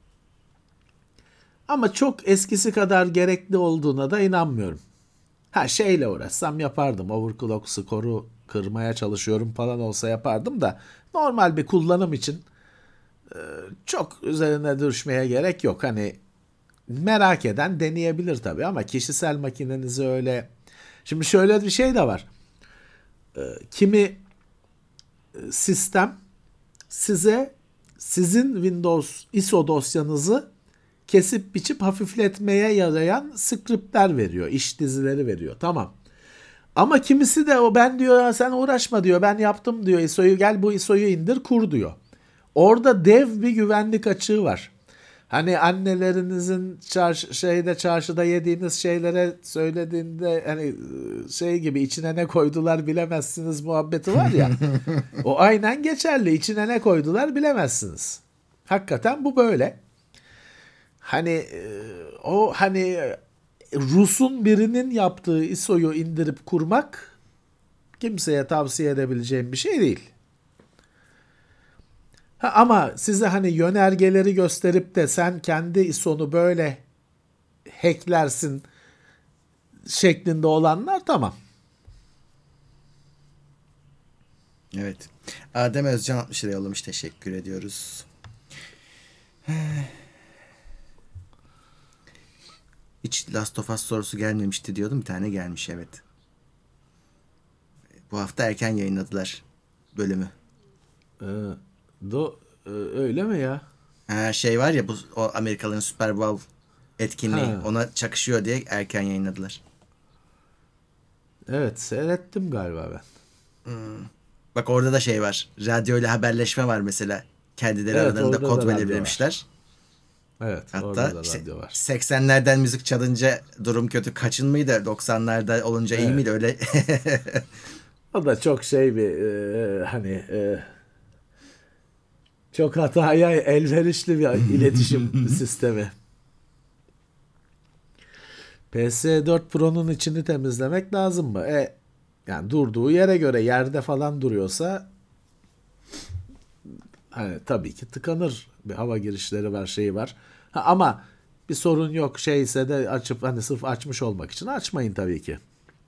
Ama çok eskisi kadar gerekli olduğuna da inanmıyorum. Şeyle uğraşsam yapardım. Overclock skoru kırmaya çalışıyorum falan olsa yapardım da normal bir kullanım için çok üzerine düşmeye gerek yok. Hani merak eden deneyebilir tabii ama kişisel makinenizi öyle... Şimdi şöyle bir şey de var. Kimi sistem size sizin Windows ISO dosyanızı kesip biçip hafifletmeye yarayan scriptler veriyor, iş dizileri veriyor. Tamam. Ama kimisi de ben diyor sen uğraşma diyor, ben yaptım diyor ISO'yu, gel bu ISO'yu indir kur diyor. Orada dev bir güvenlik açığı var. Hani annelerinizin çarşıda yediğiniz şeylere söylediğinde hani gibi içine ne koydular bilemezsiniz muhabbeti var ya. O aynen geçerli. İçine ne koydular bilemezsiniz. Hakikaten bu böyle. Hani o Rus'un birinin yaptığı ISO'yu indirip kurmak kimseye tavsiye edebileceğim bir şey değil. Ama size hani yönergeleri gösterip de sen kendi ISO'nu böyle hacklersin şeklinde olanlar tamam. Evet. Adem Özcan 60 lira yollamış. Teşekkür ediyoruz. Hiç Last of Us sorusu gelmemişti diyordum. Bir tane gelmiş, evet. Bu hafta erken yayınladılar bölümü. Öyle mi ya? Var ya, bu o Amerikalıların Super Bowl etkinliği, ona çakışıyor diye erken yayınladılar. Evet, seyrettim galiba ben. Bak orada da var. Radyoyla haberleşme var mesela. Kendileri aralarında kod belirlemişler. Evet, hatta orada da radyo var. 80'lerden müzik çalınca durum kötü, kaçın mıydı? 90'larda olunca iyi miydi? Öyle. O da çok çok hataya elverişli bir iletişim sistemi. PS4 Pro'nun içini temizlemek lazım mı? Yani durduğu yere göre yerde falan duruyorsa hani tabii ki tıkanır. Bir hava girişleri var, var. Ama bir sorun yok ise de açıp hani sırf açmış olmak için açmayın tabii ki.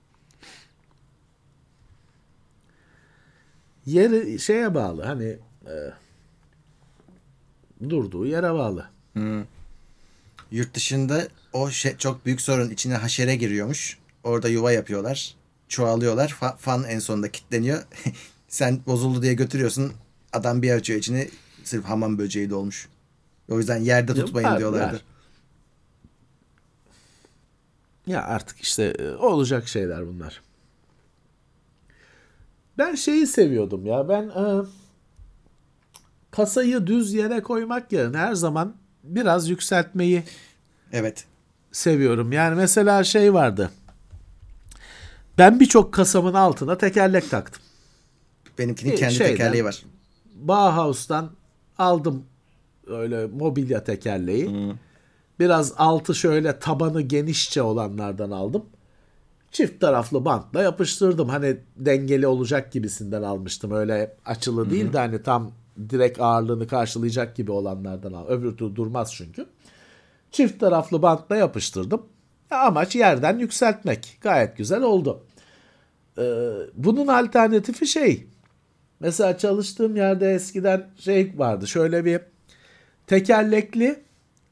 Yeri bağlı, hani durduğu yere bağlı. Yurt dışında o çok büyük sorun, içine haşere giriyormuş. Orada yuva yapıyorlar. Çoğalıyorlar. Fan en sonunda kilitleniyor. Sen bozuldu diye götürüyorsun. Adam bir açıyor içini, sırf hamam böceği dolmuş. O yüzden yerde tutmayın diyorlardı. Ya artık işte olacak şeyler bunlar. Ben şeyi seviyordum ya. Ben kasayı düz yere koymak yerine her zaman biraz yükseltmeyi Evet. seviyorum. Yani mesela şey vardı. Ben birçok kasamın altına tekerlek taktım. Benimkinin kendi Şeyden, tekerleği var. Bauhaus'tan aldım öyle mobilya tekerleği. Biraz altı şöyle tabanı genişçe olanlardan aldım. Çift taraflı bantla yapıştırdım. Hani dengeli olacak gibisinden almıştım. Öyle açılı değil de hani tam direkt ağırlığını karşılayacak gibi olanlardan al. Öbür türlü durmaz çünkü. Çift taraflı bantla yapıştırdım. Amaç yerden yükseltmek. Gayet güzel oldu. Bunun alternatifi şey. Mesela çalıştığım yerde eskiden şey vardı. Şöyle bir tekerlekli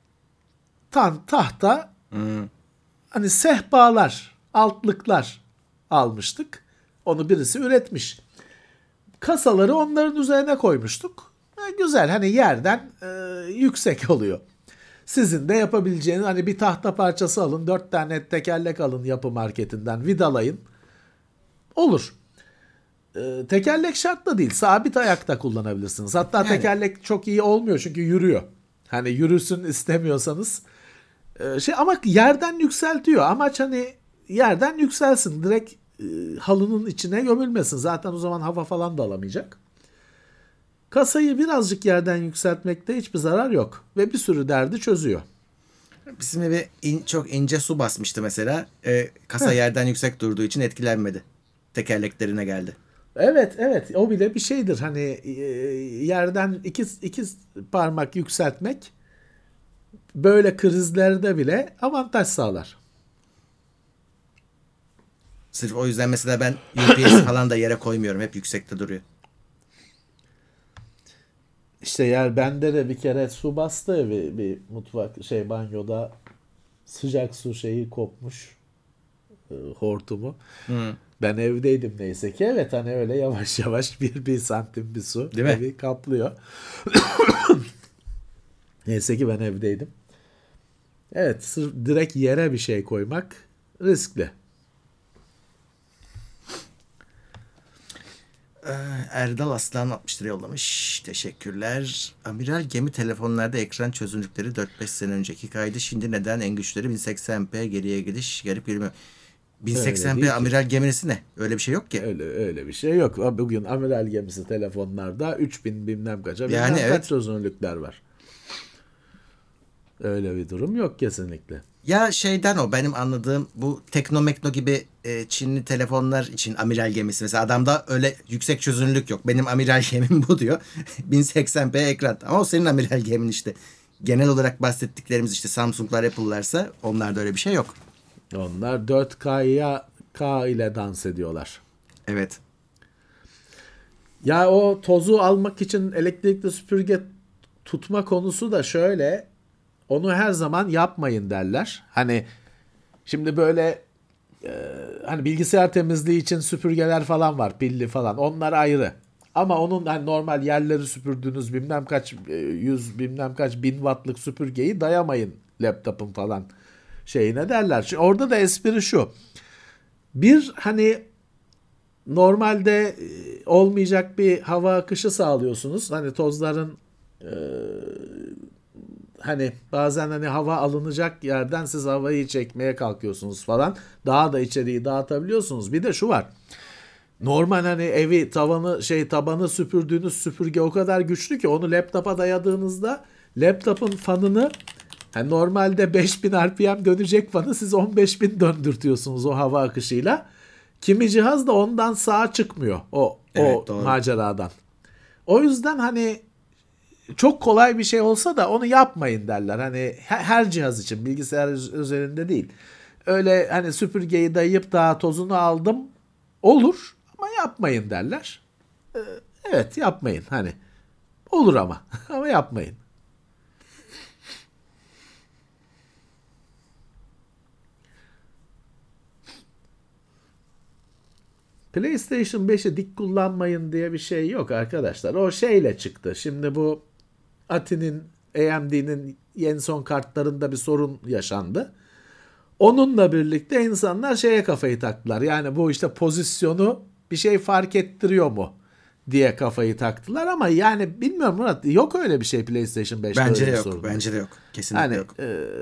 tahta hani sehpalar, altlıklar almıştık. Onu birisi üretmiş. Kasaları onların üzerine koymuştuk. Güzel hani yerden yüksek oluyor. Sizin de yapabileceğiniz hani bir tahta parçası alın, 4 tane tekerlek alın yapı marketinden vidalayın. Olur. Tekerlek şart da değil. Sabit ayakta kullanabilirsiniz. Hatta Yani. tekerlek çok iyi olmuyor çünkü yürüyor. Hani yürüsün istemiyorsanız ama yerden yükseltiyor. Amaç hani yerden yükselsin. Direkt halının içine gömülmesin. Zaten o zaman hava falan da alamayacak. Kasayı birazcık yerden yükseltmekte hiçbir zarar yok. Ve bir sürü derdi çözüyor. Bizim eve çok ince su basmıştı mesela. Kasa yerden yüksek durduğu için etkilenmedi. Tekerleklerine geldi. Evet o bile bir şeydir. Hani yerden iki parmak yükseltmek böyle krizlerde bile avantaj sağlar. Sırf o yüzden mesela ben UPS falan da yere koymuyorum. Hep yüksekte duruyor. İşte yani bende de bir kere su bastı bir mutfak banyoda sıcak su şeyi kopmuş hortumu. Ben evdeydim neyse ki. Evet hani öyle yavaş yavaş bir santim bir su Değil mi? evi kaplıyor. Neyse ki ben evdeydim. Evet sırf direkt yere bir şey koymak riskli. Erdal Aslan 60 lira yollamış. Teşekkürler. Amiral gemi telefonlarda ekran çözünürlükleri 4-5 sene önceki kaydı. Şimdi neden en güçleri 1080p geriye gidiş garip yürümüyor. Öyle değil 1080p ki. amiral gemisi ne? Öyle bir şey yok ki. Öyle bir şey yok. Bugün amiral gemisi telefonlarda 3000 bilmem kaça Yani bilmem evet. kaç çözünürlükler var. Öyle bir durum yok kesinlikle. Ya şeyden o benim anladığım bu Teknomekno gibi Çinli telefonlar için amiral gemisi. Mesela adamda öyle yüksek çözünürlük yok. Benim amiral gemim bu diyor. 1080p ekran. Ama o senin amiral gemin işte. Genel olarak bahsettiklerimiz işte Samsung'lar, Apple'larsa onlarda öyle bir şey yok. Onlar 4K'ya K ile dans ediyorlar. Evet. Ya o tozu almak için elektrikli süpürge tutma konusu da şöyle. Onu her zaman yapmayın derler. Hani şimdi böyle hani bilgisayar temizliği için süpürgeler falan var, pilli falan. Onlar ayrı. Ama onun hani normal yerleri süpürdüğünüz bilmem kaç yüz bilmem kaç bin wattlık süpürgeyi dayamayın laptopun falan şeyine derler. Şimdi orada da espri şu. Bir hani normalde olmayacak bir hava akışı sağlıyorsunuz. Hani tozların hani bazen hani hava alınacak yerden siz havayı çekmeye kalkıyorsunuz falan. Daha da içeriği dağıtabiliyorsunuz. Bir de şu var. Normal hani evi tabanı süpürdüğünüz süpürge o kadar güçlü ki onu laptopa dayadığınızda laptopun fanını hani normalde 5000 RPM dönecek fanı siz 15.000 döndürtüyorsunuz o hava akışıyla. Kimi cihaz da ondan sağa çıkmıyor Evet, o doğru. maceradan. O yüzden hani çok kolay bir şey olsa da onu yapmayın derler. Hani her cihaz için bilgisayar üzerinde değil. Öyle hani süpürgeyi dayayıp daha tozunu aldım olur ama yapmayın derler. Evet yapmayın hani olur ama ama yapmayın. PlayStation 5'i dik kullanmayın diye bir şey yok arkadaşlar. O şeyle çıktı. Şimdi bu Ati'nin AMD'nin en son kartlarında bir sorun yaşandı. Onunla birlikte insanlar şeye kafayı taktılar. Yani bu işte pozisyonu bir şey fark ettiriyor mu diye kafayı taktılar ama yani bilmiyorum Murat, yok öyle bir şey PlayStation 5'te. Bence de öyle yok. sorun. Bence de yok. Kesinlikle Hani yok.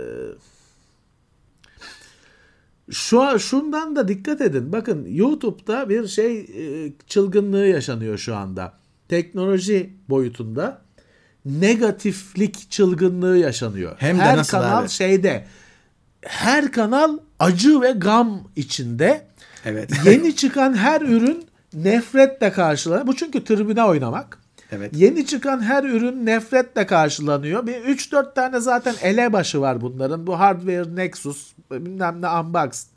şundan da dikkat edin. Bakın YouTube'da bir çılgınlığı yaşanıyor şu anda. Teknoloji boyutunda negatiflik çılgınlığı yaşanıyor. Hem de her nasıl kanal abi? her kanal acı ve gam içinde. Evet. Yeni çıkan her ürün nefretle karşılanıyor. Bu çünkü tribüne oynamak. Evet. Yeni çıkan her ürün nefretle karşılanıyor. Bir 3-4 tane zaten elebaşı var bunların. Bu Hardware Nexus, bilmem ne Unboxed,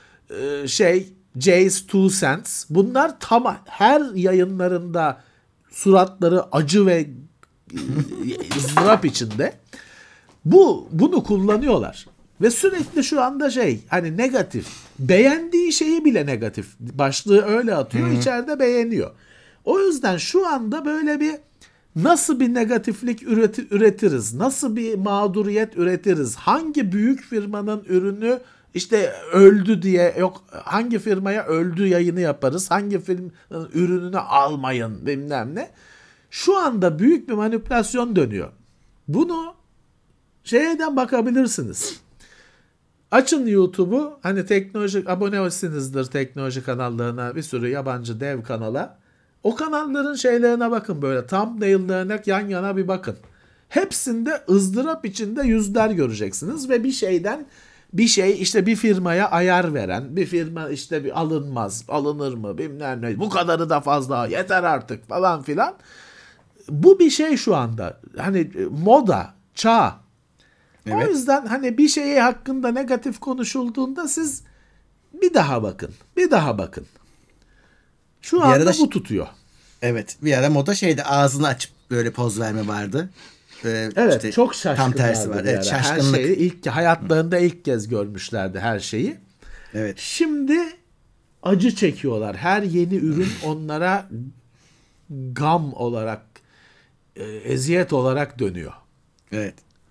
Jay's Two Cents. Bunlar her yayınlarında suratları acı ve ızdırap içinde. Bunu kullanıyorlar. Ve sürekli şu anda hani negatif. Beğendiği şeyi bile negatif. Başlığı öyle atıyor. İçeride beğeniyor. O yüzden şu anda böyle bir nasıl bir negatiflik üretiriz? Nasıl bir mağduriyet üretiriz? Hangi büyük firmanın ürünü işte öldü diye, yok hangi firmaya öldü yayını yaparız? Hangi firmanın ürününü almayın bilmem ne. Şu anda büyük bir manipülasyon dönüyor. Bunu şeyden bakabilirsiniz. Açın YouTube'u, hani abone olsunuzdur teknoloji kanallarına, bir sürü yabancı dev kanala. O kanalların şeylerine bakın, böyle thumbnail'larına yan yana bir bakın. Hepsinde ızdırap içinde yüzler göreceksiniz ve bir şey işte bir firmaya ayar veren, bir firma işte bir alınır mı bilmem ne, bu kadarı da fazla, yeter artık falan filan. Bu bir şey şu anda hani moda, çağ. Evet. O yüzden hani bir şeye hakkında negatif konuşulduğunda siz bir daha bakın. Şu anda bu tutuyor. Evet. Bir ara moda ağzını açıp böyle poz verme vardı. Evet, işte çok şaşkınlardı. Tam tersi var. Evet, şaşkınlık. Her şeyi hayatlarında ilk kez görmüşlerdi her şeyi. Evet. Şimdi acı çekiyorlar. Her yeni ürün onlara gam olarak, eziyet olarak dönüyor. Evet.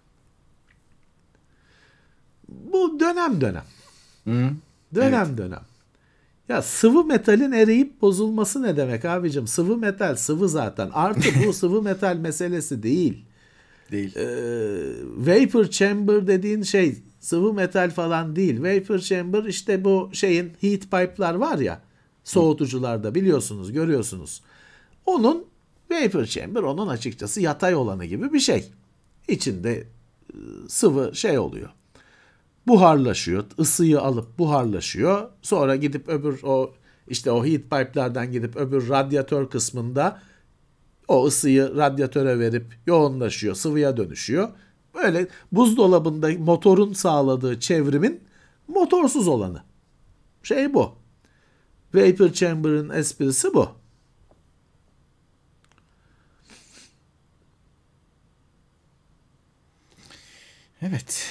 Bu dönem. Hı. Dönem. Ya sıvı metalin eriyip bozulması ne demek abicim? Sıvı metal sıvı zaten. Artı bu sıvı metal meselesi değil. Değil. Vapor chamber dediğin şey sıvı metal falan değil. Vapor chamber işte bu heat pipe'lar var ya, soğutucularda biliyorsunuz, görüyorsunuz. Onun vapor chamber, onun açıkçası yatay olanı gibi bir şey. İçinde sıvı oluyor. Buharlaşıyor. Isıyı alıp buharlaşıyor. Sonra gidip o heat pipe'lardan gidip öbür radyatör kısmında o ısıyı radyatöre verip yoğunlaşıyor. Sıvıya dönüşüyor. Böyle buzdolabında motorun sağladığı çevrimin motorsuz olanı. Bu. Vapor chamber'ın esprisi bu. Evet.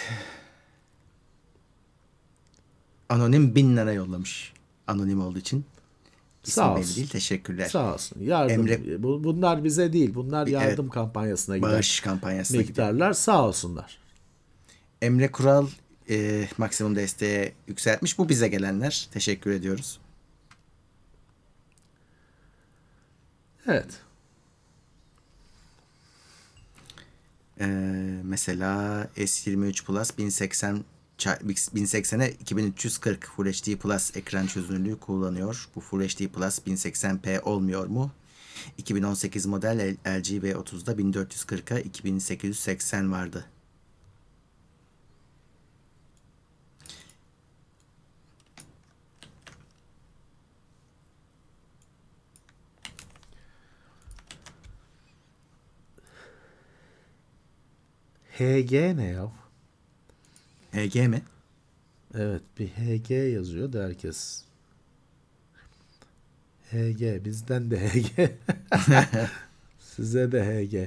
Anonim 1000 lira yollamış. Anonim olduğu için. Sağ belli olsun. değil. Teşekkürler. Sağ olsun. Yardım. Bunlar bize değil. Bunlar yardım kampanyasına gider. Bağış kampanyasına miktarlar gidiyor. Sağ olsunlar. Emre Kural maksimum desteğe yükseltmiş. Bu bize gelenler. Teşekkür ediyoruz. Evet. Mesela S23 Plus 1080'e 2340 Full HD Plus ekran çözünürlüğü kullanıyor. Bu Full HD Plus 1080p olmuyor mu? 2018 model LG V30'da 1440'a 2880 vardı. HG ne ya? HG mi? Evet, bir HG yazıyor da herkes. HG, bizden de HG. Size de HG.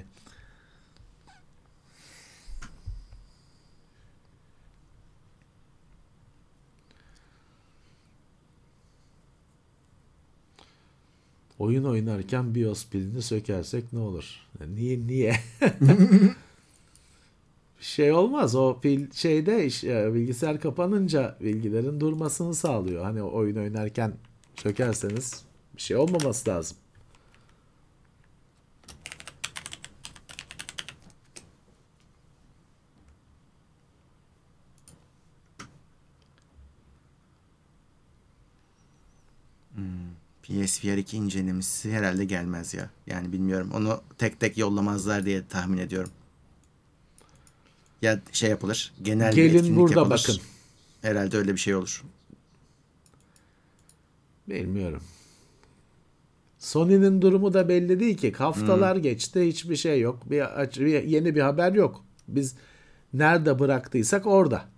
Oyun oynarken BIOS pilini sökersek ne olur? Niye? Olmaz. O pil bilgisayar kapanınca bilgilerin durmasını sağlıyor. Hani oyun oynarken sökerseniz Bir şey olmaması lazım. PSVR 2 incelemesi herhalde gelmez ya. Yani bilmiyorum. Onu tek tek yollamazlar diye tahmin ediyorum. Ya şey yapılır. Genel bir Gelin etkinlik burada yapılır. bakın. Herhalde öyle bir şey olur. Bilmiyorum. Sony'nin durumu da belli değil ki. Haftalar geçti, hiçbir şey yok. Yeni bir haber yok. Biz nerede bıraktıysak orada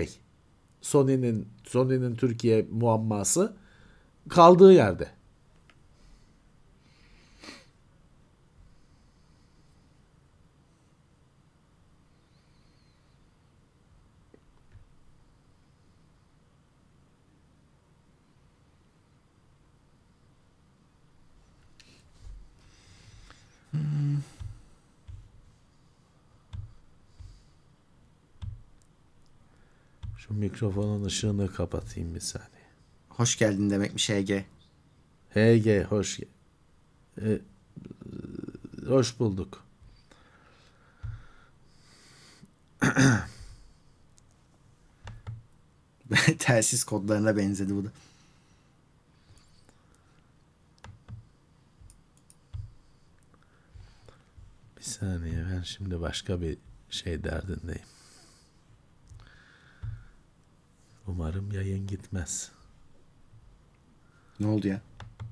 Sony'nin Türkiye muamması kaldığı yerde. Şu mikrofonun ışığını kapatayım bir saniye. Hoş geldin demekmiş HG. HG hoş bulduk. Telsiz kodlarına benzedi bu da. Bir saniye, ben şimdi başka bir şey derdindeyim. Umarım yayın gitmez. Ne oldu ya?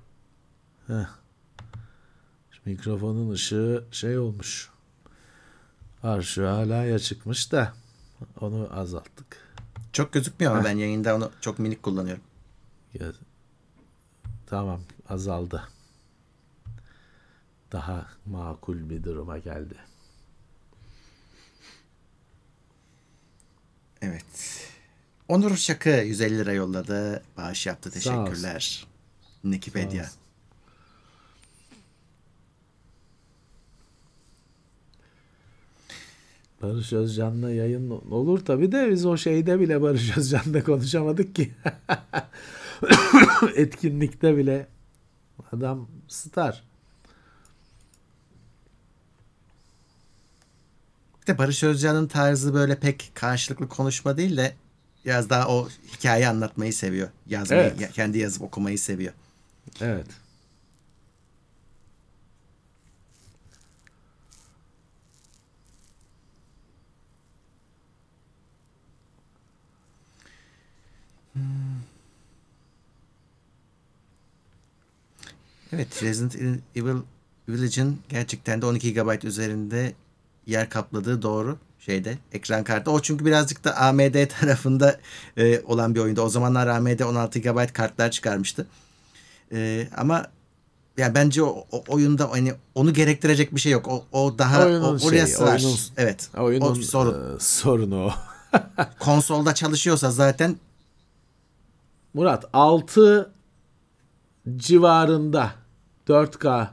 Şu mikrofonun ışığı olmuş. Arşu hala çıkmış da onu azalttık. Çok gözükmüyor ama ben yayında onu çok minik kullanıyorum. Tamam, azaldı. Daha makul bir duruma geldi. Evet. Onur Şakı 150 lira yolladı. Bağış yaptı. Sağ Teşekkürler. Wikipedia. Sağ olsun. Barış Özcan'la yayın olur tabii de biz o şeyde bile Barış Özcan'la konuşamadık ki. Etkinlikte bile adam star. Bir de Barış Özcan'ın tarzı böyle pek karşılıklı konuşma değil de biraz daha o hikaye anlatmayı seviyor. Yazmayı, Evet. kendi yazıp okumayı seviyor. Evet. Evet, Resident Evil Village'ın gerçekten de 12 GB üzerinde yer kapladığı doğru ekran kartı. O çünkü birazcık da AMD tarafında olan bir oyundu. O zamanlar AMD 16 GB kartlar çıkarmıştı. Ama yani bence o oyunda hani onu gerektirecek bir şey yok. O daha oraya sığar. Evet. Oyunun o sorun. Sorunu o. Konsolda çalışıyorsa zaten Murat 6 civarında 4K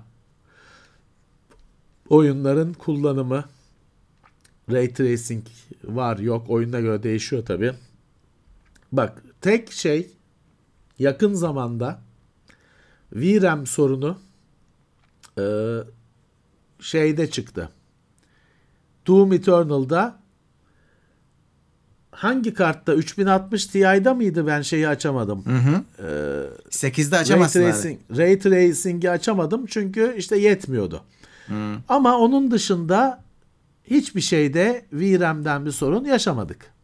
oyunların kullanımı, Ray Tracing var yok, oyuna göre değişiyor tabi. Bak, tek yakın zamanda VRAM sorunu çıktı. Doom Eternal'da hangi kartta 3060 Ti'da mıydı, ben açamadım. 8'de açamazsın. Ray Tracing'i açamadım çünkü yetmiyordu. Ama onun dışında hiçbir şeyde VRAM'den bir sorun yaşamadık.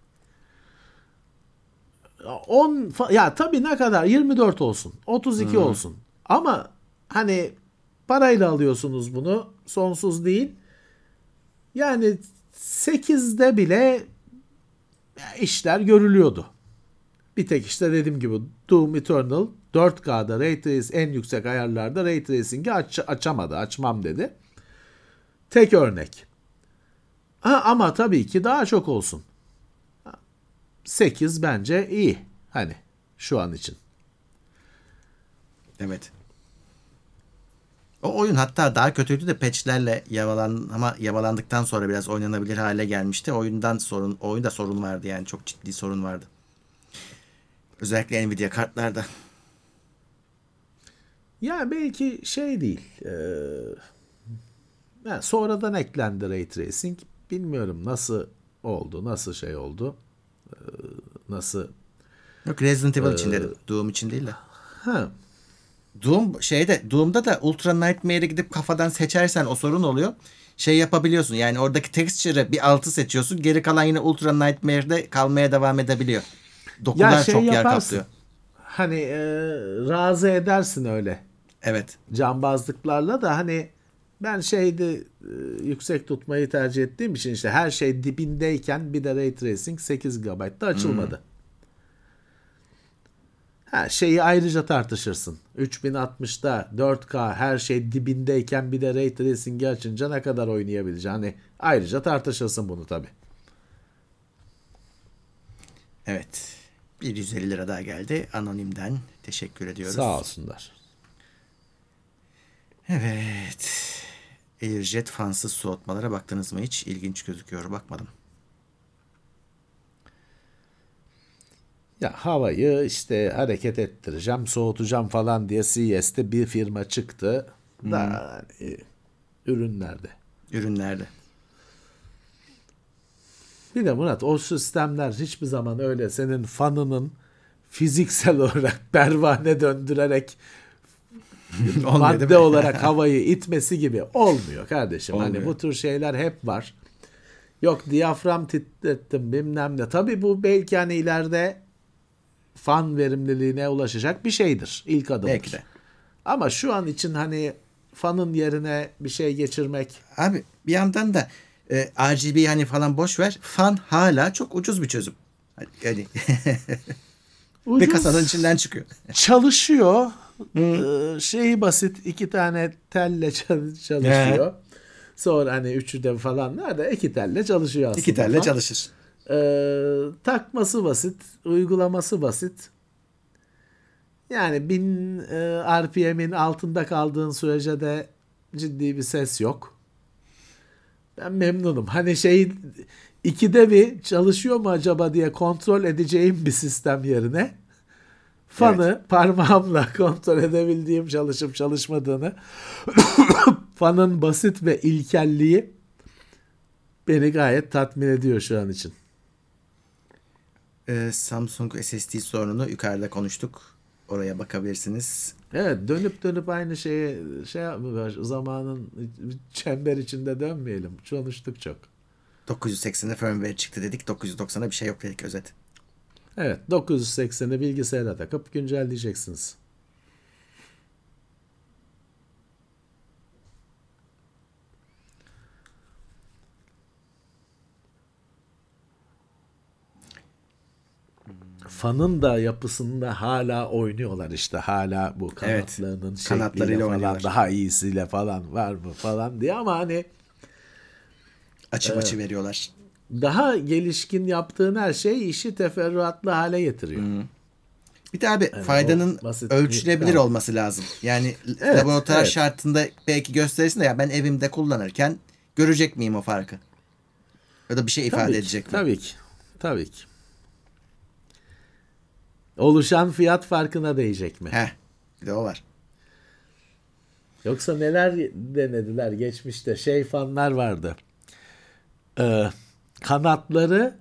Ya tabii ne kadar 24 olsun, 32 olsun. Ama hani parayla alıyorsunuz bunu, sonsuz değil. Yani 8'de bile işler görülüyordu. Bir tek dediğim gibi Doom Eternal 4K'da en yüksek ayarlarda Ray Tracing'i açamadı. Açmam dedi. Tek örnek. Ama tabii ki daha çok olsun. 8 bence iyi. Hani şu an için. Evet. O oyun hatta daha kötüydü de patchlerle yavalandıktan sonra biraz oynanabilir hale gelmişti. Oyunda sorun vardı, yani çok ciddi sorun vardı. Özellikle Nvidia kartlarda. Ya belki şey değil. Yani sonradan eklendi Ray Tracing. Bilmiyorum nasıl oldu, nasıl şey oldu. Nasıl Yok, Resident Evil için dedim. Doom için değil de. ha Doom'da da Ultra Nightmare'e gidip kafadan seçersen o sorun oluyor. Şey yapabiliyorsun. Yani oradaki texture'ı bir altı seçiyorsun. Geri kalan yine Ultra Nightmare'de kalmaya devam edebiliyor. Dokular ya şey çok yer yaparsın. kaplıyor. Hani razı edersin öyle. Evet. Cambazlıklarla da hani ben yüksek tutmayı tercih ettiğim için işte her şey dibindeyken bir de Ray Tracing 8 GB'da açılmadı. Her şeyi ayrıca tartışırsın. 3060'da 4K her şey dibindeyken bir de Ray Tracing'i açınca ne kadar oynayabileceğini hani ayrıca tartışırsın bunu tabii. Evet. Bir 150 lira daha geldi. Anonim'den teşekkür ediyoruz. Sağ olsunlar. Evet. Airjet fansız soğutmalara baktınız mı hiç? İlginç gözüküyor. Bakmadım. Ya havayı işte hareket ettireceğim, soğutacağım falan diye CES'te bir firma çıktı. Da hani, ürünlerde. Ürünlerde. Bir de Murat o sistemler hiçbir zaman öyle senin fanının fiziksel olarak pervane döndürerek madde olarak havayı itmesi gibi olmuyor kardeşim. Olmuyor. Hani bu tür şeyler hep var. Yok diyafram titrettim bilmem ne. Tabii bu belki hani ileride fan verimliliğine ulaşacak bir şeydir. İlk adımdır. Belki de. Ama şu an için hani fanın yerine bir şey geçirmek. Abi bir yandan da RGB hani falan boş ver. Fan hala çok ucuz bir çözüm. Yani Ucuz, bir kasanın içinden çıkıyor. çalışıyor. Şeyi basit 2 tane telle çalışıyor. Sonra hani 3'ü de falan nerede 2 telle çalışıyor aslında. 2 telle fan. çalışır. Takması basit, uygulaması basit. Yani 1000 RPM'in altında kaldığın sürece de ciddi bir ses yok. Ben memnunum. Hani ikide bir çalışıyor mu acaba diye kontrol edeceğim bir sistem yerine fanı parmağımla kontrol edebildiğim çalışıp çalışmadığını fanın basit ve ilkelliği beni gayet tatmin ediyor şu an için. Samsung SSD sorununu yukarıda konuştuk. Oraya bakabilirsiniz. Evet dönüp aynı şeye yapmıyor. Zamanın çember içinde dönmeyelim. Konuştuk çok. 980'e firmware çıktı dedik. 990'a bir şey yok dedik özet. Evet 980'i bilgisayara takıp güncelleyeceksiniz. Fanın da yapısında hala oynuyorlar işte. Hala bu kanatlarının şekliyle falan oynuyorlar. Daha iyisiyle falan var mı falan diye ama hani açı veriyorlar. Daha gelişkin yaptığın her şey işi teferruatlı hale getiriyor. Bir de abi yani faydanın ölçülebilir olması lazım. Yani laboratuvar şartında belki gösterirsin de ya ben evimde kullanırken görecek miyim o farkı? Ya da bir şey ifade edecek mi? Tabii ki. Oluşan fiyat farkına değecek mi? Bir de o var. Yoksa neler denediler geçmişte fanlar vardı. Kanatları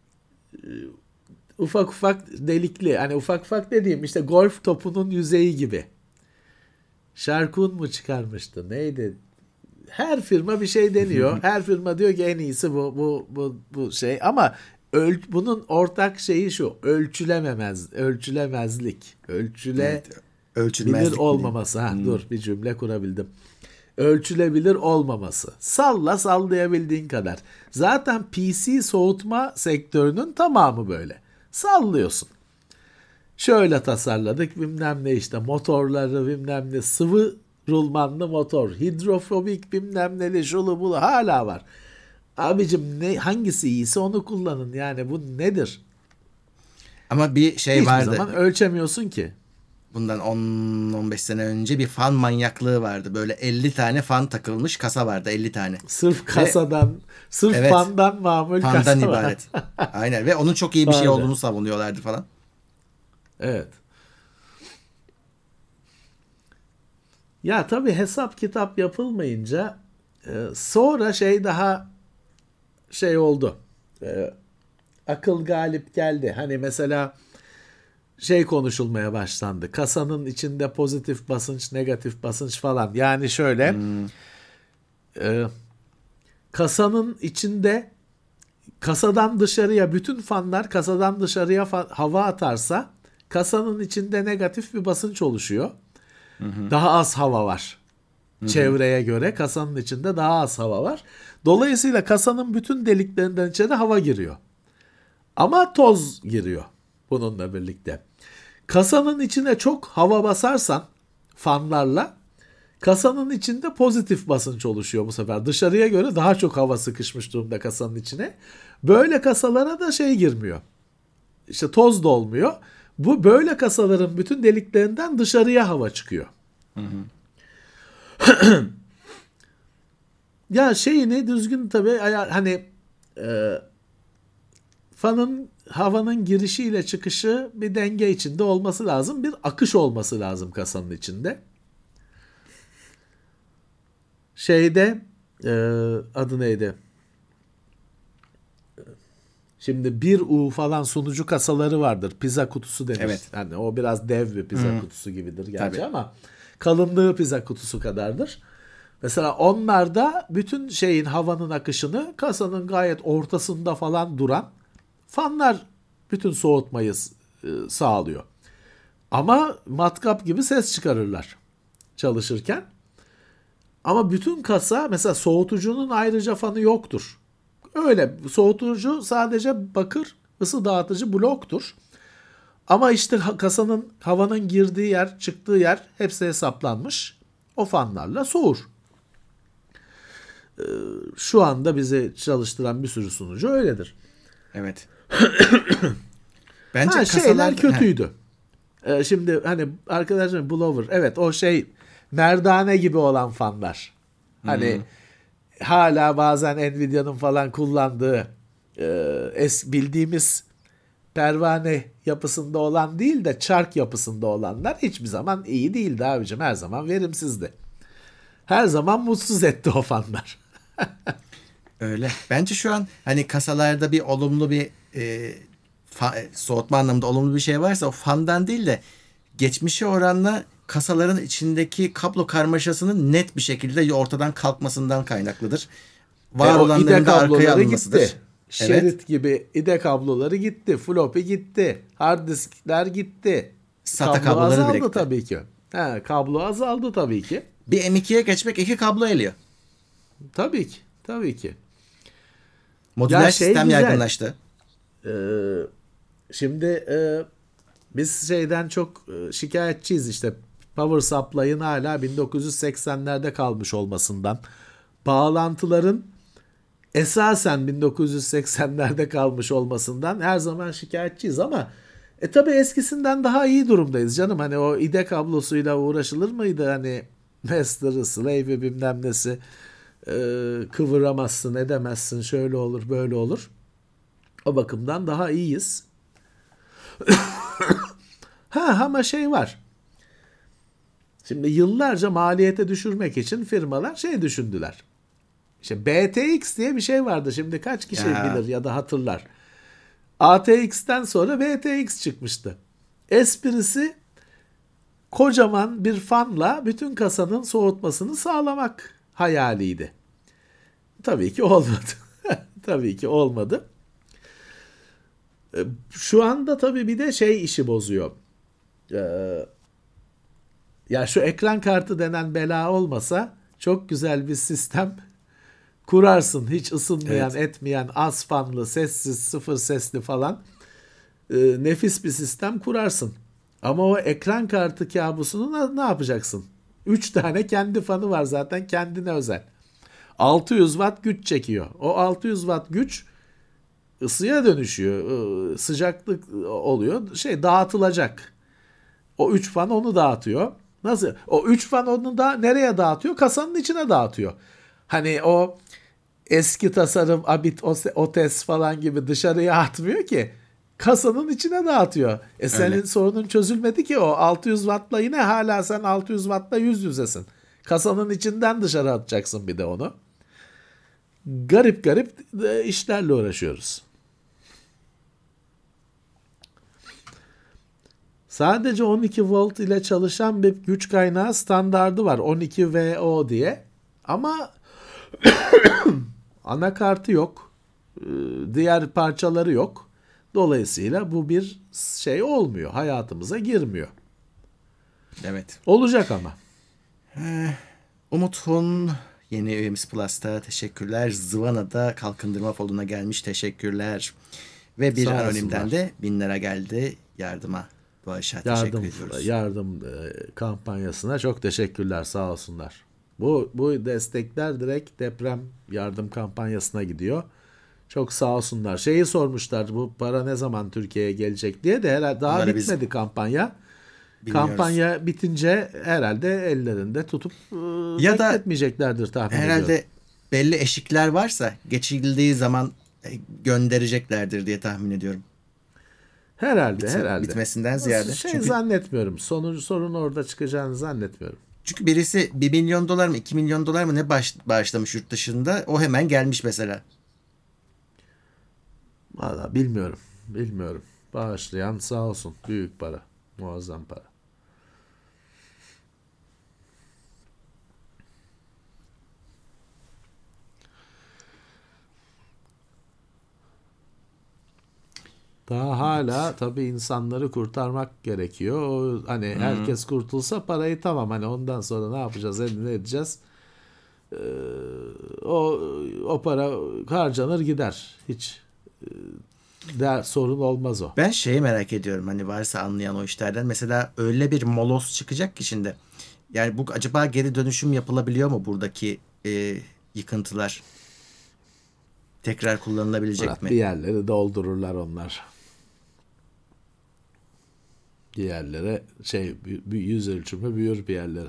ufak ufak delikli. Hani ufak dediğim işte golf topunun yüzeyi gibi. Sharkun mu çıkarmıştı? Neydi? Her firma bir şey deniyor. Her firma diyor ki en iyisi bu şey ama bunun ortak şeyi şu. Ölçülemezlik. Ölçülebilir olmaması. Dur bir cümle kurabildim. Ölçülebilir olmaması. Sallayabildiğin kadar. Zaten PC soğutma sektörünün tamamı böyle. Sallıyorsun. Şöyle tasarladık bilmem ne işte motorları bilmem ne sıvı rulmanlı motor, hidrofobik bilmem neli şulu bulu hala var. Abicim hangisi iyiyse onu kullanın yani bu nedir? Ama bir şey vardı. Hiçbir zaman ölçemiyorsun ki. Bundan 10-15 sene önce bir fan manyaklığı vardı. Böyle 50 tane fan takılmış kasa vardı 50 tane. Sırf kasadan, fandan mamul fandan kasa ibaret. Aynen ve onun çok iyi bir şey olduğunu savunuyorlardı falan. Evet. Ya tabii hesap kitap yapılmayınca sonra daha oldu. Akıl galip geldi. Hani mesela konuşulmaya başlandı. Kasanın içinde pozitif basınç, negatif basınç falan. Yani şöyle kasanın içinde kasadan dışarıya bütün fanlar kasadan dışarıya hava atarsa kasanın içinde negatif bir basınç oluşuyor. Daha az hava var. Çevreye göre kasanın içinde daha az hava var. Dolayısıyla kasanın bütün deliklerinden içeri hava giriyor. Ama toz giriyor bununla birlikte. Kasanın içine çok hava basarsan fanlarla kasanın içinde pozitif basınç oluşuyor bu sefer. Dışarıya göre daha çok hava sıkışmış durumda kasanın içine. Böyle kasalara da girmiyor. İşte toz da olmuyor. Bu böyle kasaların bütün deliklerinden dışarıya hava çıkıyor. Ya düzgün tabii hani fanın havanın girişiyle çıkışı bir denge içinde olması lazım. Bir akış olması lazım kasanın içinde. Adı neydi? Şimdi 1U falan sunucu kasaları vardır. Pizza kutusu denir. Evet. Yani o biraz dev bir pizza kutusu gibidir gerçi ama kalınlığı pizza kutusu kadardır. Mesela onlarda bütün havanın akışını kasanın gayet ortasında falan duran fanlar bütün soğutmayı sağlıyor. Ama matkap gibi ses çıkarırlar çalışırken. Ama bütün kasa mesela soğutucunun ayrıca fanı yoktur. Öyle soğutucu sadece bakır ısı dağıtıcı bloktur. Ama işte kasanın havanın girdiği yer, çıktığı yer hepsi hesaplanmış. O fanlarla soğur. Şu anda bizi çalıştıran bir sürü sunucu öyledir. Evet. Bence şeyler kötüydü. Şimdi hani arkadaşlar blower, evet o merdane gibi olan fanlar. Hani hala bazen Nvidia'nın falan kullandığı bildiğimiz pervane yapısında olan değil de çark yapısında olanlar hiçbir zaman iyi değildi abicim. Her zaman verimsizdi. Her zaman mutsuz etti o fanlar. Öyle. Bence şu an hani kasalarda bir olumlu bir soğutma anlamında olumlu bir şey varsa o fandan değil de geçmişe oranla kasaların içindeki kablo karmaşasının net bir şekilde ortadan kalkmasından kaynaklıdır. Var olanların da arkaya alınmasıdır. Gitti. Şerit gibi IDE kabloları gitti. Floppy gitti. Hard diskler gitti. SATA kabloları azaldı birikti. Tabii ki. Kablo azaldı tabii ki. Bir M2'ye geçmek 2 kablo eliyor. Tabii ki. Tabii ki. Modüler sistem yaygınlaştı. Şimdi biz çok şikayetçiyiz işte power supply'ın hala 1980'lerde kalmış olmasından. Bağlantıların esasen 1980'lerde kalmış olmasından her zaman şikayetçiyiz ama tabii eskisinden daha iyi durumdayız canım. Hani o IDE kablosuyla uğraşılır mıydı? Hani master'ı, slave'i bilmem nesi kıvıramazsın, edemezsin, şöyle olur, böyle olur. O bakımdan daha iyiyiz. Ama var. Şimdi yıllarca maliyete düşürmek için firmalar düşündüler. İşte BTX diye bir şey vardı. Şimdi kaç kişi bilir ya da hatırlar. ATX'ten sonra BTX çıkmıştı. Esprisi kocaman bir fanla bütün kasanın soğutmasını sağlamak hayaliydi. Tabii ki olmadı. Tabii ki olmadı. Şu anda tabii bir de işi bozuyor. Ya şu ekran kartı denen bela olmasa çok güzel bir sistem kurarsın. Hiç ısınmayan, etmeyen, az fanlı, sessiz, sıfır sesli falan nefis bir sistem kurarsın. Ama o ekran kartı kabusunu ne yapacaksın? 3 tane kendi fanı var zaten kendine özel. 600 watt güç çekiyor. O 600 watt güç ısıya dönüşüyor. Sıcaklık oluyor. Dağıtılacak. O 3 fan onu dağıtıyor. Nasıl? O 3 fan onu da nereye dağıtıyor? Kasanın içine dağıtıyor. Hani o eski tasarım Abit, Otes falan gibi dışarıya atmıyor ki. Kasanın içine dağıtıyor. Senin sorunun çözülmedi ki o. 600 wattla yine hala sen 600 wattla yüz yüzesin. Kasanın içinden dışarı atacaksın bir de onu. Garip garip işlerle uğraşıyoruz. Sadece 12 volt ile çalışan bir güç kaynağı standardı var. 12 VO diye. Ama anakartı yok. Diğer parçaları yok. Dolayısıyla bu bir şey olmuyor. Hayatımıza girmiyor. Evet. Olacak ama. Umut Hun yeni üyemiz Plus'ta teşekkürler. Zıvana'da kalkındırma fonuna gelmiş, teşekkürler. Ve bir Sağ anonimden olsunlar. de 1000 lira geldi yardıma. Bağışa teşekkür ediyoruz. Yardım kampanyasına çok teşekkürler, sağ olsunlar. Bu destekler direkt deprem yardım kampanyasına gidiyor. Çok sağ olsunlar. Şeyi sormuşlar, bu para ne zaman Türkiye'ye gelecek diye de herhalde daha Bunları biz bitmedi kampanya. bilmiyoruz. Kampanya bitince herhalde ellerinde tutup Ya da bekletmeyeceklerdir tahmin ediyorum. herhalde belli eşikler varsa geçildiği zaman göndereceklerdir diye tahmin ediyorum. Herhalde. Bitmesinden ziyade. Çünkü Zannetmiyorum. Sorun orada çıkacağını zannetmiyorum. birisi 1 milyon dolar mı 2 milyon dolar mı ne bağışlamış yurt dışında, o hemen gelmiş mesela. Valla bilmiyorum. Bağışlayan sağ olsun. Büyük para. Muazzam para. Daha hala tabii insanları kurtarmak gerekiyor. Hani herkes kurtulsa parayı tamam. Hani ondan sonra ne yapacağız, ne edeceğiz? O para harcanır gider. Hiç sorun olmaz o. Ben şeyi merak ediyorum, hani varsa anlayan o işlerden. Mesela öyle bir moloz çıkacak ki şimdi. Yani bu acaba geri dönüşüm yapılabiliyor mu buradaki yıkıntılar? Tekrar kullanılabilecek mi? Bir yerleri doldururlar onlar. Diğerlere yüz ölçümü büyür bir yerlerin.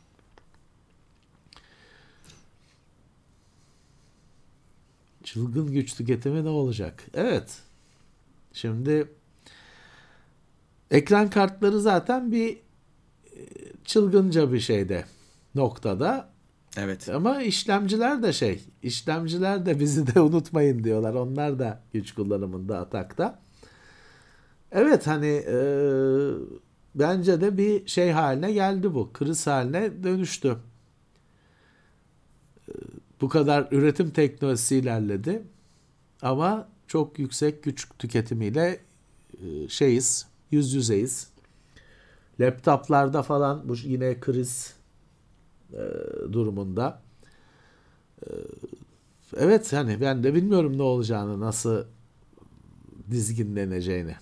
Çılgın güç tüketimi ne olacak? Evet. Şimdi ekran kartları zaten bir çılgınca bir şeyde, noktada. Evet. Ama işlemciler de bizi de unutmayın diyorlar. Onlar da güç kullanımında atakta. Evet, hani bence de bir şey haline geldi bu. Kriz haline dönüştü. Bu kadar üretim teknolojisi ilerledi. Ama çok yüksek güç tüketimiyle yüz yüzeyiz. Laptoplarda falan bu yine kriz durumunda. Evet, hani ben de bilmiyorum ne olacağını, nasıl dizginleneceğini.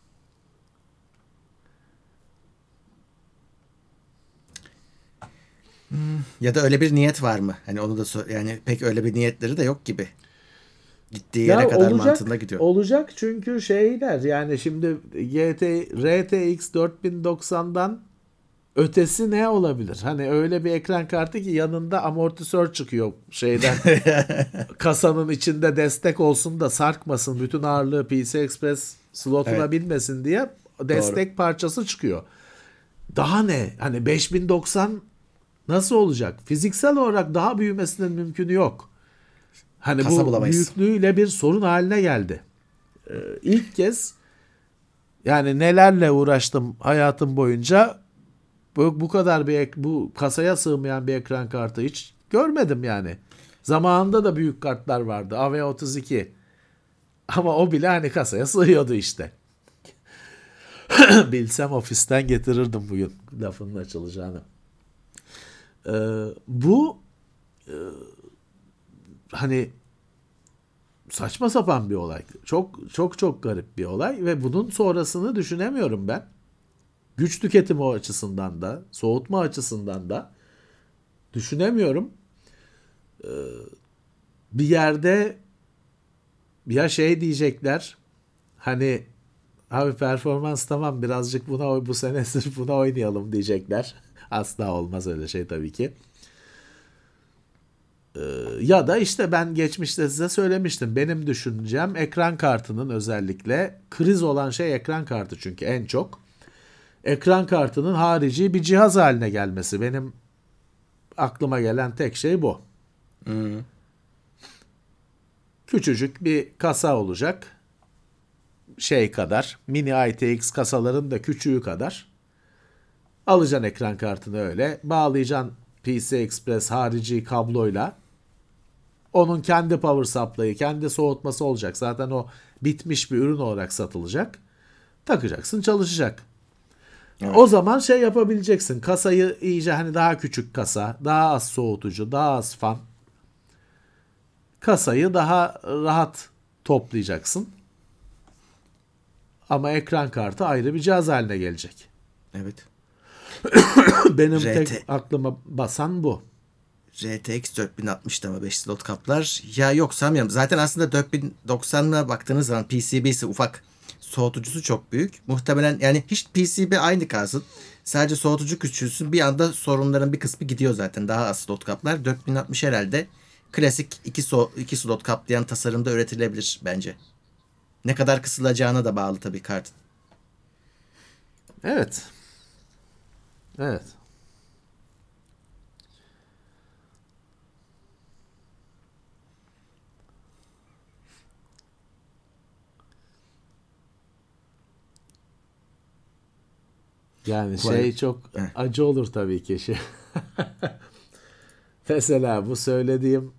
Ya da öyle bir niyet var mı? Hani onu da yani pek öyle bir niyetleri de yok gibi. Gittiği yere kadar mantığında gidiyor. Olacak çünkü yani şimdi RTX 4090'dan ötesi ne olabilir? Hani öyle bir ekran kartı ki yanında amortisör çıkıyor şeyden. Kasanın içinde destek olsun da sarkmasın, bütün ağırlığı PCI Express slotuna binmesin diye destek parçası çıkıyor. Daha ne? Hani 5090 nasıl olacak? Fiziksel olarak daha büyümesinin mümkünü yok. Hani Kasa bu bulamayız. büyüklüğüyle bir sorun haline geldi. İlk kez, yani nelerle uğraştım hayatım boyunca, bu kadar bu kasaya sığmayan bir ekran kartı hiç görmedim yani. Zamanında da büyük kartlar vardı. AV32. Ama o bile hani kasaya sığıyordu işte. Bilsem ofisten getirirdim bugün lafının açılacağını. Bu hani saçma sapan bir olay. Çok garip bir olay ve bunun sonrasını düşünemiyorum ben. Güç tüketimi açısından da, soğutma açısından da düşünemiyorum. Bir yerde ya diyecekler, hani abi performans tamam, birazcık bu sene sırf buna oynayalım diyecekler. Asla olmaz öyle şey tabii ki. Ya da işte ben geçmişte size söylemiştim. Benim düşüncem, ekran kartının özellikle kriz olan şey ekran kartı, çünkü en çok ekran kartının harici bir cihaz haline gelmesi. Benim aklıma gelen tek şey bu. Küçücük bir kasa olacak. Şey kadar. Mini ITX kasaların da küçüğü kadar. Alacaksın ekran kartını öyle. Bağlayacaksın PCI Express harici kabloyla. Onun kendi power supply'ı, kendi soğutması olacak. Zaten o bitmiş bir ürün olarak satılacak. Takacaksın, çalışacak. Evet. O zaman şey yapabileceksin. Kasayı iyice hani daha küçük kasa, daha az soğutucu, daha az fan. Kasayı daha rahat toplayacaksın. Ama ekran kartı ayrı bir cihaz haline gelecek. Evet. Benim RT. tek aklıma basan bu. RTX 4060'da mı 5 slot kaplar? Ya yok sanmıyorum. Zaten aslında 4090'la baktığınız zaman PCB'si ufak. Soğutucusu çok büyük. Muhtemelen yani hiç PCB aynı kalsın. Sadece soğutucu küçülsün. Bir anda sorunların bir kısmı gidiyor zaten. Daha az slot kaplar. 4060 herhalde klasik 2 slot kaplayan tasarımda üretilebilir bence. Ne kadar kısılacağına da bağlı tabii kartın. Evet. Evet. Yani şey çok acı olur tabii ki. Mesela bu söylediğim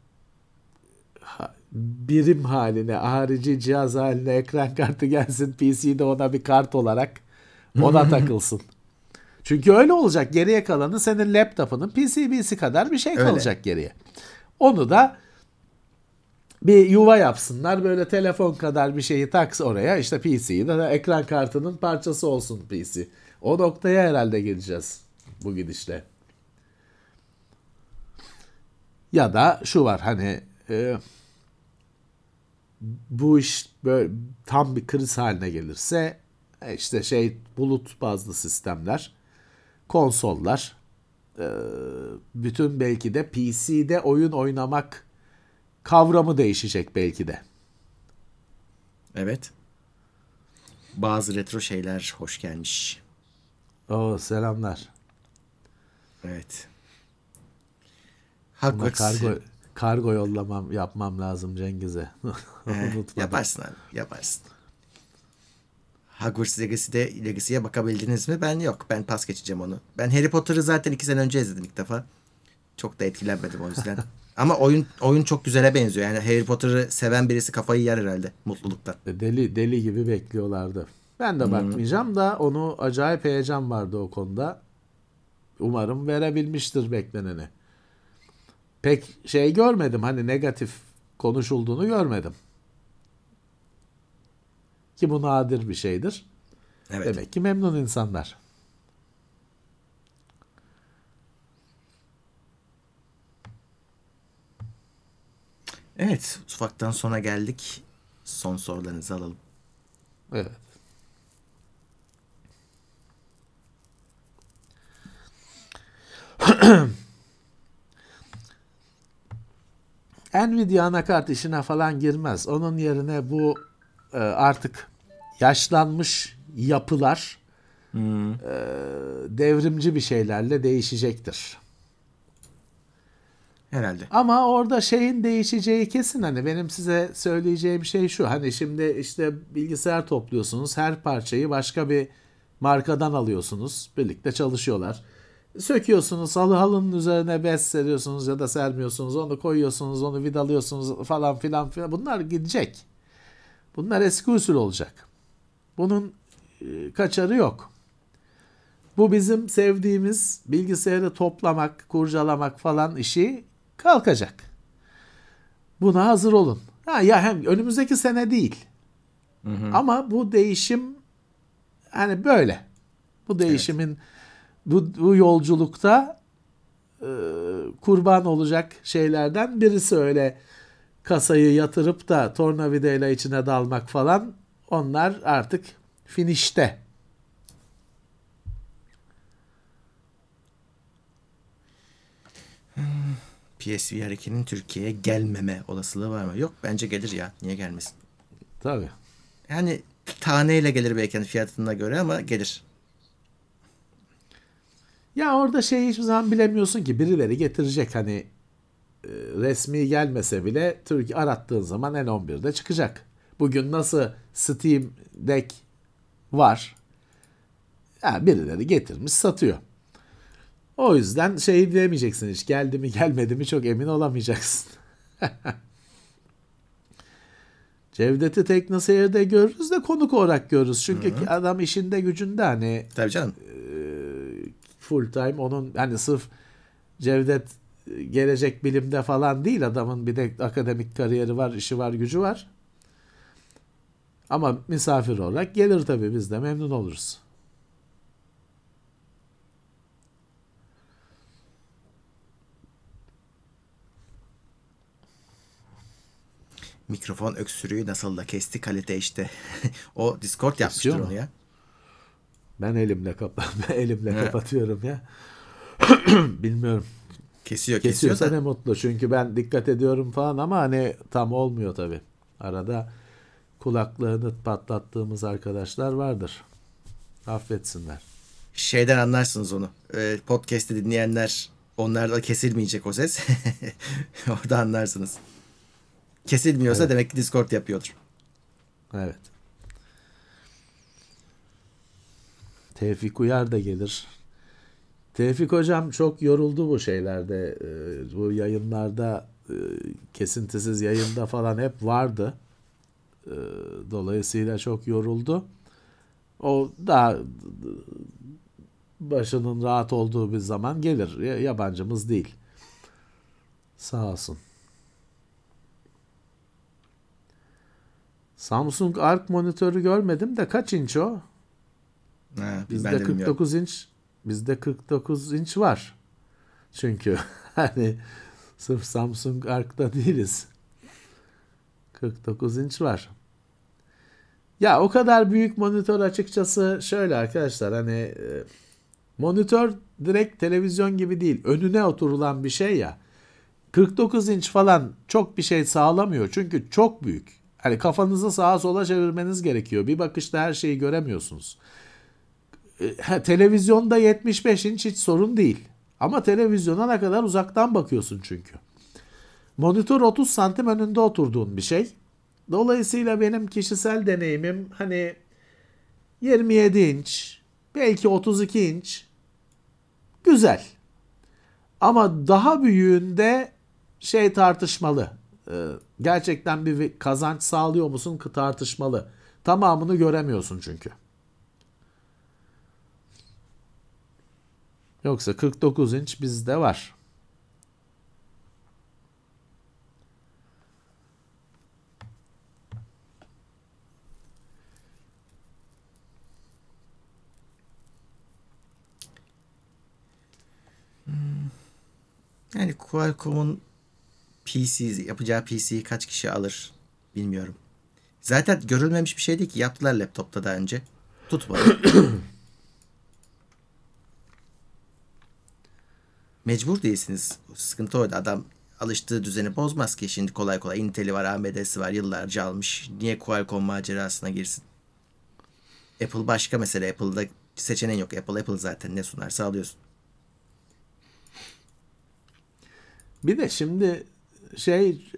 birim haline, harici cihaz haline ekran kartı gelsin. PC'de ona bir kart olarak ona takılsın. Çünkü öyle olacak. Geriye kalanı senin laptopunun PCB'si kadar bir şey kalacak geriye. Onu da bir yuva yapsınlar. Böyle telefon kadar bir şeyi taks oraya. İşte PC'yi de ekran kartının parçası olsun PC. O noktaya herhalde geleceğiz bu gidişle. Ya da şu var hani bu iş böyle tam bir kriz haline gelirse işte şey bulut bazlı sistemler, konsollar, bütün belki de PC'de oyun oynamak kavramı değişecek belki de. Evet. Bazı retro şeyler hoş gelmiş. Oo, selamlar. Evet. Ama Hogwarts. kargo yapmam lazım Cengiz'e. Unutmadım. Yaparsın abi, yaparsın. Hogwarts Legacy'ye bakabildiniz mi? Ben yok. Ben pas geçeceğim onu. Ben Harry Potter'ı zaten 2 sene önce izledim ilk defa. Çok da etkilenmedim o yüzden. Ama oyun çok güzele benziyor. Yani Harry Potter'ı seven birisi kafayı yer herhalde mutluluktan. Deli gibi bekliyorlardı. Ben de bakmayacağım da onu acayip heyecan vardı o konuda. Umarım verebilmiştir bekleneni. Pek şey görmedim, hani negatif konuşulduğunu görmedim. Ki bu nadir bir şeydir. Evet. Demek ki memnun insanlar. Evet. Ufaktan sona geldik. Son sorularınızı alalım. Evet. Nvidia anakart işine falan girmez. Onun yerine bu artık yaşlanmış yapılar devrimci bir şeylerle değişecektir. Herhalde. Ama orada şeyin değişeceği kesin. Hani benim size söyleyeceğim şey şu. Hani şimdi işte bilgisayar topluyorsunuz. Her parçayı başka bir markadan alıyorsunuz. Birlikte çalışıyorlar. Söküyorsunuz, halının üzerine bez seriyorsunuz ya da sermiyorsunuz. Onu koyuyorsunuz, onu vidalıyorsunuz falan filan filan. Bunlar gidecek. Bunlar eski usul olacak. Bunun kaçarı yok. Bu bizim sevdiğimiz bilgisayarı toplamak, kurcalamak falan işi kalkacak. Buna hazır olun. Ya hem önümüzdeki sene değil. Ama bu değişim hani böyle. Bu değişimin bu yolculukta kurban olacak şeylerden birisi öyle kasayı yatırıp da tornavidayla içine dalmak falan. Onlar artık finişte. PSVR 2'nin Türkiye'ye gelmeme olasılığı var mı? Yok, bence gelir ya. Niye gelmesin? Tabii. Yani taneyle gelir belki fiyatına göre ama gelir. Ya orada şeyi hiçbir zaman bilemiyorsun ki, birileri getirecek hani, resmi gelmese bile Türkiye arattığın zaman N11'de çıkacak. Bugün nasıl Steam Deck var, ya birileri getirmiş satıyor. O yüzden şey diyemeyeceksin, hiç geldi mi gelmedi mi çok emin olamayacaksın. Cevdet'i TeknoSeyir'de görürüz de konuk olarak görürüz. Çünkü adam işinde gücünde hani Tabii canım. full time onun, hani sırf Cevdet gelecek bilimde falan değil, adamın bir de akademik kariyeri var, işi var, gücü var. Ama misafir olarak gelir tabii, biz de memnun oluruz. Mikrofon öksürüğü nasıl da kesti kalite işte. O Discord yapmıştır Kesiyor mu? onu ya. Ben elimle Evet. kapatıyorum ya. Bilmiyorum. Kesiyor Kesiyorsa da. ne mutlu. Çünkü ben dikkat ediyorum falan ama hani tam olmuyor tabii. Arada kulaklığını patlattığımız arkadaşlar vardır. Affetsinler. Şeyden anlarsınız onu. Podcast'i dinleyenler, onlarda kesilmeyecek o ses. Orada anlarsınız. Kesilmiyorsa Evet. demek ki Discord yapıyordur. Evet. Tevfik Uyar da gelir. Tevfik hocam çok yoruldu bu şeylerde. Bu yayınlarda, kesintisiz yayında falan hep vardı. Dolayısıyla çok yoruldu. O da başının rahat olduğu bir zaman gelir. Yabancımız değil. Sağ olsun. Samsung Arc monitörü görmedim de kaç inç o? Ha, ben Bizde de bilmiyorum. 49 inç. Bizde 49 inç var. Çünkü hani sırf Samsung Arc'ta değiliz. 49 inç var. Ya o kadar büyük monitör açıkçası şöyle arkadaşlar, hani monitör direkt televizyon gibi değil. Önüne oturulan bir şey ya. 49 inç falan çok bir şey sağlamıyor. Çünkü çok büyük. Hani kafanızı sağa sola çevirmeniz gerekiyor. Bir bakışta her şeyi göremiyorsunuz. Televizyonda 75 inç hiç sorun değil. Ama televizyona ne kadar uzaktan bakıyorsun çünkü. Monitör 30 santim önünde oturduğun bir şey. Dolayısıyla benim kişisel deneyimim hani 27 inç, belki 32 inç güzel. Ama daha büyüğünde şey tartışmalı. Gerçekten bir kazanç sağlıyor musun tartışmalı. Tamamını göremiyorsun çünkü. Yoksa 49 inç bizde var. Yani Qualcomm'un yapacağı PC'yi kaç kişi alır bilmiyorum. Zaten görülmemiş bir şey değil ki. Yaptılar laptopta daha önce. Tutmadı. Mecbur değilsiniz. Sıkıntı orada. Adam alıştığı düzeni bozmaz ki. Şimdi kolay kolay Intel'i var, AMD'si var. Yıllarca almış. Niye Qualcomm macerasına girsin? Apple başka mesele. Apple'da seçeneğin yok. Apple zaten ne sunarsa alıyorsun. Bir de şimdi şey,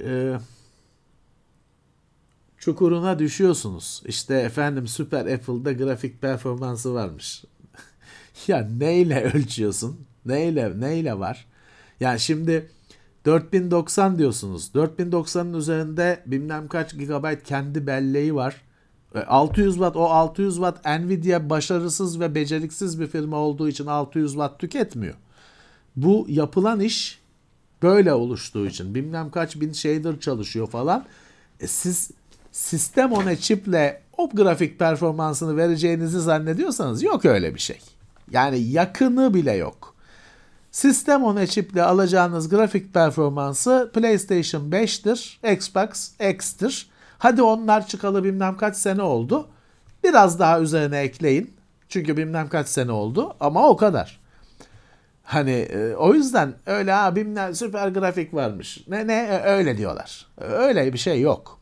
çukuruna düşüyorsunuz. İşte efendim süper Apple'da grafik performansı varmış. Ya neyle ölçüyorsun? Neyle var? Yani şimdi 4090 diyorsunuz. 4090'ın üzerinde bilmem kaç gigabayt kendi belleği var. 600 watt, o 600 watt Nvidia başarısız ve beceriksiz bir firma olduğu için 600 watt tüketmiyor. Bu yapılan iş böyle oluştuğu için bilmem kaç bin shader çalışıyor falan. Siz sistem on chiple o grafik performansını vereceğinizi zannediyorsanız yok öyle bir şey. Yani yakını bile yok. Sistem on chiple alacağınız grafik performansı PlayStation 5'tir, Xbox X'tir. Hadi onlar çıkalı bilmem kaç sene oldu. Biraz daha üzerine ekleyin. Çünkü bilmem kaç sene oldu ama o kadar. Hani o yüzden öyle bilmem süper grafik varmış. Öyle diyorlar. Öyle bir şey yok.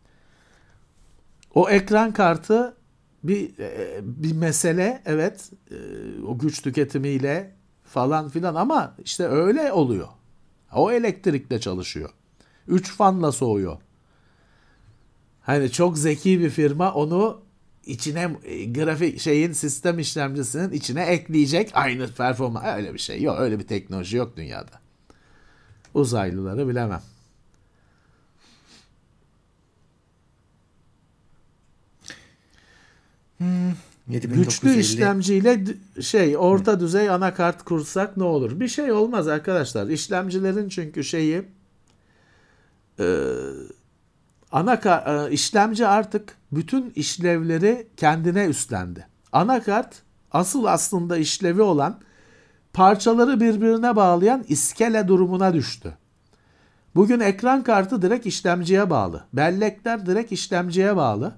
O ekran kartı bir mesele, evet, o güç tüketimiyle falan filan ama işte öyle oluyor. O elektrikle çalışıyor. 3 fanla soğuyor. Hani çok zeki bir firma onu içine grafik sistem işlemcisinin içine ekleyecek aynı performans. Öyle bir şey yok. Öyle bir teknoloji yok dünyada. Uzaylıları bilemem. 7950. Güçlü işlemciyle orta düzey anakart kursak ne olur? Bir şey olmaz arkadaşlar. İşlemcilerin çünkü işlemci artık bütün işlevleri kendine üstlendi. Anakart aslında işlevi olan parçaları birbirine bağlayan iskele durumuna düştü. Bugün ekran kartı direkt işlemciye bağlı. Bellekler direkt işlemciye bağlı.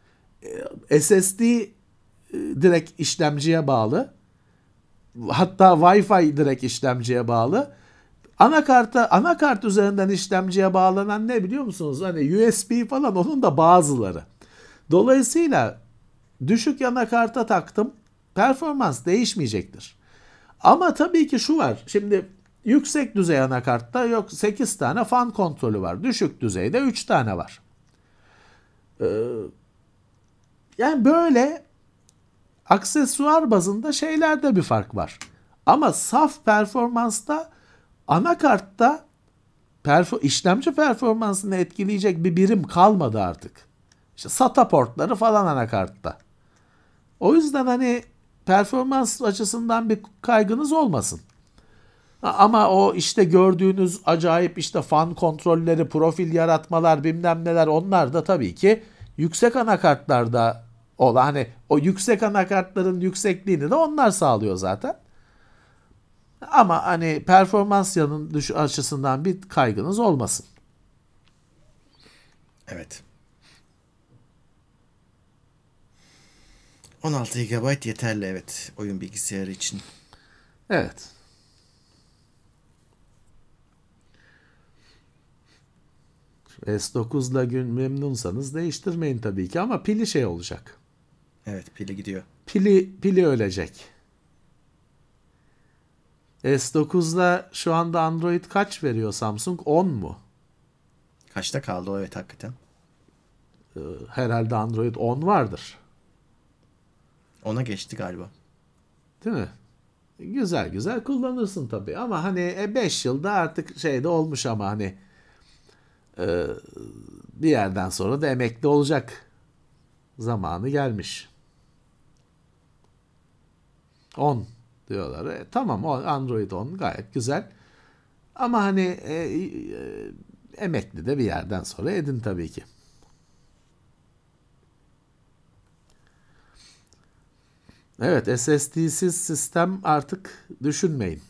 SSD direkt işlemciye bağlı. Hatta Wi-Fi direkt işlemciye bağlı. Anakart üzerinden işlemciye bağlanan ne biliyor musunuz? Hani USB falan onun da bazıları. Dolayısıyla düşük anakarta taktım. Performans değişmeyecektir. Ama tabii ki şu var. Şimdi yüksek düzey anakartta yok 8 tane fan kontrolü var. Düşük düzeyde 3 tane var. Yani böyle aksesuar bazında şeylerde bir fark var. Ama saf performansta anakartta işlemci performansını etkileyecek bir birim kalmadı artık. İşte SATA portları falan anakartta. O yüzden hani performans açısından bir kaygınız olmasın. Ama o işte gördüğünüz acayip işte fan kontrolleri, profil yaratmalar bilmem neler onlar da tabii ki yüksek anakartlarda olan hani o yüksek anakartların yüksekliğini de onlar sağlıyor zaten. Ama hani performans açısından bir kaygınız olmasın. Evet. 16 GB yeterli evet oyun bilgisayarı için. Evet. S9'la memnunsanız değiştirmeyin tabii ki ama pili olacak. Evet pili gidiyor. Pili ölecek. S9'la şu anda Android kaç veriyor Samsung? 10 mu? Kaçta kaldı o evet hakikaten. Herhalde Android 10 vardır. Ona geçti galiba. Değil mi? Güzel güzel kullanırsın tabii ama hani 5 yılda artık de olmuş ama hani bir yerden sonra da emekli olacak zamanı gelmiş. 10 diyorlar. Tamam Android 10 gayet güzel. Ama hani emekli de bir yerden sonra edin tabii ki. Evet SSD'siz sistem artık düşünmeyin.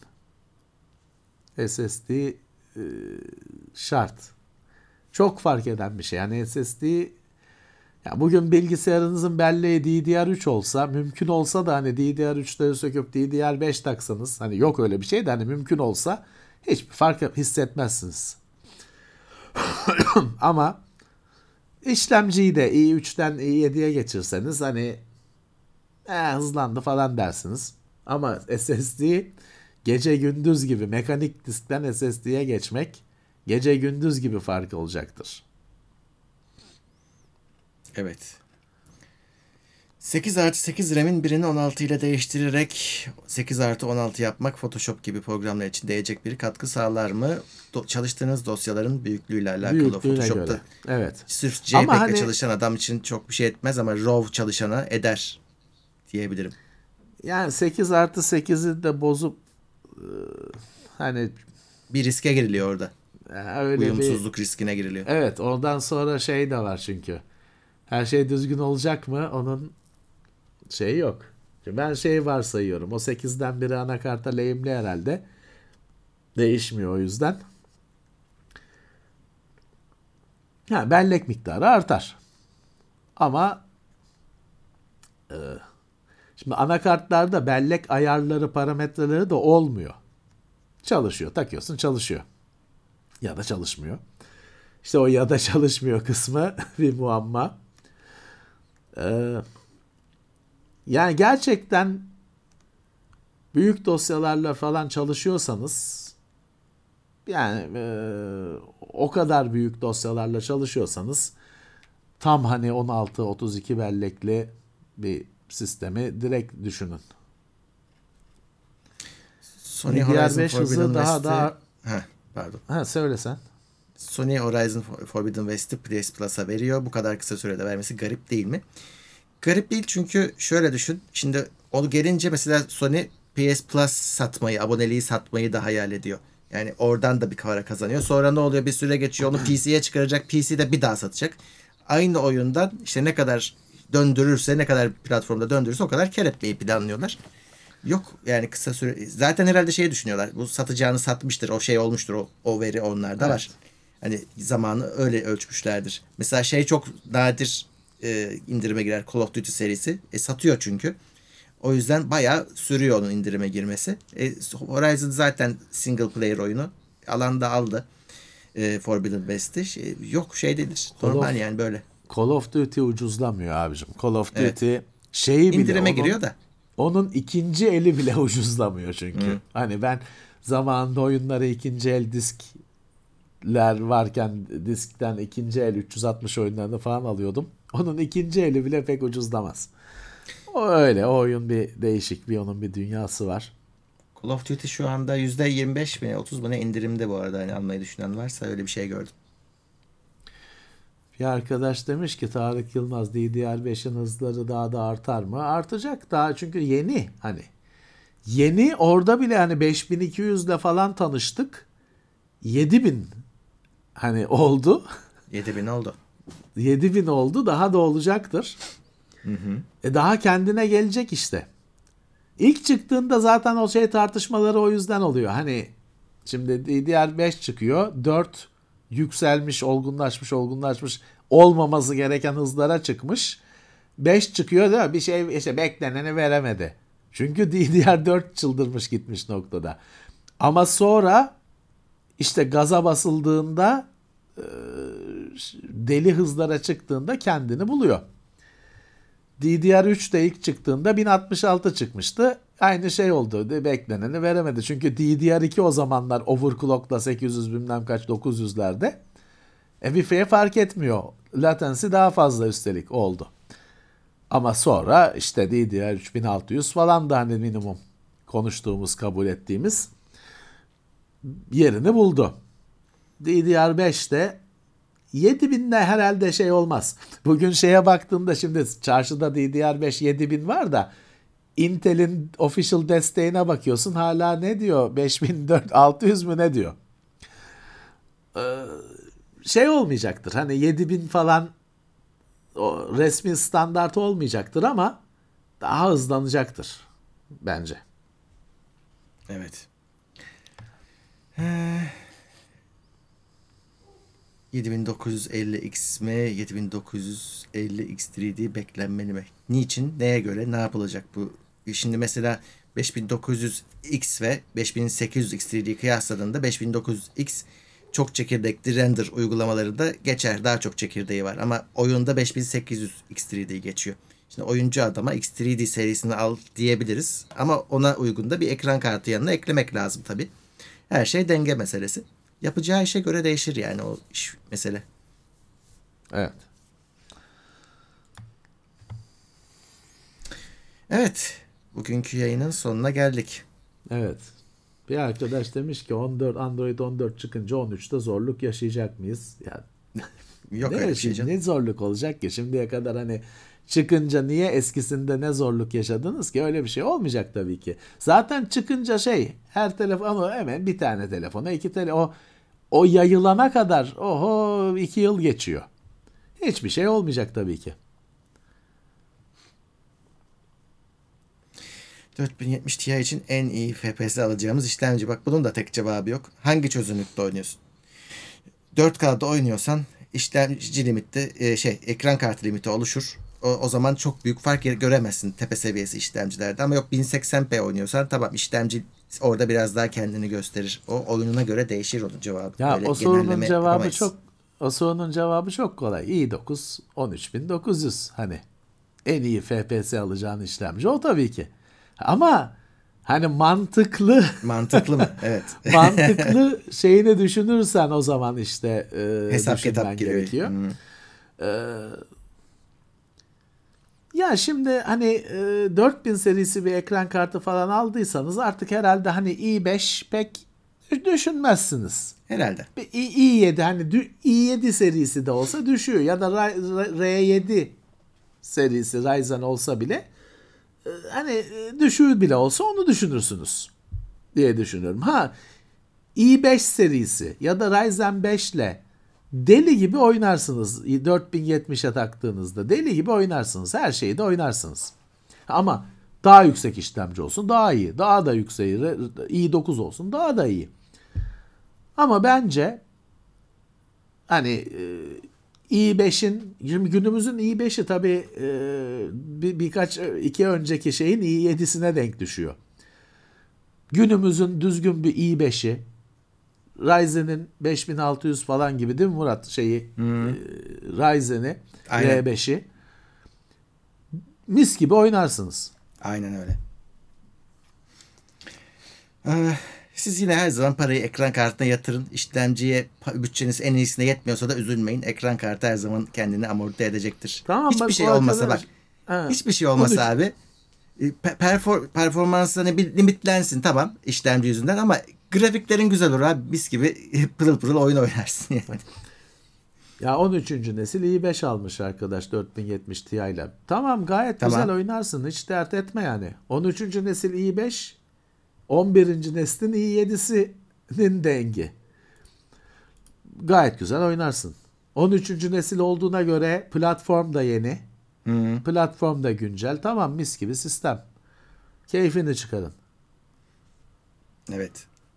SSD şart. Çok fark eden bir şey. Yani SSD ya bugün bilgisayarınızın belleği DDR3 olsa mümkün olsa da hani DDR3'leri söküp DDR5 taksanız hani yok öyle bir şey de hani mümkün olsa hiçbir fark hissetmezsiniz. Ama işlemciyi de i3'ten i7'ye geçirseniz hani hızlandı falan dersiniz. Ama SSD gece gündüz gibi mekanik diskten SSD'ye geçmek gece gündüz gibi fark olacaktır. Evet. 8+8 RAM'in birini 16 ile değiştirerek 8+16 yapmak Photoshop gibi programlar için değecek bir katkı sağlar mı? Çalıştığınız dosyaların büyüklüğüyle alakalı. Photoshop'ta göre. Evet. sırf JPEG'le hani, çalışan adam için çok bir şey etmez ama RAW çalışana eder diyebilirim. Yani 8+8'i de bozup hani bir riske giriliyor orada. Öyle uyumsuzluk riskine giriliyor. Evet, ondan sonra de var çünkü. Her şey düzgün olacak mı? Onun yok. Ben varsayıyorum. O 8'den biri anakarta lehimli herhalde. Değişmiyor o yüzden. Bellek miktarı artar. Ama şimdi anakartlarda bellek ayarları, parametreleri de olmuyor. Çalışıyor, takıyorsun, çalışıyor. Ya da çalışmıyor. İşte o ya da çalışmıyor kısmı bir muamma. Yani gerçekten büyük dosyalarla falan çalışıyorsanız, yani o kadar büyük dosyalarla çalışıyorsanız tam hani 16-32 bellekli bir sistemi direkt düşünün. Sony Horizon DDR5 hızı Forbidden daha West'i... da... Pardon. Ha, söyle sen. Sony Horizon Forbidden West'i PS Plus'a veriyor. Bu kadar kısa sürede vermesi garip değil mi? Garip değil, çünkü şöyle düşün. Şimdi onu gelince mesela Sony PS Plus satmayı, aboneliği satmayı da hayal ediyor. Yani oradan da bir para kazanıyor. Sonra ne oluyor? Bir süre geçiyor. Onu PC'ye çıkaracak. PC'de bir daha satacak. Aynı oyundan işte ne kadar döndürürse, ne kadar platformda döndürürse o kadar kar etmeyi planlıyorlar. Yok yani kısa süre. Zaten herhalde şeyi düşünüyorlar. Bu satacağını satmıştır. O şey olmuştur. O veri onlarda Evet. var. Hani zamanı öyle ölçmüşlerdir. Mesela şey çok nadir indirime girer. Call of Duty serisi. Satıyor çünkü. O yüzden bayağı sürüyor onun indirime girmesi. Horizon zaten single player oyunu. Alanda aldı. Forbidden West'i. Yok şey değildir. Normal yani böyle. Call of Duty ucuzlamıyor abicim. Call of Evet. Duty şeyi bile İndirime giriyor da. onun ikinci eli bile ucuzlamıyor çünkü. Hani ben zamanında oyunları ikinci el diskler varken diskten ikinci el 360 oyunlarını falan alıyordum. Onun ikinci eli bile pek ucuzlamaz. O öyle. O oyun bir değişik, bir onun bir dünyası var. Call of Duty şu anda %25 mi 30 mu ne indirimde bu arada. Hani almayı düşünen varsa öyle bir şey gördüm. Bir arkadaş demiş ki Tarık Yılmaz, DDR5'in hızları daha da artar mı? Artacak daha, çünkü yeni, hani yeni, orada bile hani 5200 ile falan tanıştık. 7000 hani oldu. 7000 oldu. 7000 oldu, daha da olacaktır. Daha kendine gelecek işte. İlk çıktığında zaten o şey tartışmaları o yüzden oluyor. Hani şimdi DDR5 çıkıyor. 4 yükselmiş, olgunlaşmış olmaması gereken hızlara çıkmış. 5 çıkıyor değil mi? Bir şey işte bekleneni veremedi. Çünkü DDR4 çıldırmış gitmiş noktada. Ama sonra işte gaza basıldığında deli hızlara çıktığında kendini buluyor. DDR3 de ilk çıktığında 1066 çıkmıştı. Aynı şey oldu. Bekleneni veremedi. Çünkü DDR2 o zamanlar overclockla 800 bilmem kaç 900'lerde. Bir şey fark etmiyor. Latency daha fazla üstelik oldu. Ama sonra işte DDR3 1600 falan da hani minimum konuştuğumuz, kabul ettiğimiz yerini buldu. DDR5'te 7000'de herhalde şey olmaz. Bugün şeye baktığımda, şimdi çarşıda DDR5 7000 var da Intel'in official desteğine bakıyorsun, hala ne diyor? 5400 mü ne diyor? Şey olmayacaktır. Hani 7000 falan o resmi standart olmayacaktır ama daha hızlanacaktır bence. Evet. 7950X mi 7950X3D beklenmeli mi? Niçin? Neye göre? Ne yapılacak bu? Şimdi mesela 5900X ve 5800X3D kıyasladığında 5900X çok çekirdekli render uygulamaları da geçer. Daha çok çekirdeği var. Ama oyunda 5800X3D geçiyor. Şimdi oyuncu adama X3D serisini al diyebiliriz. Ama ona uygun da bir ekran kartı yanına eklemek lazım tabii. Her şey denge meselesi. Yapacağı işe göre değişir yani o iş mesele. Evet. Evet. Bugünkü yayının sonuna geldik. Evet. Bir arkadaş demiş ki Android 14 çıkınca 13'te zorluk yaşayacak mıyız? Ya Yok öyle bir şey canım. ne zorluk olacak ki? Şimdiye kadar hani çıkınca niye eskisinde ne zorluk yaşadınız ki? Öyle bir şey olmayacak tabii ki. Zaten çıkınca her telefonu hemen bir tane telefona, iki telefon, o yayılana kadar 2 yıl geçiyor. Hiçbir şey olmayacak tabii ki. 4070 Ti için en iyi FPS alacağımız işlemci. Bak bunun da tek cevabı yok. Hangi çözünürlükte oynuyorsun? 4K'da oynuyorsan işlemci limiti ekran kartı limiti oluşur. O zaman çok büyük fark göremezsin tepe seviyesi işlemcilerde. Ama yok 1080p oynuyorsan tamam, işlemci orada biraz daha kendini gösterir. O oyununa göre değişir onun cevabı. Ya öyle o sorunun genelleme cevabı yapamayız. çok kolay. i9 13900 hani en iyi FPS alacağın işlemci o tabii ki. Ama Hani mantıklı Mantıklı mı? Evet. mantıklı şeyini düşünürsen o zaman işte Hesap düşünmen kitap gibi. gerekiyor. Ya şimdi hani 4000 serisi bir ekran kartı falan aldıysanız artık herhalde hani i5 pek düşünmezsiniz. Herhalde. Bir i7 hani i7 serisi de olsa düşüyor ya da R7 serisi Ryzen olsa bile hani düşüğü bile olsa onu düşünürsünüz diye düşünüyorum. Ha i5 serisi ya da Ryzen 5 ile deli gibi oynarsınız. 4070'e taktığınızda deli gibi oynarsınız. Her şeyi de oynarsınız. Ama daha yüksek işlemci olsun daha iyi. Daha da yükseği i9 olsun daha da iyi. Ama bence hani i5'in şimdi günümüzün i5'i tabii iki önceki şeyin i7'sine denk düşüyor. Günümüzün düzgün bir i5'i Ryzen'in 5600 falan gibi değil mi Murat Ryzen'i Aynen. R5'i mis gibi oynarsınız. Aynen öyle. Siz yine her zaman parayı ekran kartına yatırın. İşlemciye bütçeniz en iyisine yetmiyorsa da üzülmeyin. Ekran kartı her zaman kendini amorti edecektir. Tamam, hiçbir bak, şey o olmasa kadar. bak. Ha. Hiçbir şey olmasa abi. Performanslarını bir limitlensin tamam işlemci yüzünden ama grafiklerin güzel olur abi. Mis gibi pırıl pırıl oyun oynarsın yani. Ya 13. nesil i5 almış arkadaş 4070 Ti ile. Tamam gayet Tamam. güzel oynarsın. Hiç dert etme yani. 13. nesil i5 11. neslin i7'sinin dengi. Gayet güzel oynarsın. 13. nesil olduğuna göre platform da yeni. Platform da güncel. Tamam mis gibi sistem. Keyfini çıkarın. Evet.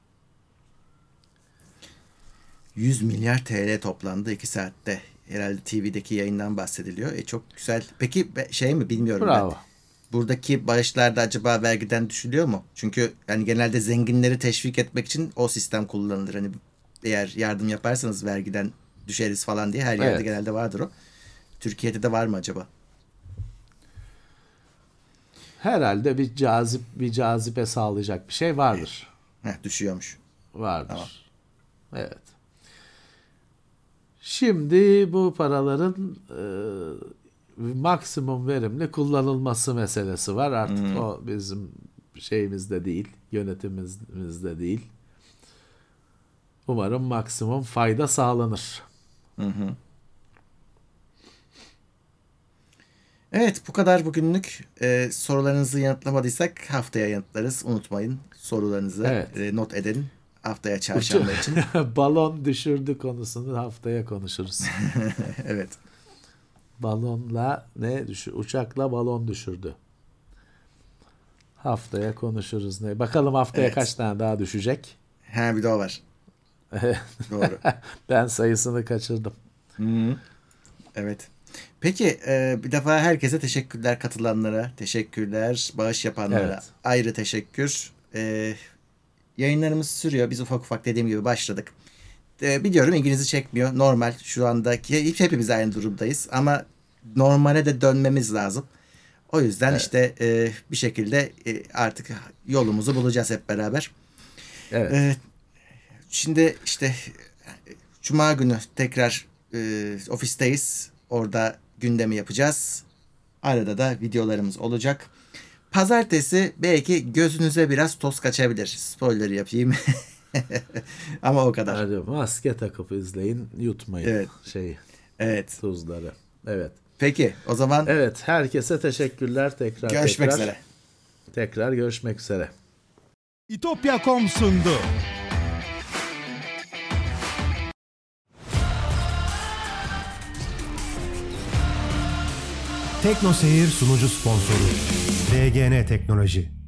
100 milyar TL toplandı 2 saatte. Herhalde TV'deki yayından bahsediliyor. Çok güzel. Peki şey mi bilmiyorum Bravo. ben. Buradaki bağışlar da acaba vergiden düşülüyor mu? Çünkü yani genelde zenginleri teşvik etmek için o sistem kullanılır. Hani eğer yardım yaparsanız vergiden düşeriz falan diye her yerde Evet. genelde vardır o. Türkiye'de de var mı acaba? Herhalde bir cazibe sağlayacak bir şey vardır. Düşüyormuş. Vardır. Tamam. Evet. Şimdi bu paraların maksimum verimli kullanılması meselesi var. Artık o bizim şeyimizde değil, yönetimimizde değil. Umarım maksimum fayda sağlanır. Evet bu kadar bugünlük. Sorularınızı yanıtlamadıysak haftaya yanıtlarız. Unutmayın sorularınızı Evet. not edin. Haftaya çarşamba için. Balon düşürdü konusunu haftaya konuşuruz. Evet. Balonla uçakla balon düşürdü. Haftaya konuşuruz ne? Bakalım haftaya Evet. kaç tane daha düşecek? Bir de o var. Doğru. Ben sayısını kaçırdım. Evet. Peki bir defa herkese teşekkürler katılanlara. Teşekkürler. Bağış yapanlara Evet. ayrı teşekkür. Yayınlarımız sürüyor. Biz ufak ufak dediğim gibi başladık. Biliyorum ilginizi çekmiyor. Normal. Şu andaki hepimiz aynı durumdayız. Ama normale de dönmemiz lazım. O yüzden işte bir şekilde artık yolumuzu bulacağız hep beraber. Evet. Şimdi işte Cuma günü tekrar ofisteyiz. Orada gündemi yapacağız. Arada da videolarımız olacak. Pazartesi belki gözünüze biraz toz kaçabilir. Spoiler yapayım. Ama o kadar. Hadi maske takıp izleyin. Yutmayın Evet. Evet. tuzları. Evet. Peki o zaman Evet. Herkese teşekkürler. görüşmek üzere. Tekrar görüşmek üzere. İtopya.com sundu. Tekno Seyir sunucu sponsoru DGN Teknoloji.